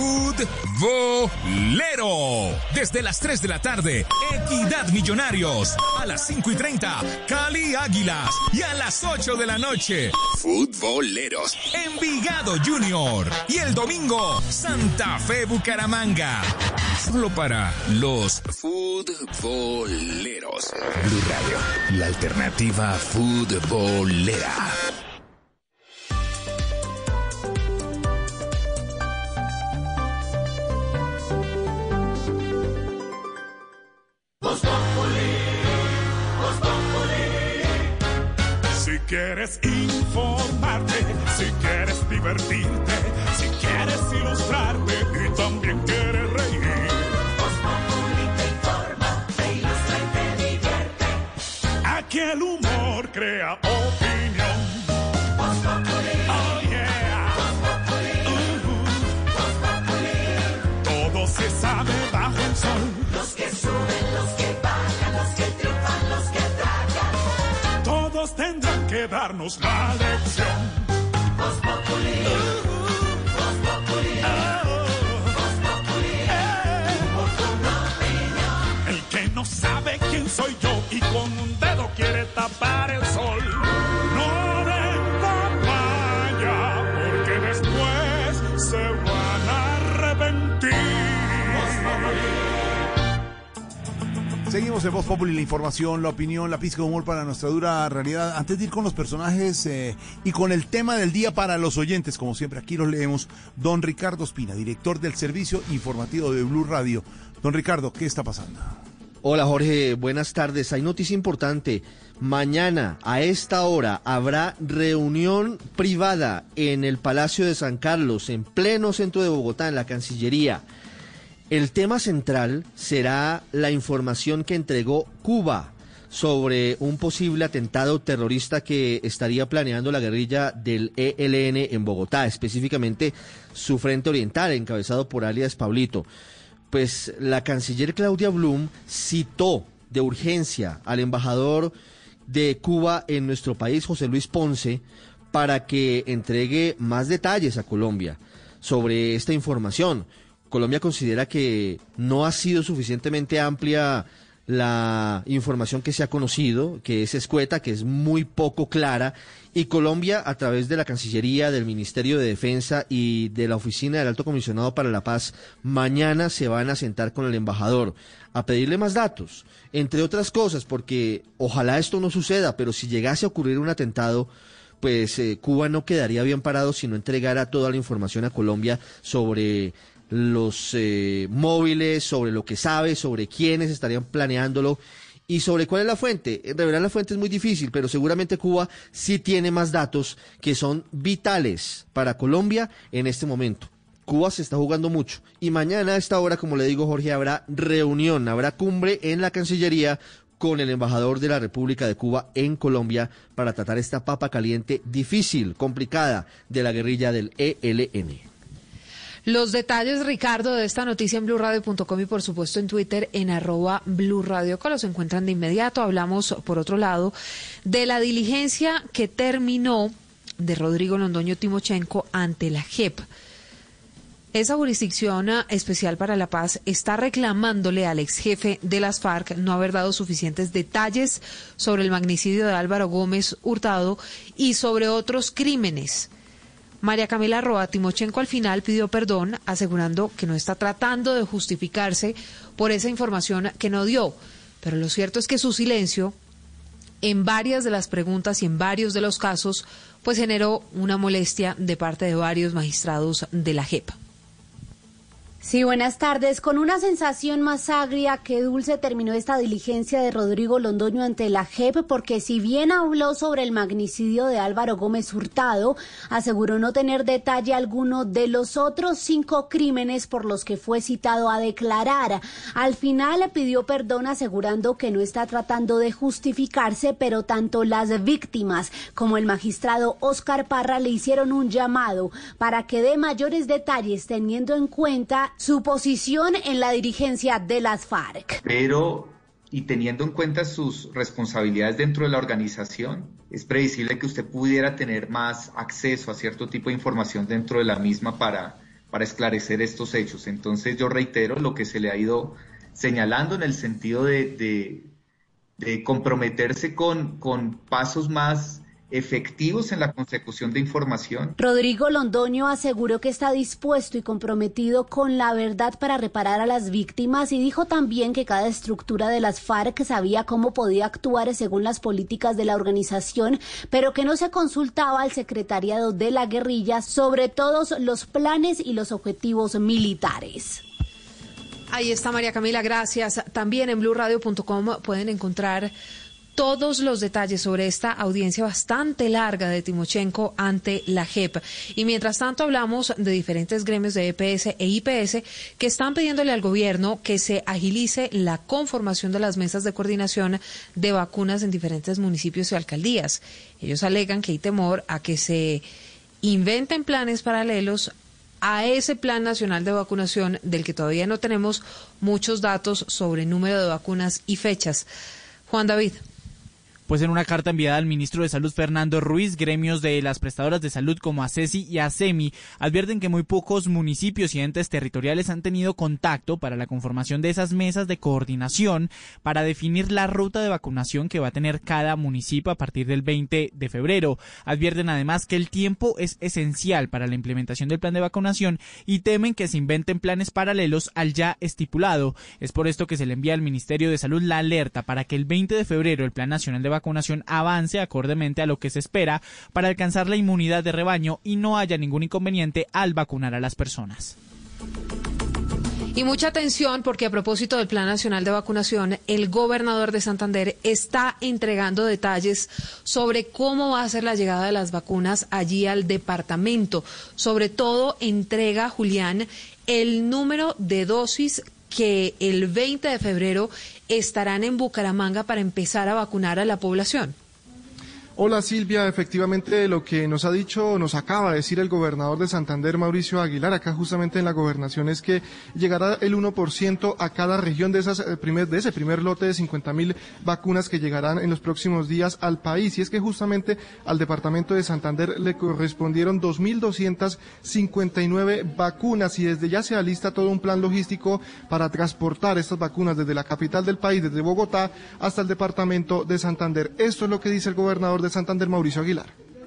Futbolero. Desde las tres de la tarde, Equidad Millonarios. A las cinco y treinta, Cali Águilas. Y a las ocho de la noche, Futboleros. Envigado Junior. Y el domingo, Santa Fe Bucaramanga. Solo para los futboleros. Blue Radio, la alternativa futbolera. Si quieres informarte, si quieres divertirte, si quieres ilustrarte y también quieres reír. Voz Populi te informa, te ilustra y te divierte. Aquí el humor crea opinión. Voz Populi. Oh yeah. Voz Populi. Uh-huh. Voz Populi. Todo se sabe bajo el sol. Los que suben, los que bajan, los que triunfan, los que tragan. Todos tendrán que darnos la lección. Voz Populi. Voz Populi. Voz Populi. Humor con opinión. El que no sabe quién soy yo y con un dedo quiere tapar el sol, no den papaya, porque después se van a arrepentir. Voz Populi. Seguimos en Voz Populi, la información, la opinión, la pizca de humor para nuestra dura realidad. Antes de ir con los personajes eh, y con el tema del día para los oyentes, como siempre aquí los leemos, don Ricardo Espina, director del Servicio Informativo de Blue Radio. Don Ricardo, ¿qué está pasando? Hola Jorge, buenas tardes. Hay noticia importante. Mañana a esta hora habrá reunión privada en el Palacio de San Carlos, en pleno centro de Bogotá, en la Cancillería. El tema central será la información que entregó Cuba sobre un posible atentado terrorista que estaría planeando la guerrilla del E L N en Bogotá, específicamente su Frente Oriental, encabezado por alias Pablito. Pues la canciller Claudia Blum citó de urgencia al embajador de Cuba en nuestro país, José Luis Ponce, para que entregue más detalles a Colombia sobre esta información. Colombia considera que no ha sido suficientemente amplia la información que se ha conocido, que es escueta, que es muy poco clara, y Colombia, a través de la Cancillería, del Ministerio de Defensa y de la Oficina del Alto Comisionado para la Paz, mañana se van a sentar con el embajador a pedirle más datos, entre otras cosas, porque ojalá esto no suceda, pero si llegase a ocurrir un atentado, pues eh, Cuba no quedaría bien parado si no entregara toda la información a Colombia sobre los eh, móviles, sobre lo que sabe, sobre quiénes estarían planeándolo y sobre cuál es la fuente. Revelar la fuente es muy difícil, pero seguramente Cuba sí tiene más datos que son vitales para Colombia en este momento. Cuba se está jugando mucho y mañana a esta hora, como le digo Jorge, habrá reunión, habrá cumbre en la Cancillería con el embajador de la República de Cuba en Colombia para tratar esta papa caliente, difícil, complicada, de la guerrilla del E L N. Los detalles, Ricardo, de esta noticia en blue radio punto com y por supuesto en Twitter en arroba Blue Radio, que los encuentran de inmediato. Hablamos, por otro lado, de la diligencia que terminó de Rodrigo Londoño Timochenko ante la J E P. Esa jurisdicción especial para la paz está reclamándole al ex jefe de las FARC no haber dado suficientes detalles sobre el magnicidio de Álvaro Gómez Hurtado y sobre otros crímenes. María Camila Roa, Timochenko al final pidió perdón, asegurando que no está tratando de justificarse por esa información que no dio. Pero lo cierto es que su silencio en varias de las preguntas y en varios de los casos pues generó una molestia de parte de varios magistrados de la J E P. Sí, buenas tardes. Con una sensación más agria que dulce terminó esta diligencia de Rodrigo Londoño ante la J E P, porque si bien habló sobre el magnicidio de Álvaro Gómez Hurtado, aseguró no tener detalle alguno de los otros cinco crímenes por los que fue citado a declarar. Al final le pidió perdón asegurando que no está tratando de justificarse, pero tanto las víctimas como el magistrado Óscar Parra le hicieron un llamado para que dé mayores detalles teniendo en cuenta su posición en la dirigencia de las FARC. Pero, y teniendo en cuenta sus responsabilidades dentro de la organización, es predecible que usted pudiera tener más acceso a cierto tipo de información dentro de la misma para, para esclarecer estos hechos. Entonces yo reitero lo que se le ha ido señalando en el sentido de, de, de comprometerse con, con pasos más efectivos en la consecución de información. Rodrigo Londoño aseguró que está dispuesto y comprometido con la verdad para reparar a las víctimas y dijo también que cada estructura de las FARC sabía cómo podía actuar según las políticas de la organización, pero que no se consultaba al secretariado de la guerrilla sobre todos los planes y los objetivos militares. Ahí está María Camila, gracias. También en blue radio punto com pueden encontrar todos los detalles sobre esta audiencia bastante larga de Timochenko ante la J E P. Y mientras tanto hablamos de diferentes gremios de E P S e I P S que están pidiéndole al gobierno que se agilice la conformación de las mesas de coordinación de vacunas en diferentes municipios y alcaldías. Ellos alegan que hay temor a que se inventen planes paralelos a ese Plan Nacional de Vacunación del que todavía no tenemos muchos datos sobre el número de vacunas y fechas. Juan David. Pues en una carta enviada al ministro de Salud, Fernando Ruiz, gremios de las prestadoras de salud como ACESI y ASEMI advierten que muy pocos municipios y entes territoriales han tenido contacto para la conformación de esas mesas de coordinación para definir la ruta de vacunación que va a tener cada municipio a partir del veinte de febrero. Advierten además que el tiempo es esencial para la implementación del plan de vacunación y temen que se inventen planes paralelos al ya estipulado. Es por esto que se le envía al Ministerio de Salud la alerta para que el veinte de febrero el Plan Nacional de Vacunación vacunación avance acordemente a lo que se espera para alcanzar la inmunidad de rebaño y no haya ningún inconveniente al vacunar a las personas. Y mucha atención porque a propósito del Plan Nacional de Vacunación, el gobernador de Santander está entregando detalles sobre cómo va a ser la llegada de las vacunas allí al departamento. Sobre todo entrega, Julián, el número de dosis que el veinte de febrero estarán en Bucaramanga para empezar a vacunar a la población. Hola Silvia, efectivamente lo que nos ha dicho, nos acaba de decir el gobernador de Santander, Mauricio Aguilar, acá justamente en la gobernación, es que llegará el uno por ciento a cada región de, esas, primer, de ese primer lote de cincuenta mil vacunas que llegarán en los próximos días al país. Y es que justamente al departamento de Santander le correspondieron dos mil doscientas cincuenta y nueve vacunas y desde ya se alista todo un plan logístico para transportar estas vacunas desde la capital del país, desde Bogotá, hasta el departamento de Santander. Esto es lo que dice el gobernador de Santander, Mauricio Aguilar.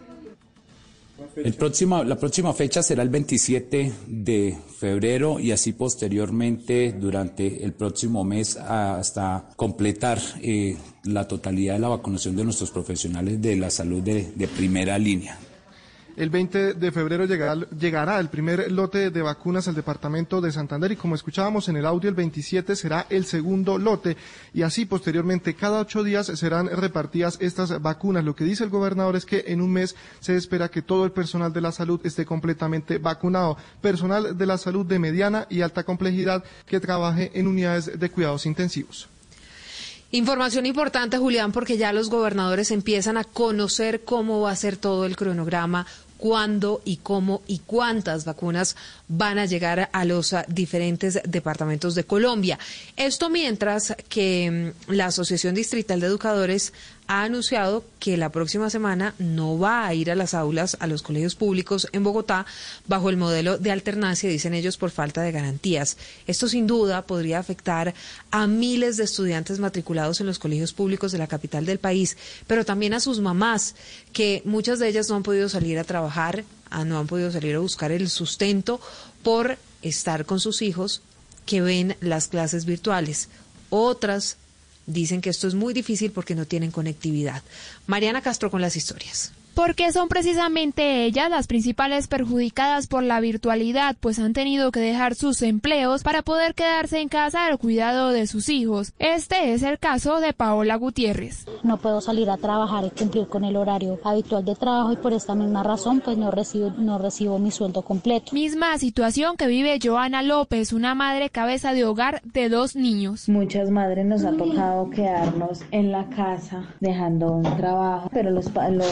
El próximo, la próxima fecha será el veintisiete de febrero y así posteriormente durante el próximo mes hasta completar eh, la totalidad de la vacunación de nuestros profesionales de la salud de, de primera línea. El veinte de febrero llegará, llegará el primer lote de vacunas al departamento de Santander y como escuchábamos en el audio, el veintisiete será el segundo lote y así posteriormente cada ocho días serán repartidas estas vacunas. Lo que dice el gobernador es que en un mes se espera que todo el personal de la salud esté completamente vacunado. Personal de la salud de mediana y alta complejidad que trabaje en unidades de cuidados intensivos. Información importante, Julián, porque ya los gobernadores empiezan a conocer cómo va a ser todo el cronograma, cuándo y cómo y cuántas vacunas van a llegar a los uh, diferentes departamentos de Colombia. Esto mientras que um, la Asociación Distrital de Educadores ha anunciado que la próxima semana no va a ir a las aulas, a los colegios públicos en Bogotá, bajo el modelo de alternancia, dicen ellos, por falta de garantías. Esto sin duda podría afectar a miles de estudiantes matriculados en los colegios públicos de la capital del país, pero también a sus mamás, que muchas de ellas no han podido salir a trabajar, no han podido salir a buscar el sustento por estar con sus hijos que ven las clases virtuales. Otras dicen que esto es muy difícil porque no tienen conectividad. Mariana Castro con las historias. Porque son precisamente ellas las principales perjudicadas por la virtualidad, pues han tenido que dejar sus empleos para poder quedarse en casa al cuidado de sus hijos. Este es el caso de Paola Gutiérrez. No puedo salir a trabajar y cumplir con el horario habitual de trabajo y por esta misma razón pues no recibo, no recibo mi sueldo completo. Misma situación que vive Joana López, una madre cabeza de hogar de dos niños. Muchas madres nos ha tocado quedarnos en la casa dejando un trabajo, pero los, los profesores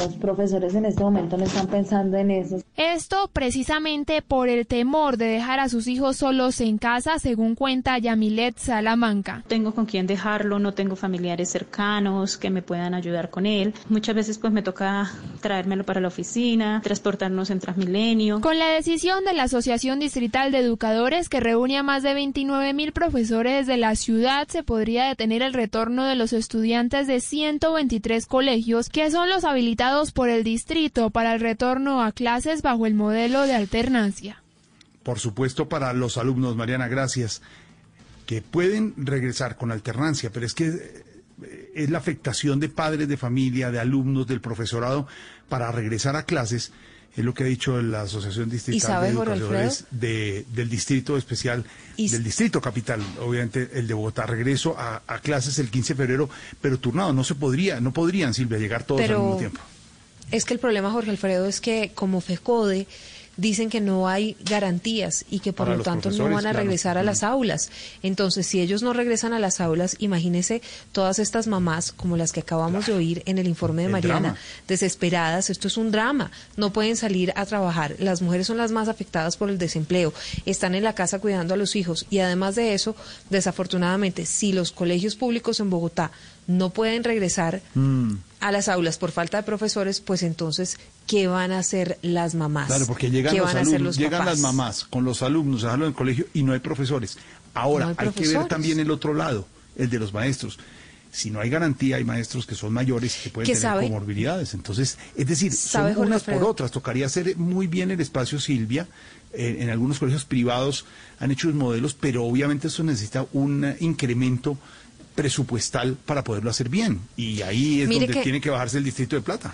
profesores en este momento no están pensando en eso. Esto precisamente por el temor de dejar a sus hijos solos en casa, según cuenta Yamilet Salamanca. Tengo con quién dejarlo, no tengo familiares cercanos que me puedan ayudar con él. Muchas veces pues me toca traérmelo para la oficina, transportarnos en Transmilenio. Con la decisión de la Asociación Distrital de Educadores, que reúne a más de veintinueve mil profesores de la ciudad, se podría detener el retorno de los estudiantes de ciento veintitrés colegios, que son los habilitados por el distrito para el retorno a clases bajo el modelo de alternancia. Por supuesto, para los alumnos, Mariana, gracias, que pueden regresar con alternancia, pero es que es la afectación de padres de familia, de alumnos, del profesorado para regresar a clases. Es lo que ha dicho la Asociación Distrital de Educadores de, del Distrito Especial, y del Distrito Capital, obviamente el de Bogotá. Regreso a, a clases el quince de febrero, pero turnado. No se podría, no podrían, Silvia, llegar todos pero al mismo tiempo. Es que el problema, Jorge Alfredo, es que como FECODE dicen que no hay garantías y que por Para lo tanto no van a regresar claro. a las aulas. Entonces, si ellos no regresan a las aulas, imagínese todas estas mamás, como las que acabamos claro. de oír en el informe de el Mariana, drama. desesperadas. Esto es un drama. No pueden salir a trabajar. Las mujeres son las más afectadas por el desempleo. Están en la casa cuidando a los hijos. Y además de eso, desafortunadamente, si los colegios públicos en Bogotá no pueden regresar mm. a las aulas por falta de profesores, pues entonces, ¿qué van a hacer las mamás? Claro, porque llegan, los alumnos, los llegan las mamás con los alumnos a dejarlo en el colegio y no hay profesores. Ahora, no hay, hay profesores. que ver también el otro lado, el de los maestros. Si no hay garantía, hay maestros que son mayores y que pueden tener sabe? comorbilidades. Entonces, es decir, son unas por otras. Tocaría hacer muy bien el espacio, Silvia. Eh, en algunos colegios privados han hecho los modelos, pero obviamente eso necesita un incremento presupuestal para poderlo hacer bien, y ahí es Mire donde que tiene que bajarse el Distrito de Plata.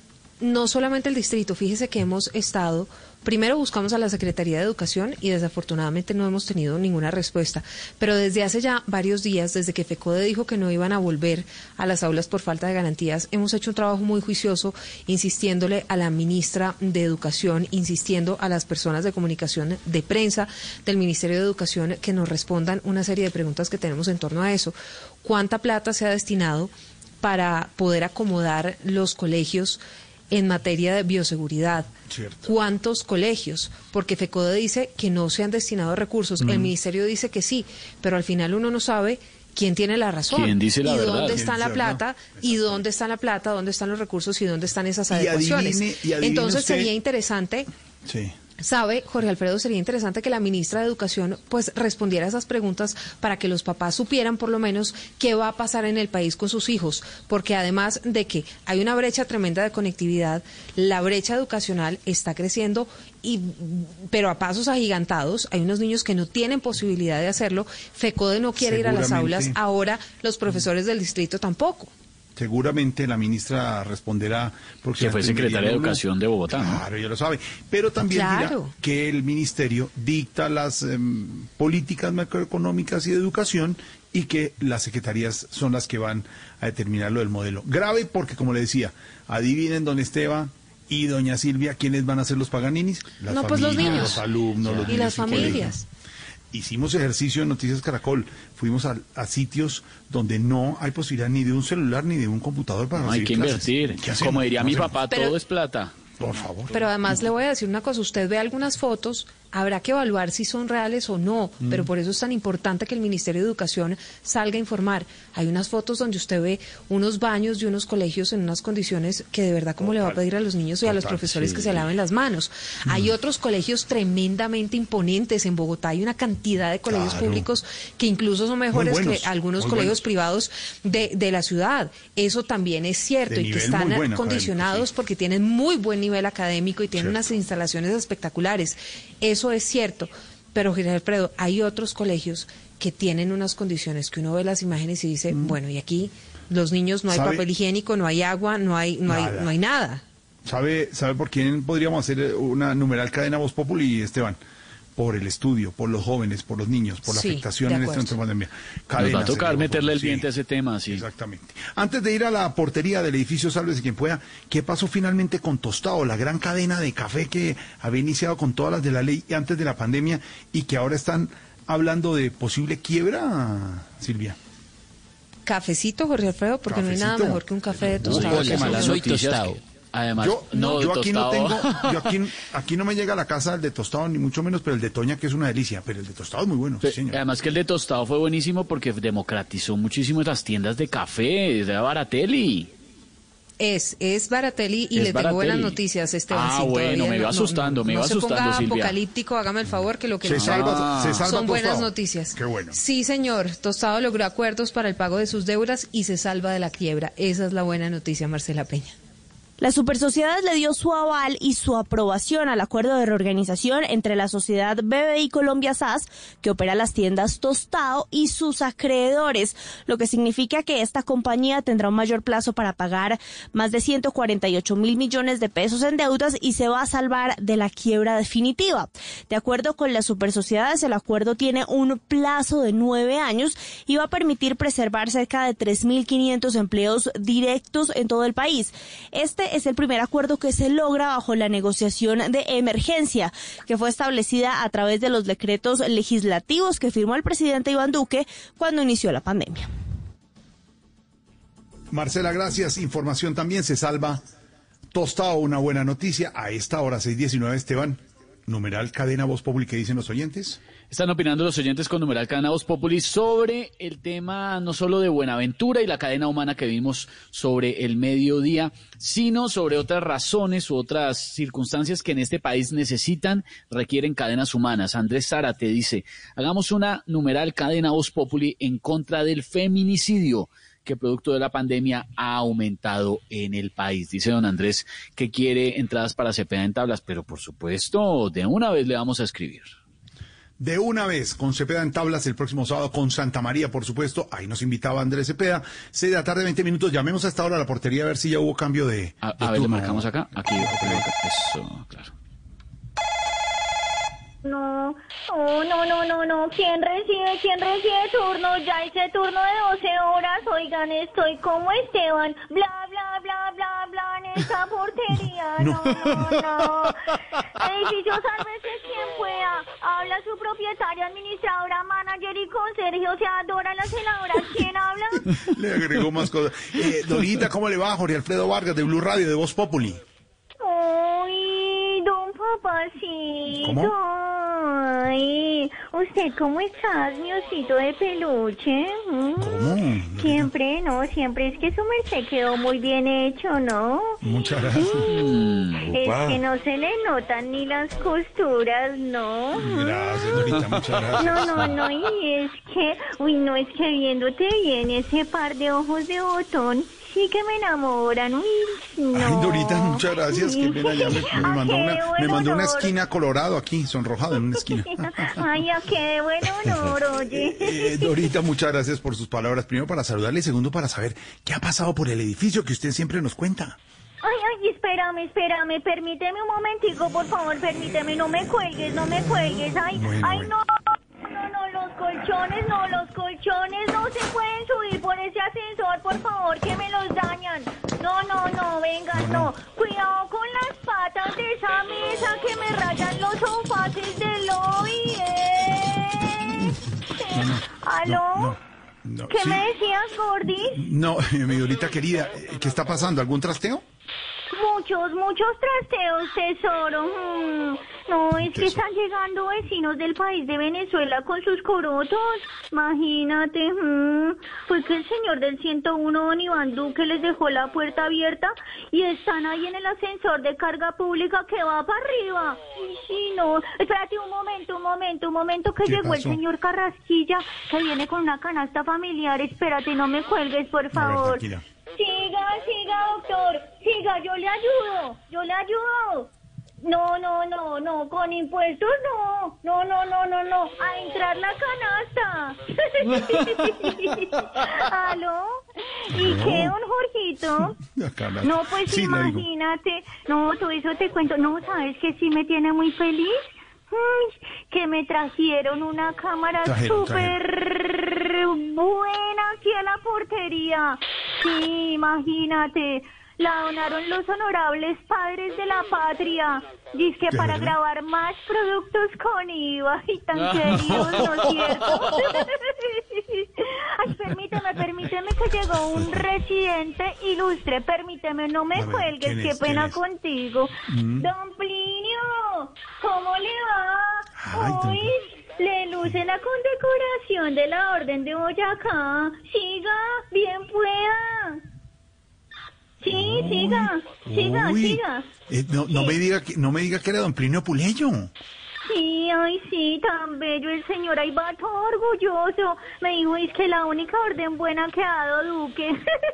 No solamente el distrito, fíjese que hemos estado, primero buscamos a la Secretaría de Educación y desafortunadamente no hemos tenido ninguna respuesta, pero desde hace ya varios días, desde que FECODE dijo que no iban a volver a las aulas por falta de garantías, hemos hecho un trabajo muy juicioso insistiéndole a la ministra de Educación, insistiendo a las personas de comunicación de prensa del Ministerio de Educación que nos respondan una serie de preguntas que tenemos en torno a eso. ¿Cuánta plata se ha destinado para poder acomodar los colegios en materia de bioseguridad? Cierto. ¿Cuántos colegios? Porque FECODE dice que no se han destinado recursos, mm. el Ministerio dice que sí, pero al final uno no sabe quién tiene la razón. ¿Quién dice la y verdad? dónde está la plata, y dónde está la plata, dónde están los recursos y dónde están esas adecuaciones. Y adivine, y adivine Entonces usted... sería interesante... Sí. Sabe, Jorge Alfredo, sería interesante que la ministra de Educación pues respondiera a esas preguntas para que los papás supieran por lo menos qué va a pasar en el país con sus hijos, porque además de que hay una brecha tremenda de conectividad, la brecha educacional está creciendo, y pero a pasos agigantados. Hay unos niños que no tienen posibilidad de hacerlo. FECODE no quiere ir a las aulas, ahora los profesores del distrito tampoco. Seguramente la ministra responderá... Porque que fue secretaria de Educación de Bogotá, ¿no? Claro, ya lo sabe. Pero también claro. dirá que el ministerio dicta las eh, políticas macroeconómicas y de educación, y que las secretarías son las que van a determinar lo del modelo. Grave porque, como le decía, adivinen, don Esteban y doña Silvia, ¿quiénes van a ser los Paganinis? Las no, familias, pues los niños. Los alumnos, los y niños las familias. Hicimos ejercicio en Noticias Caracol, fuimos a, a sitios donde no hay posibilidad ni de un celular ni de un computador para no, hay que clases. invertir. Como diría mi papá, Pero, todo es plata. Por favor. Pero además le voy a decir una cosa, usted ve algunas fotos, habrá que evaluar si son reales o no, mm. pero por eso es tan importante que el Ministerio de Educación salga a informar. Hay unas fotos donde usted ve unos baños de unos colegios en unas condiciones que de verdad como Total. le va a pedir a los niños y Total, a los profesores sí. que se laven las manos. Mm. Hay otros colegios tremendamente imponentes en Bogotá, hay una cantidad de colegios claro. públicos que incluso son mejores buenos, que algunos colegios buenos. privados de, de la ciudad. Eso también es cierto, de y que están buena, condicionados sí. porque tienen muy buen nivel nivel académico y tiene Cierto. unas instalaciones espectaculares. Eso es cierto, pero Jorge Alfredo, hay otros colegios que tienen unas condiciones que uno ve las imágenes y dice, mm. bueno, y aquí los niños no hay ¿Sabe? papel higiénico, no hay agua, no hay no nada. hay no hay nada. ¿Sabe sabe por quién podríamos hacer una numeral cadena Voz Populi, Esteban? Por el estudio, por los jóvenes, por los niños, por la sí, afectación en esta pandemia. Nos va a tocar meterle el diente sí, a ese tema, sí. Exactamente. Antes de ir a la portería del edificio Sálvese quien pueda, ¿qué pasó finalmente con Tostado, la gran cadena de café que había iniciado con todas las de la ley antes de la pandemia y que ahora están hablando de posible quiebra, Silvia? Cafecito, Jorge Alfredo, porque Cafecito. no hay nada mejor que un café de tostado. Uy, qué mala noticia. Además, yo no, yo aquí tostado. no tengo, yo aquí, aquí no me llega a la casa el de tostado, ni mucho menos, pero el de Toña, que es una delicia, pero el de tostado es muy bueno, sí, señor. Además que el de tostado fue buenísimo porque democratizó muchísimo las tiendas de café, de Baratelli. Es, es Baratelli y es le Baratelli. tengo buenas noticias, Esteban. Ah, bueno, me iba no, asustando, no, me iba no asustando, se ponga Silvia. apocalíptico, hágame el favor, que lo que se nos salva, se salva son buenas tostado. noticias. Qué bueno. Sí, señor, Tostado logró acuerdos para el pago de sus deudas y se salva de la quiebra. Esa es la buena noticia, Marcela Peña. La Supersociedad le dio su aval y su aprobación al acuerdo de reorganización entre la sociedad B B I Colombia S A S, que opera las tiendas Tostado, y sus acreedores, lo que significa que esta compañía tendrá un mayor plazo para pagar más de ciento cuarenta y ocho mil millones de pesos en deudas y se va a salvar de la quiebra definitiva. De acuerdo con las Supersociedades, el acuerdo tiene un plazo de nueve años y va a permitir preservar cerca de tres mil quinientos empleos directos en todo el país. Este es el primer acuerdo que se logra bajo la negociación de emergencia, que fue establecida a través de los decretos legislativos que firmó el presidente Iván Duque cuando inició la pandemia. Marcela, gracias. Información también, se salva Tostado, una buena noticia. A esta hora, seis diecinueve, Esteban, numeral Cadena Voz Populi, ¿qué dicen los oyentes? Están opinando los oyentes con numeral Cadena Voz Populi sobre el tema no solo de Buenaventura y la cadena humana que vimos sobre el mediodía, sino sobre otras razones u otras circunstancias que en este país necesitan, requieren cadenas humanas. Andrés Zárate dice, hagamos una numeral Cadena Voz Populi en contra del feminicidio, que producto de la pandemia ha aumentado en el país. Dice don Andrés que quiere entradas para Cepeda en tablas, pero por supuesto, de una vez le vamos a escribir. De una vez, con Cepeda en tablas el próximo sábado, con Santa María, por supuesto. Ahí nos invitaba Andrés Cepeda. seis de la tarde, veinte minutos. Llamemos a esta hora a la portería a ver si ya hubo cambio de, A, de a ver, le turno. marcamos acá. Aquí, eso, claro. No, oh, no, no, no, no. ¿Quién recibe? ¿Quién recibe turno? Ya hice turno de doce horas. Oigan, estoy como Esteban. Bla, bla, bla, bla, bla en esta portería. No, no, no. Edificio, sálvese quien pueda. Habla su propietaria, administradora, manager y conserje. O sea, Dora la celadora. ¿Quién habla? Le agregó más cosas. Eh, Dorita, ¿cómo le va? Jorge Alfredo Vargas, de Blue Radio, de Voz Populi. Ay, don papacito. ¿Cómo? Ay, ¿usted cómo estás, mi osito de peluche? ¿Mm? ¿Cómo? Siempre, no, siempre es que su merced quedó muy bien hecho, ¿no? Muchas gracias. Mm, es Opa. que no se le notan ni las costuras, ¿no? Gracias, Dorita, muchas gracias. No, no, no, y es que, uy, no, es que viéndote bien ese par de ojos de botón, sí que me enamoran, uy, no. Ay, Dorita, muchas gracias. Qué pena, ya me, me Ah, mandó, qué una, me buen mandó una honor. esquina colorado aquí, sonrojado en una esquina. Ay, a qué buen honor, oye. Eh, Dorita, muchas gracias por sus palabras. Primero para saludarle y segundo para saber qué ha pasado por el edificio que usted siempre nos cuenta. Ay, ay, espérame, espérame, permíteme un momentico, por favor, permíteme, no me cuelgues, no me cuelgues, ay, Bueno, ay, bueno. no, no, no, los colchones, no, los colchones no se pueden subir por ese ascensor, por favor, que me los dañan, no, no, no, venga, no, no, cuidado con las patas de esa mesa que me rayan los sofates del lobby, ¿eh? No, no, ¿Aló? no, no, ¿Qué sí. me decías, Gordy? No, mi Dorita querida, ¿qué está pasando? ¿Algún trasteo? Muchos, muchos trasteos, tesoro. Mm, no, es que están llegando vecinos del país de Venezuela con sus corotos. Imagínate. Mm, fue que el señor del ciento uno, don Iván Duque, les dejó la puerta abierta y están ahí en el ascensor de carga pública que va para arriba. Y sí, no. Espérate un momento, un momento, un momento que ¿Qué llegó pasó? el señor Carrasquilla que viene con una canasta familiar. Espérate, no me cuelgues, por A ver, favor. tranquila. Siga, siga, doctor. Siga, yo le ayudo. Yo le ayudo. No, no, no, no. Con impuestos no. No, no, no, no, no. A entrar la canasta. ¿Aló? ¿Y qué, don Jorgito? Acá la- No, pues Sí, le digo. imagínate. No, todo eso te cuento. No, ¿sabes que sí me tiene muy feliz? Ay, que me trajeron una cámara Trajeron, súper buena aquí a la portería. Sí, imagínate. La donaron los honorables padres de la patria. Dice ¿De para verdad? grabar más productos con I V A y tan queridos, ¿no es cierto? Ay, permíteme, amor, permíteme que llegó un residente ilustre. Permíteme, no me ver, cuelgues, ¿quién qué es? pena ¿Quién es? contigo. Mm. Don Plinio, ¿cómo le va? Ay, don- Hoy le luce la condecoración de la Orden de Boyacá. Siga, bien pueda. Sí, siga, siga, Uy, siga. eh, no, no Sí. me diga que, no me diga que era don Plinio Puleyo. Sí, ay, sí, tan bello el señor, ahí va todo orgulloso. Me dijo, es que la única orden buena que ha dado Duque.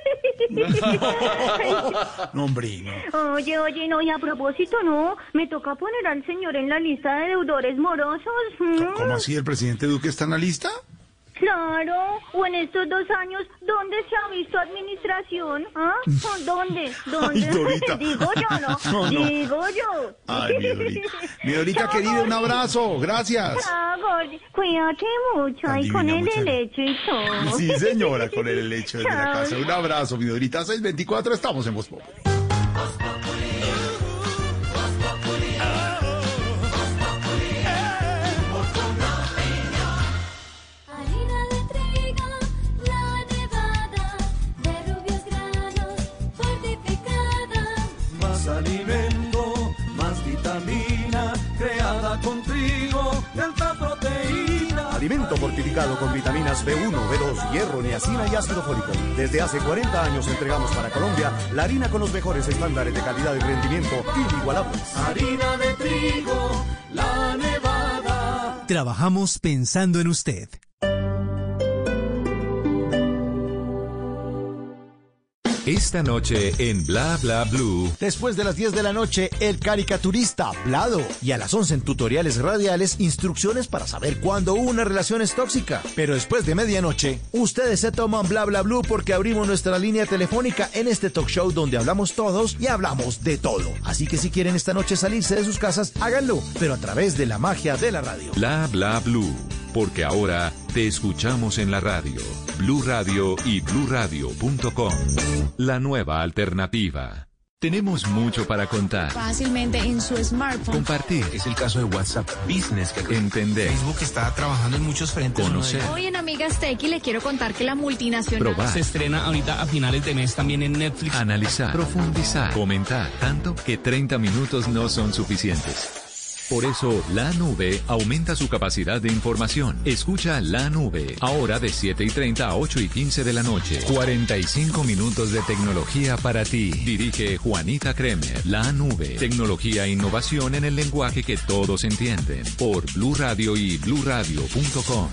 No, hombre, no. Oye, oye, no, y a propósito, no, me toca poner al señor en la lista de deudores morosos. Mm, ¿Cómo así? ¿El presidente Duque está en la lista? Claro, o en estos dos años, ¿dónde se ha visto administración? ¿Ah? ¿Dónde? ¿Dónde? Ay, Dorita. Digo yo, ¿no? No, no. Digo yo. Ay, mi Dorita. Mi Dorita Chao, querida, un Gordi. abrazo. Gracias. Chao, Gordi. Cuídate mucho, Tan ahí con divina, el muchas helecho y todo. Sí, señora, con el helecho desde la Chao. casa. Un abrazo, mi Dorita. seis veinticuatro, estamos en Voz Populi. Harina de trigo, la nevada, de rubios granos, fortificada. Más alimento, más vitamina, creada con trigo, de alta proteína. Alimento fortificado con vitaminas B uno, B dos, hierro, niacina y ácido fólico. Desde hace cuarenta años entregamos para Colombia la harina con los mejores estándares de calidad y rendimiento inigualables. Harina de trigo, la nevada. Trabajamos pensando en usted. Esta noche en Bla Bla Blue. Después de las diez de la noche, el caricaturista Blado. Y a las once en tutoriales radiales, instrucciones para saber cuándo una relación es tóxica. Pero después de medianoche, ustedes se toman Bla Bla Blue porque abrimos nuestra línea telefónica en este talk show donde hablamos todos y hablamos de todo. Así que si quieren esta noche salirse de sus casas, háganlo, pero a través de la magia de la radio. Bla Bla Blue. Porque ahora te escuchamos en la radio. Blue Radio y blue radio punto com. La nueva alternativa. Tenemos mucho para contar. Fácilmente en su smartphone. Compartir. Es el caso de WhatsApp Business. Que Entender. Facebook está trabajando en muchos frentes. Conocer. Hoy en Amigas Tequi le quiero contar que la multinacional Probar. Se estrena ahorita a finales de mes también en Netflix. Analizar. Profundizar. Comentar. Tanto que treinta minutos no son suficientes. Por eso, La Nube aumenta su capacidad de información. Escucha La Nube, ahora de siete y treinta a ocho y quince de la noche. cuarenta y cinco minutos de tecnología para ti. Dirige Juanita Kremer. La Nube, tecnología e innovación en el lenguaje que todos entienden. Por Blue Radio y blue radio punto com.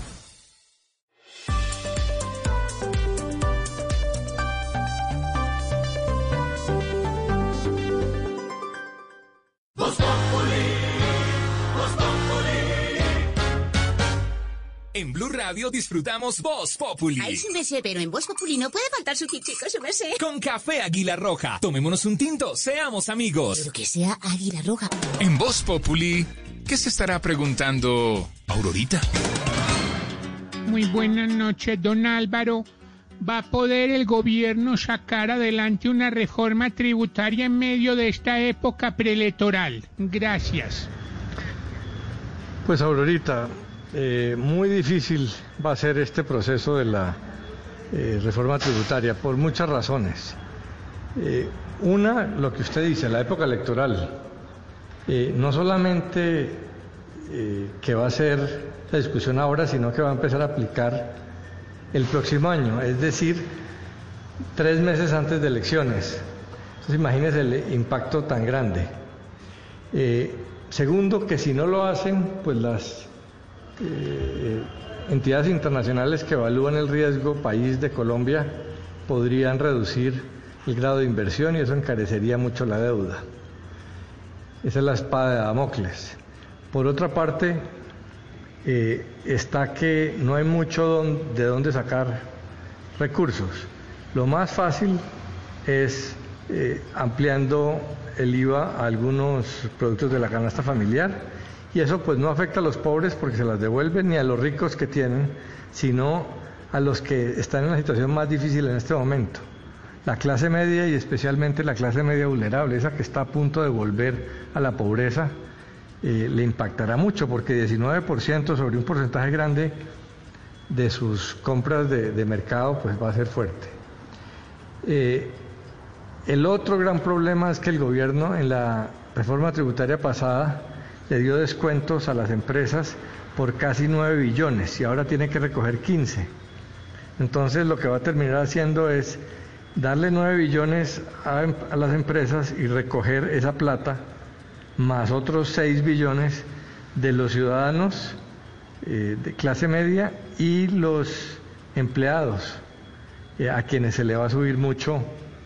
En Blue Radio disfrutamos Voz Populi. Ay, sí me sé, pero en Voz Populi no puede faltar su tintico, sí me sé. Con café Águila Roja. Tomémonos un tinto, seamos amigos. Pero que sea Águila Roja. En Voz Populi, ¿qué se estará preguntando Aurorita? Muy buenas noches, don Álvaro. ¿Va a poder el gobierno sacar adelante una reforma tributaria en medio de esta época preelectoral? Gracias. Pues Aurorita, eh, muy difícil va a ser este proceso de la eh, reforma tributaria por muchas razones. Eh, una, lo que usted dice, la época electoral. Eh, no solamente eh, que va a ser la discusión ahora, sino que va a empezar a aplicar el próximo año, es decir, tres meses antes de elecciones. Entonces imagínense el impacto tan grande. Eh, segundo, que si no lo hacen, pues las eh, entidades internacionales que evalúan el riesgo país de Colombia podrían reducir el grado de inversión y eso encarecería mucho la deuda. Esa es la espada de Damocles. Por otra parte, eh, está que no hay mucho don, de dónde sacar recursos. Lo más fácil es eh, ampliando el I V A a algunos productos de la canasta familiar y eso pues no afecta a los pobres porque se las devuelven ni a los ricos que tienen, sino a los que están en una situación más difícil en este momento. La clase media y especialmente la clase media vulnerable, esa que está a punto de volver a la pobreza, eh, le impactará mucho porque diecinueve por ciento sobre un porcentaje grande de sus compras de, de mercado, pues va a ser fuerte. Eh, el otro gran problema es que el gobierno en la reforma tributaria pasada le dio descuentos a las empresas por casi nueve billones y ahora tiene que recoger quince. Entonces lo que va a terminar haciendo es darle nueve billones a, a las empresas y recoger esa plata más otros seis billones de los ciudadanos eh, de clase media y los empleados, eh, a quienes se le va a subir mucho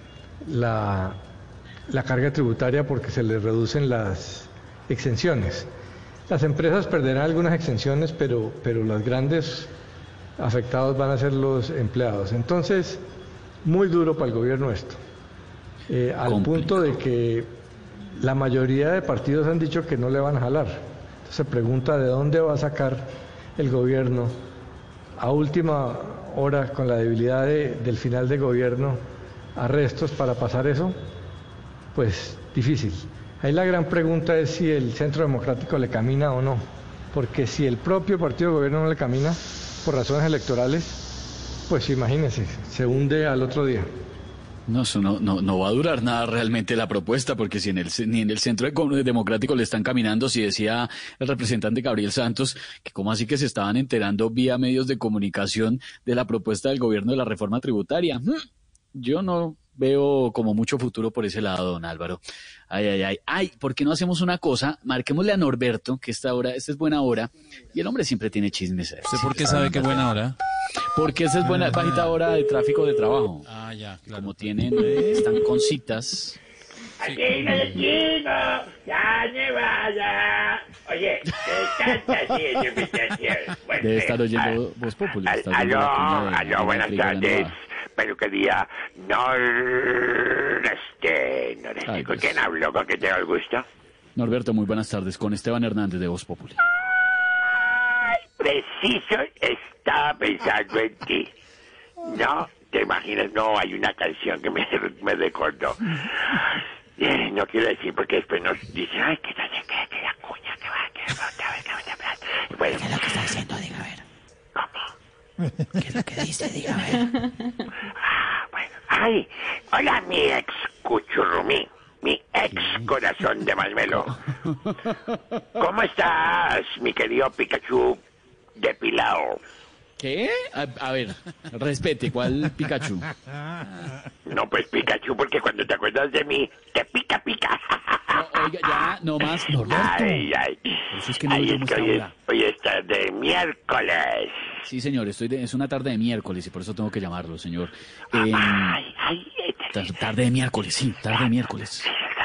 la, la carga tributaria porque se les reducen las exenciones. Las empresas perderán algunas exenciones, pero, pero los grandes afectados van a ser los empleados. Entonces, muy duro para el gobierno esto, eh, al Complicado. punto de que la mayoría de partidos han dicho que no le van a jalar. Entonces se pregunta de dónde va a sacar el gobierno a última hora, con la debilidad de, del final de gobierno, arrestos para pasar eso. Pues difícil. Ahí la gran pregunta es si el Centro Democrático le camina o no, porque si el propio partido de gobierno no le camina por razones electorales, pues imagínense, se hunde al otro día. No, eso no, no, no va a durar nada realmente la propuesta, porque si en el, ni en el Centro Democrático le están caminando, si decía el representante Gabriel Santos, que cómo así que se estaban enterando vía medios de comunicación de la propuesta del gobierno de la reforma tributaria. Yo no veo como mucho futuro por ese lado, don Álvaro. Ay, ay, ay. Ay, ¿por qué no hacemos una cosa? Marquémosle a Norberto, que esta hora, esta es buena hora, y el hombre siempre tiene chismes. ¿Usted por qué sabe que es buena hora? Porque esta es buena, bajita hora de tráfico de trabajo. Ah, ya, claro. Como tienen, están con citas. Aquí no le digo, ya me vaya. Oye, ¿qué canta así en invitación? Bueno, debe estar oyendo Voz Populi. Al, aló, aló, buenas tardes. Peluquería Noreste, Noreste. Ay, ¿Con pues. quién hablo? ¿Con quién tengo el gusto? Norberto, muy buenas tardes. Con Esteban Hernández de Voz Populi. Ay, preciso estaba pensando en ti. No, te imaginas, no, hay una canción que me, me recordó. Eh, no quiero decir porque después nos dicen, ay, que no sé qué, que la cuña, que va, que va, otra vez, que va, otra vez. Bueno, ¿Qué es lo que está diciendo? Diga, a ver. ¿cómo? ¿Qué es lo que dice? Diga, a ver. Ah, bueno. Ay, hola, mi ex cuchurrumí, mi ex corazón de masmelo. ¿Cómo estás, mi querido Pikachu depilado? ¿Qué? A, a ver, respete, ¿cuál Pikachu? No, pues Pikachu, porque cuando te acuerdas de mí, te pica, pica. No, oiga, ya, no más, Norberto. Ay, ay. Por eso es que no Ay, lo es vemos que hoy, es, ahora. hoy es tarde, miércoles. Sí, señor, estoy de, es una tarde de miércoles y por eso tengo que llamarlo, señor. Eh, Ay, ay, tar- tarde de miércoles, sí, tarde de miércoles.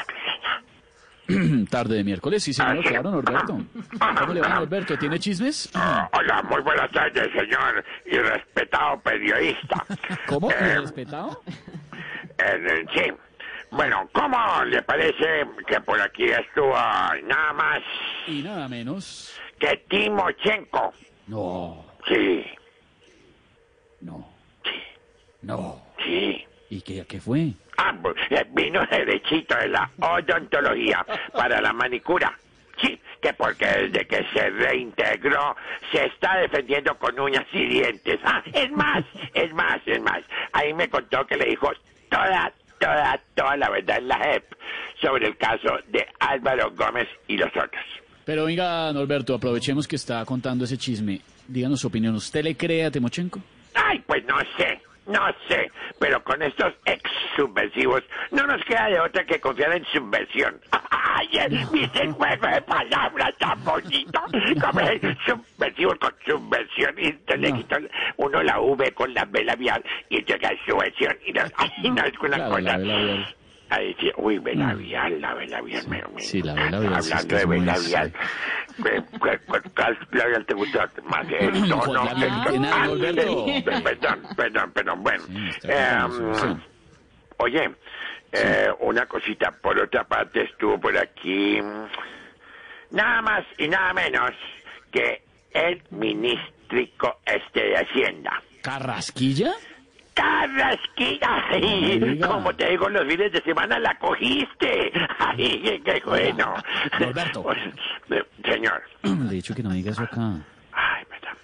Tarde de miércoles, sí, señor, claro, Norberto. ¿Cómo le va, Norberto? ¿Tiene chismes? Ah, hola, muy buenas tardes, señor y respetado periodista. ¿Cómo? Eh, ¿Respetado? eh, sí. Bueno, ¿cómo le parece que por aquí estuvo nada más Y nada menos. que Timochenko? No, Sí, no, no. sí. ¿Y qué, qué fue? Ah, pues, eh, vino derechito de la odontología para la manicura. Sí, que porque desde que se reintegró se está defendiendo con uñas y dientes. Ah, es más, es más, es más. Ahí me contó que le dijo toda, toda, toda la verdad en la J E P sobre el caso de Álvaro Gómez y los otros. Pero venga, Norberto, aprovechemos que está contando ese chisme. Díganos su opinión. ¿Usted le cree a Timochenko? Ay, pues no sé, no sé, pero con estos ex subversivos no nos queda de otra que confiar en subversión. Ay, viste el juego de palabras tan bonito, como es subversivo con subversión, y entonces le quitó uno la V con la B labial y llega subversión y no, ay, no es una Claro, cosa. la B labial. Ahí sí, uy, B labial, la B labial, me, me, Sí, la B labial, sí, es hablando que de es B muy- labial, ¿cuál, cuál, cuál labial te gusta más? El No, tono, labial, el- que nada, ah, Norberto. eh, Perdón, perdón, perdón, bueno. está Eh, bien, sí, sí. Oye, eh, una cosita, por otra parte estuvo por aquí nada más y nada menos que el ministrico este de Hacienda. ¿Carrasquilla? ¡Carrasquilla! Ay, Oiga. como te digo, los fines de semana la cogiste. ¡Ay, qué bueno! Norberto. Pues, eh, señor. Le he dicho que no diga eso acá. Ay, perdón, perdón, está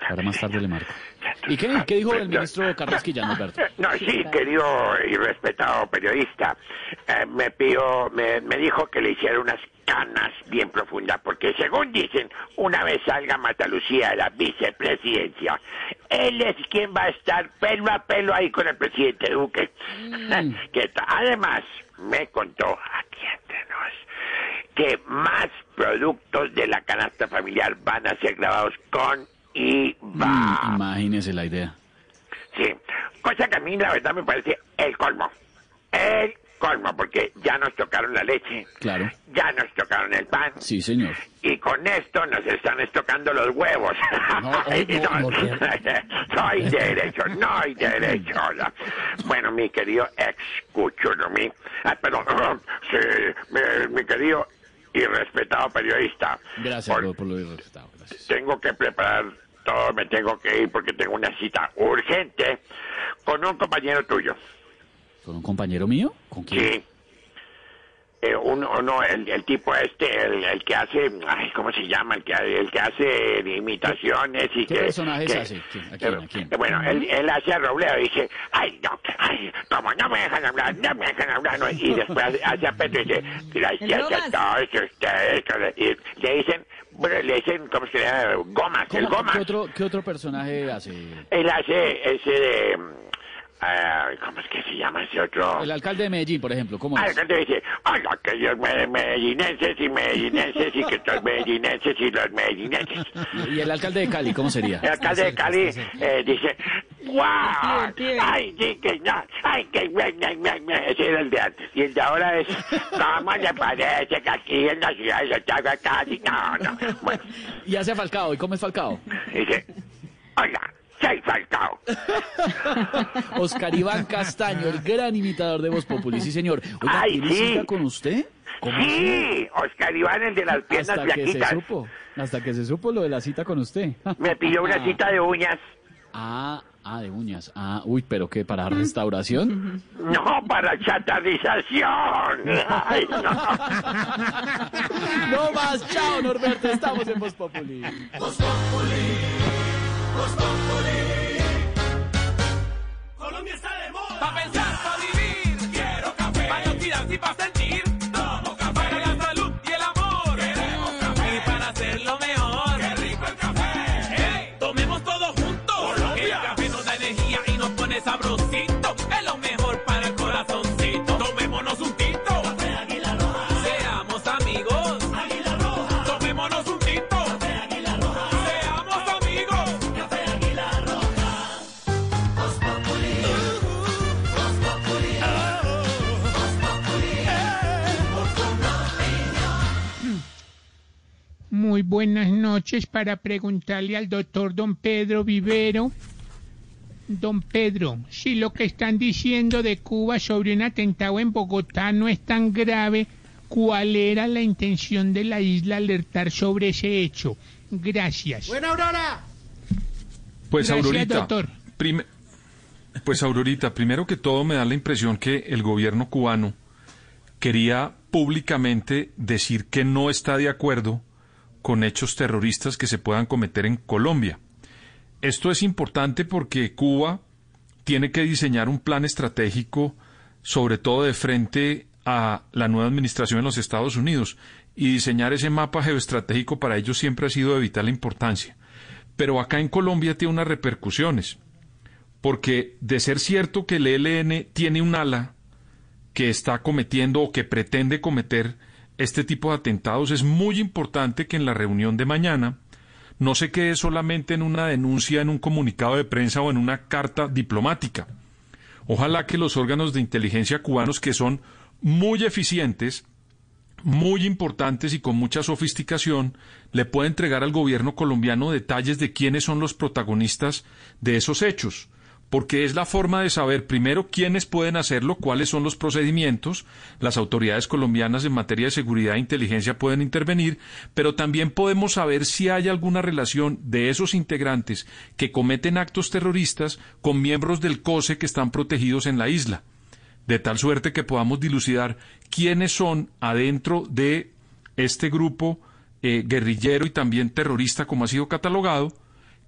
Ahora más tarde le marco. ¿Y qué, qué dijo el ministro Carrasquilla, Alberto? No, sí, querido y respetado periodista, eh, me pidió, me, me dijo que le hiciera unas canas bien profundas, porque según dicen, una vez salga Matalucía de la vicepresidencia, él es quien va a estar pelo a pelo ahí con el presidente Duque. Mm. Que ta- además, me contó aquí entre nos que más productos de la canasta familiar van a ser grabados con I V A. Mm, imagínese la idea. Sí, cosa que a mí la verdad me parece el colmo. El colmo, porque ya nos tocaron la leche. Claro. Ya nos tocaron el pan. Sí, señor. Y con esto nos están estocando los huevos. No, hoy no, no, no, no hay derecho, no hay derecho. Bueno, mi querido ex Cuchurumi, ah, perdón, sí, mi, mi querido y respetado periodista. Gracias por, por lo irrespetado, gracias. Tengo que preparar todo, me tengo que ir porque tengo una cita urgente con un compañero tuyo. ¿Con un compañero mío? ¿Con quién? Sí. Eh, uno, uno el, el tipo este, el, el que hace, ay, ¿cómo se llama? El que, el que hace imitaciones y ¿Qué que... personajes que, hace? ¿A quién? ¿A quién? Eh, bueno, él, él hace a Robledo y dice, ay, no, ay, como no me dejan hablar, no me dejan hablar, no, y después hace, hace a Petro y dice, gracias a todos ustedes, y le dicen, bueno, le dicen, ¿cómo se llama? Gomas, el Gomas. ¿Qué otro, ¿Qué otro personaje hace? Él hace ese de... Uh, ¿cómo es que se llama ese otro? El alcalde de Medellín, por ejemplo, ¿cómo ah, es? El alcalde dice, hola, aquellos me, medellinenses y medellinenses y que los medellinenses y los medellinenses. ¿Y el alcalde de Cali, cómo sería? El alcalde de Cali eh, dice, ¡guau! ¡Ay, sí, que no! ¡Ay, que bueno! Ese era el de antes. Y el de ahora es, ¿cómo le parece que aquí en la ciudad de Santiago Cali? No, no. Bueno. ¿Y hace a Falcao? ¿Y cómo es Falcao? Dice, hola. Soy Falcao. Oscar Iván Castaño, el gran imitador de Voz Populi, sí señor. Oiga, Ay, ¿tiene sí. cita con usted? ¿Cómo Sí, Oscar Iván, el de las piernas hasta que se flaquitas. supo, hasta que se supo lo de la cita con usted. Me pidió una cita de uñas. Ah, ah, de uñas. Ah, uy, pero ¿qué? ¿Para restauración? No, para chatarrización. Ay, no. No más, chao Norberto, estamos en Voz Populi. Voz Populi, Voz Populi. Colombia está de moda. Pa' pensar, pa' vivir. Quiero café. Pa' no tirar y pa' sentir. Tomo café. Para la salud y el amor. Queremos café. Y para hacerlo mejor. Qué rico el café. Hey, tomemos todos juntos. Colombia. El café nos da energía y nos pone sabrosito. Es lo mejor para el corazoncito. Tomémonos un tinto. Café Águila Roja. Seamos amigos. Águila Roja. Tomémonos un tinto. Café Águila Roja. Seamos amigos. Café Águila Roja. Voz Populi. Voz Populi. Voz Populi. Por tu opinión. Muy buenas noches para preguntarle al doctor don Pedro Vivero. Don Pedro, si lo que están diciendo de Cuba sobre un atentado en Bogotá no es tan grave, ¿cuál era la intención de la isla alertar sobre ese hecho? Gracias. Buena Aurora. Pues Gracias, Aurorita, doctor. prime- pues Aurorita, primero que todo me da la impresión que el gobierno cubano quería públicamente decir que no está de acuerdo con hechos terroristas que se puedan cometer en Colombia. Esto es importante porque Cuba tiene que diseñar un plan estratégico, sobre todo de frente a la nueva administración en los Estados Unidos, y diseñar ese mapa geoestratégico para ellos siempre ha sido de vital importancia. Pero acá en Colombia tiene unas repercusiones, porque de ser cierto que el E L N tiene un ala que está cometiendo o que pretende cometer este tipo de atentados, es muy importante que en la reunión de mañana no se quede solamente en una denuncia, en un comunicado de prensa o en una carta diplomática. Ojalá que los órganos de inteligencia cubanos, que son muy eficientes, muy importantes y con mucha sofisticación, le pueda entregar al gobierno colombiano detalles de quiénes son los protagonistas de esos hechos, porque es la forma de saber primero quiénes pueden hacerlo, cuáles son los procedimientos, las autoridades colombianas en materia de seguridad e inteligencia pueden intervenir, pero también podemos saber si hay alguna relación de esos integrantes que cometen actos terroristas con miembros del C O S E que están protegidos en la isla, de tal suerte que podamos dilucidar quiénes son adentro de este grupo eh, guerrillero y también terrorista como ha sido catalogado,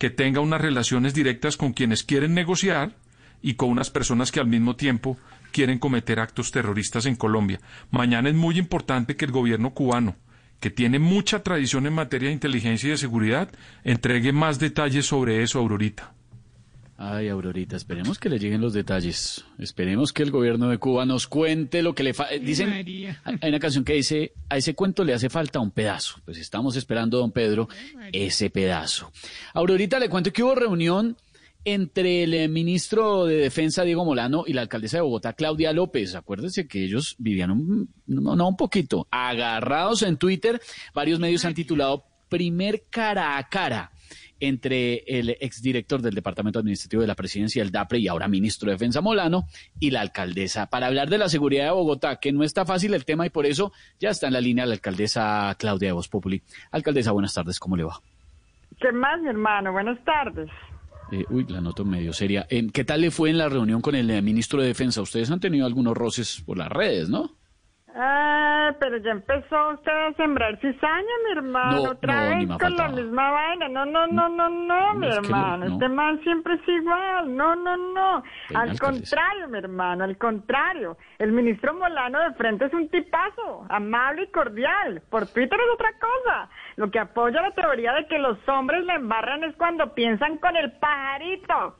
que tenga unas relaciones directas con quienes quieren negociar y con unas personas que al mismo tiempo quieren cometer actos terroristas en Colombia. Mañana es muy importante que el gobierno cubano, que tiene mucha tradición en materia de inteligencia y de seguridad, entregue más detalles sobre eso, Aurorita. Ay, Aurorita, esperemos que le lleguen los detalles. Esperemos que el gobierno de Cuba nos cuente lo que le falta. Dicen, María. hay una canción que dice, a ese cuento le hace falta un pedazo. Pues estamos esperando, don Pedro, ese pedazo. Aurorita, le cuento que hubo reunión entre el eh, ministro de Defensa, Diego Molano, y la alcaldesa de Bogotá, Claudia López. Acuérdense que ellos vivían un, no, no un poquito, agarrados en Twitter. Varios medios han titulado Primer cara a cara entre el exdirector del Departamento Administrativo de la Presidencia, el DAPRE, y ahora ministro de Defensa, Molano, y la alcaldesa, para hablar de la seguridad de Bogotá, que no está fácil el tema y por eso ya está en la línea la alcaldesa Claudia de Voz Populi. Alcaldesa, buenas tardes, ¿cómo le va? ¿Qué más, mi hermano? Buenas tardes. Eh, uy, la noto medio seria. Eh, ¿Qué tal le fue en la reunión con el eh, ministro de Defensa? Ustedes han tenido algunos roces por las redes, ¿no? Ah, pero ya empezó usted a sembrar cizaña, mi hermano. No, Otra no, vez ni me ha con la faltado. misma vaina. No, no, no, no, no, mi es que hermano. lo- no. Este man siempre es igual. No, no, no. Venga, Al alcaldesa. contrario, mi hermano, al contrario. El ministro Molano de frente es un tipazo, amable y cordial. Por Twitter es otra cosa. Lo que apoya la teoría de que los hombres le embarran es cuando piensan con el pajarito.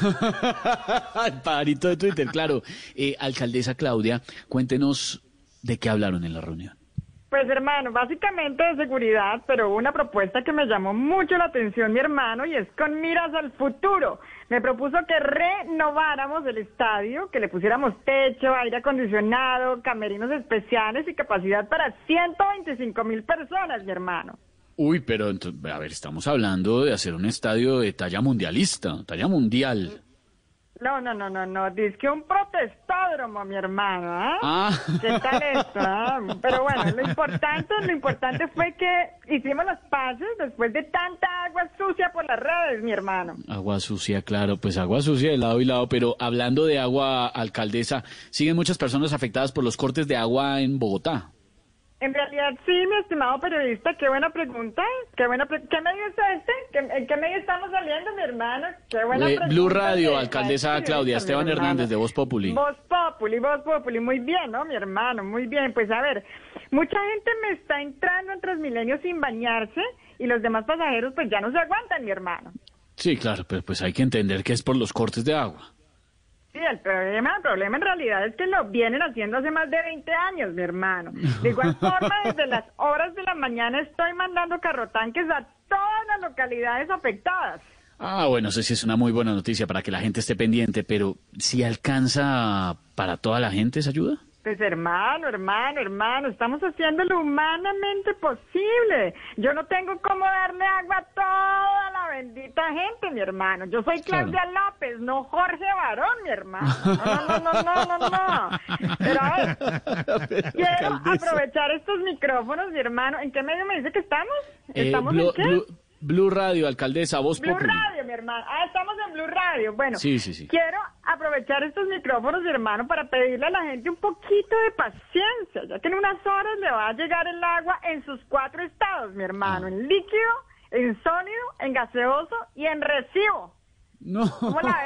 El pajarito de Twitter, claro. Eh, alcaldesa Claudia, cuéntenos de qué hablaron en la reunión. Pues hermano, básicamente de seguridad, pero hubo una propuesta que me llamó mucho la atención, mi hermano, y es con miras al futuro. Me propuso que renováramos el estadio, que le pusiéramos techo, aire acondicionado, camerinos especiales y capacidad para ciento veinticinco mil personas, mi hermano. Uy, pero entonces, a ver, estamos hablando de hacer un estadio de talla mundialista, talla mundial. No, no, no, no, no, dice que un protestódromo, mi hermano, ¿ah? Ah. ¿Qué tal esto, ah? Pero bueno, lo importante, lo importante fue que hicimos las paces después de tanta agua sucia por las redes, mi hermano. Agua sucia, claro, pues agua sucia de lado y lado, pero hablando de agua, alcaldesa, siguen muchas personas afectadas por los cortes de agua en Bogotá. En realidad sí, mi estimado periodista, qué buena pregunta, qué buena pre- ¿qué medio es este? ¿Qué- ¿En qué medio estamos saliendo, mi hermano? Qué buena Eh, pregunta. Blue Radio, mi- alcaldesa ay, sí, Claudia, eso, mi Esteban hermano. Hernández de Voz Populi. Voz Populi, Voz Populi, muy bien, ¿no, mi hermano? Muy bien, pues a ver, mucha gente me está entrando en Transmilenio sin bañarse y los demás pasajeros pues ya no se aguantan, mi hermano. Sí, claro, pero pues hay que entender que es por los cortes de agua. Sí, el problema, el problema en realidad es que lo vienen haciendo hace más de veinte años, mi hermano. De igual forma, desde las horas de la mañana estoy mandando carrotanques a todas las localidades afectadas. Ah, bueno, eso sí es una muy buena noticia para que la gente esté pendiente, pero si alcanza para toda la gente esa ayuda. Pues hermano, hermano, hermano, estamos haciendo lo humanamente posible. Yo no tengo cómo darle agua a toda la bendita gente, mi hermano. Yo soy Claudia López, no Jorge Barón, mi hermano. No, no, no, no, no, no. Pero a ver, quiero alcaldesa. aprovechar estos micrófonos, mi hermano. ¿En qué medio me dice que estamos? Eh, ¿Estamos Blue, en qué? Blue- Blue Radio, alcaldesa, Voz Blue Populi. Radio, mi hermano. Ah, estamos en Blue Radio. Bueno, Sí, sí, sí. quiero aprovechar estos micrófonos, mi hermano, para pedirle a la gente un poquito de paciencia, ya que en unas horas le va a llegar el agua en sus cuatro estados, mi hermano. En líquido, en sólido, en gaseoso y en recibo. No. ¿Cómo la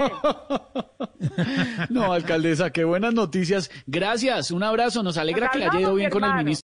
ve? No, alcaldesa, qué buenas noticias. Gracias, un abrazo, nos alegra Nos que le haya ido hablamos, bien mi con el hermano. ministro.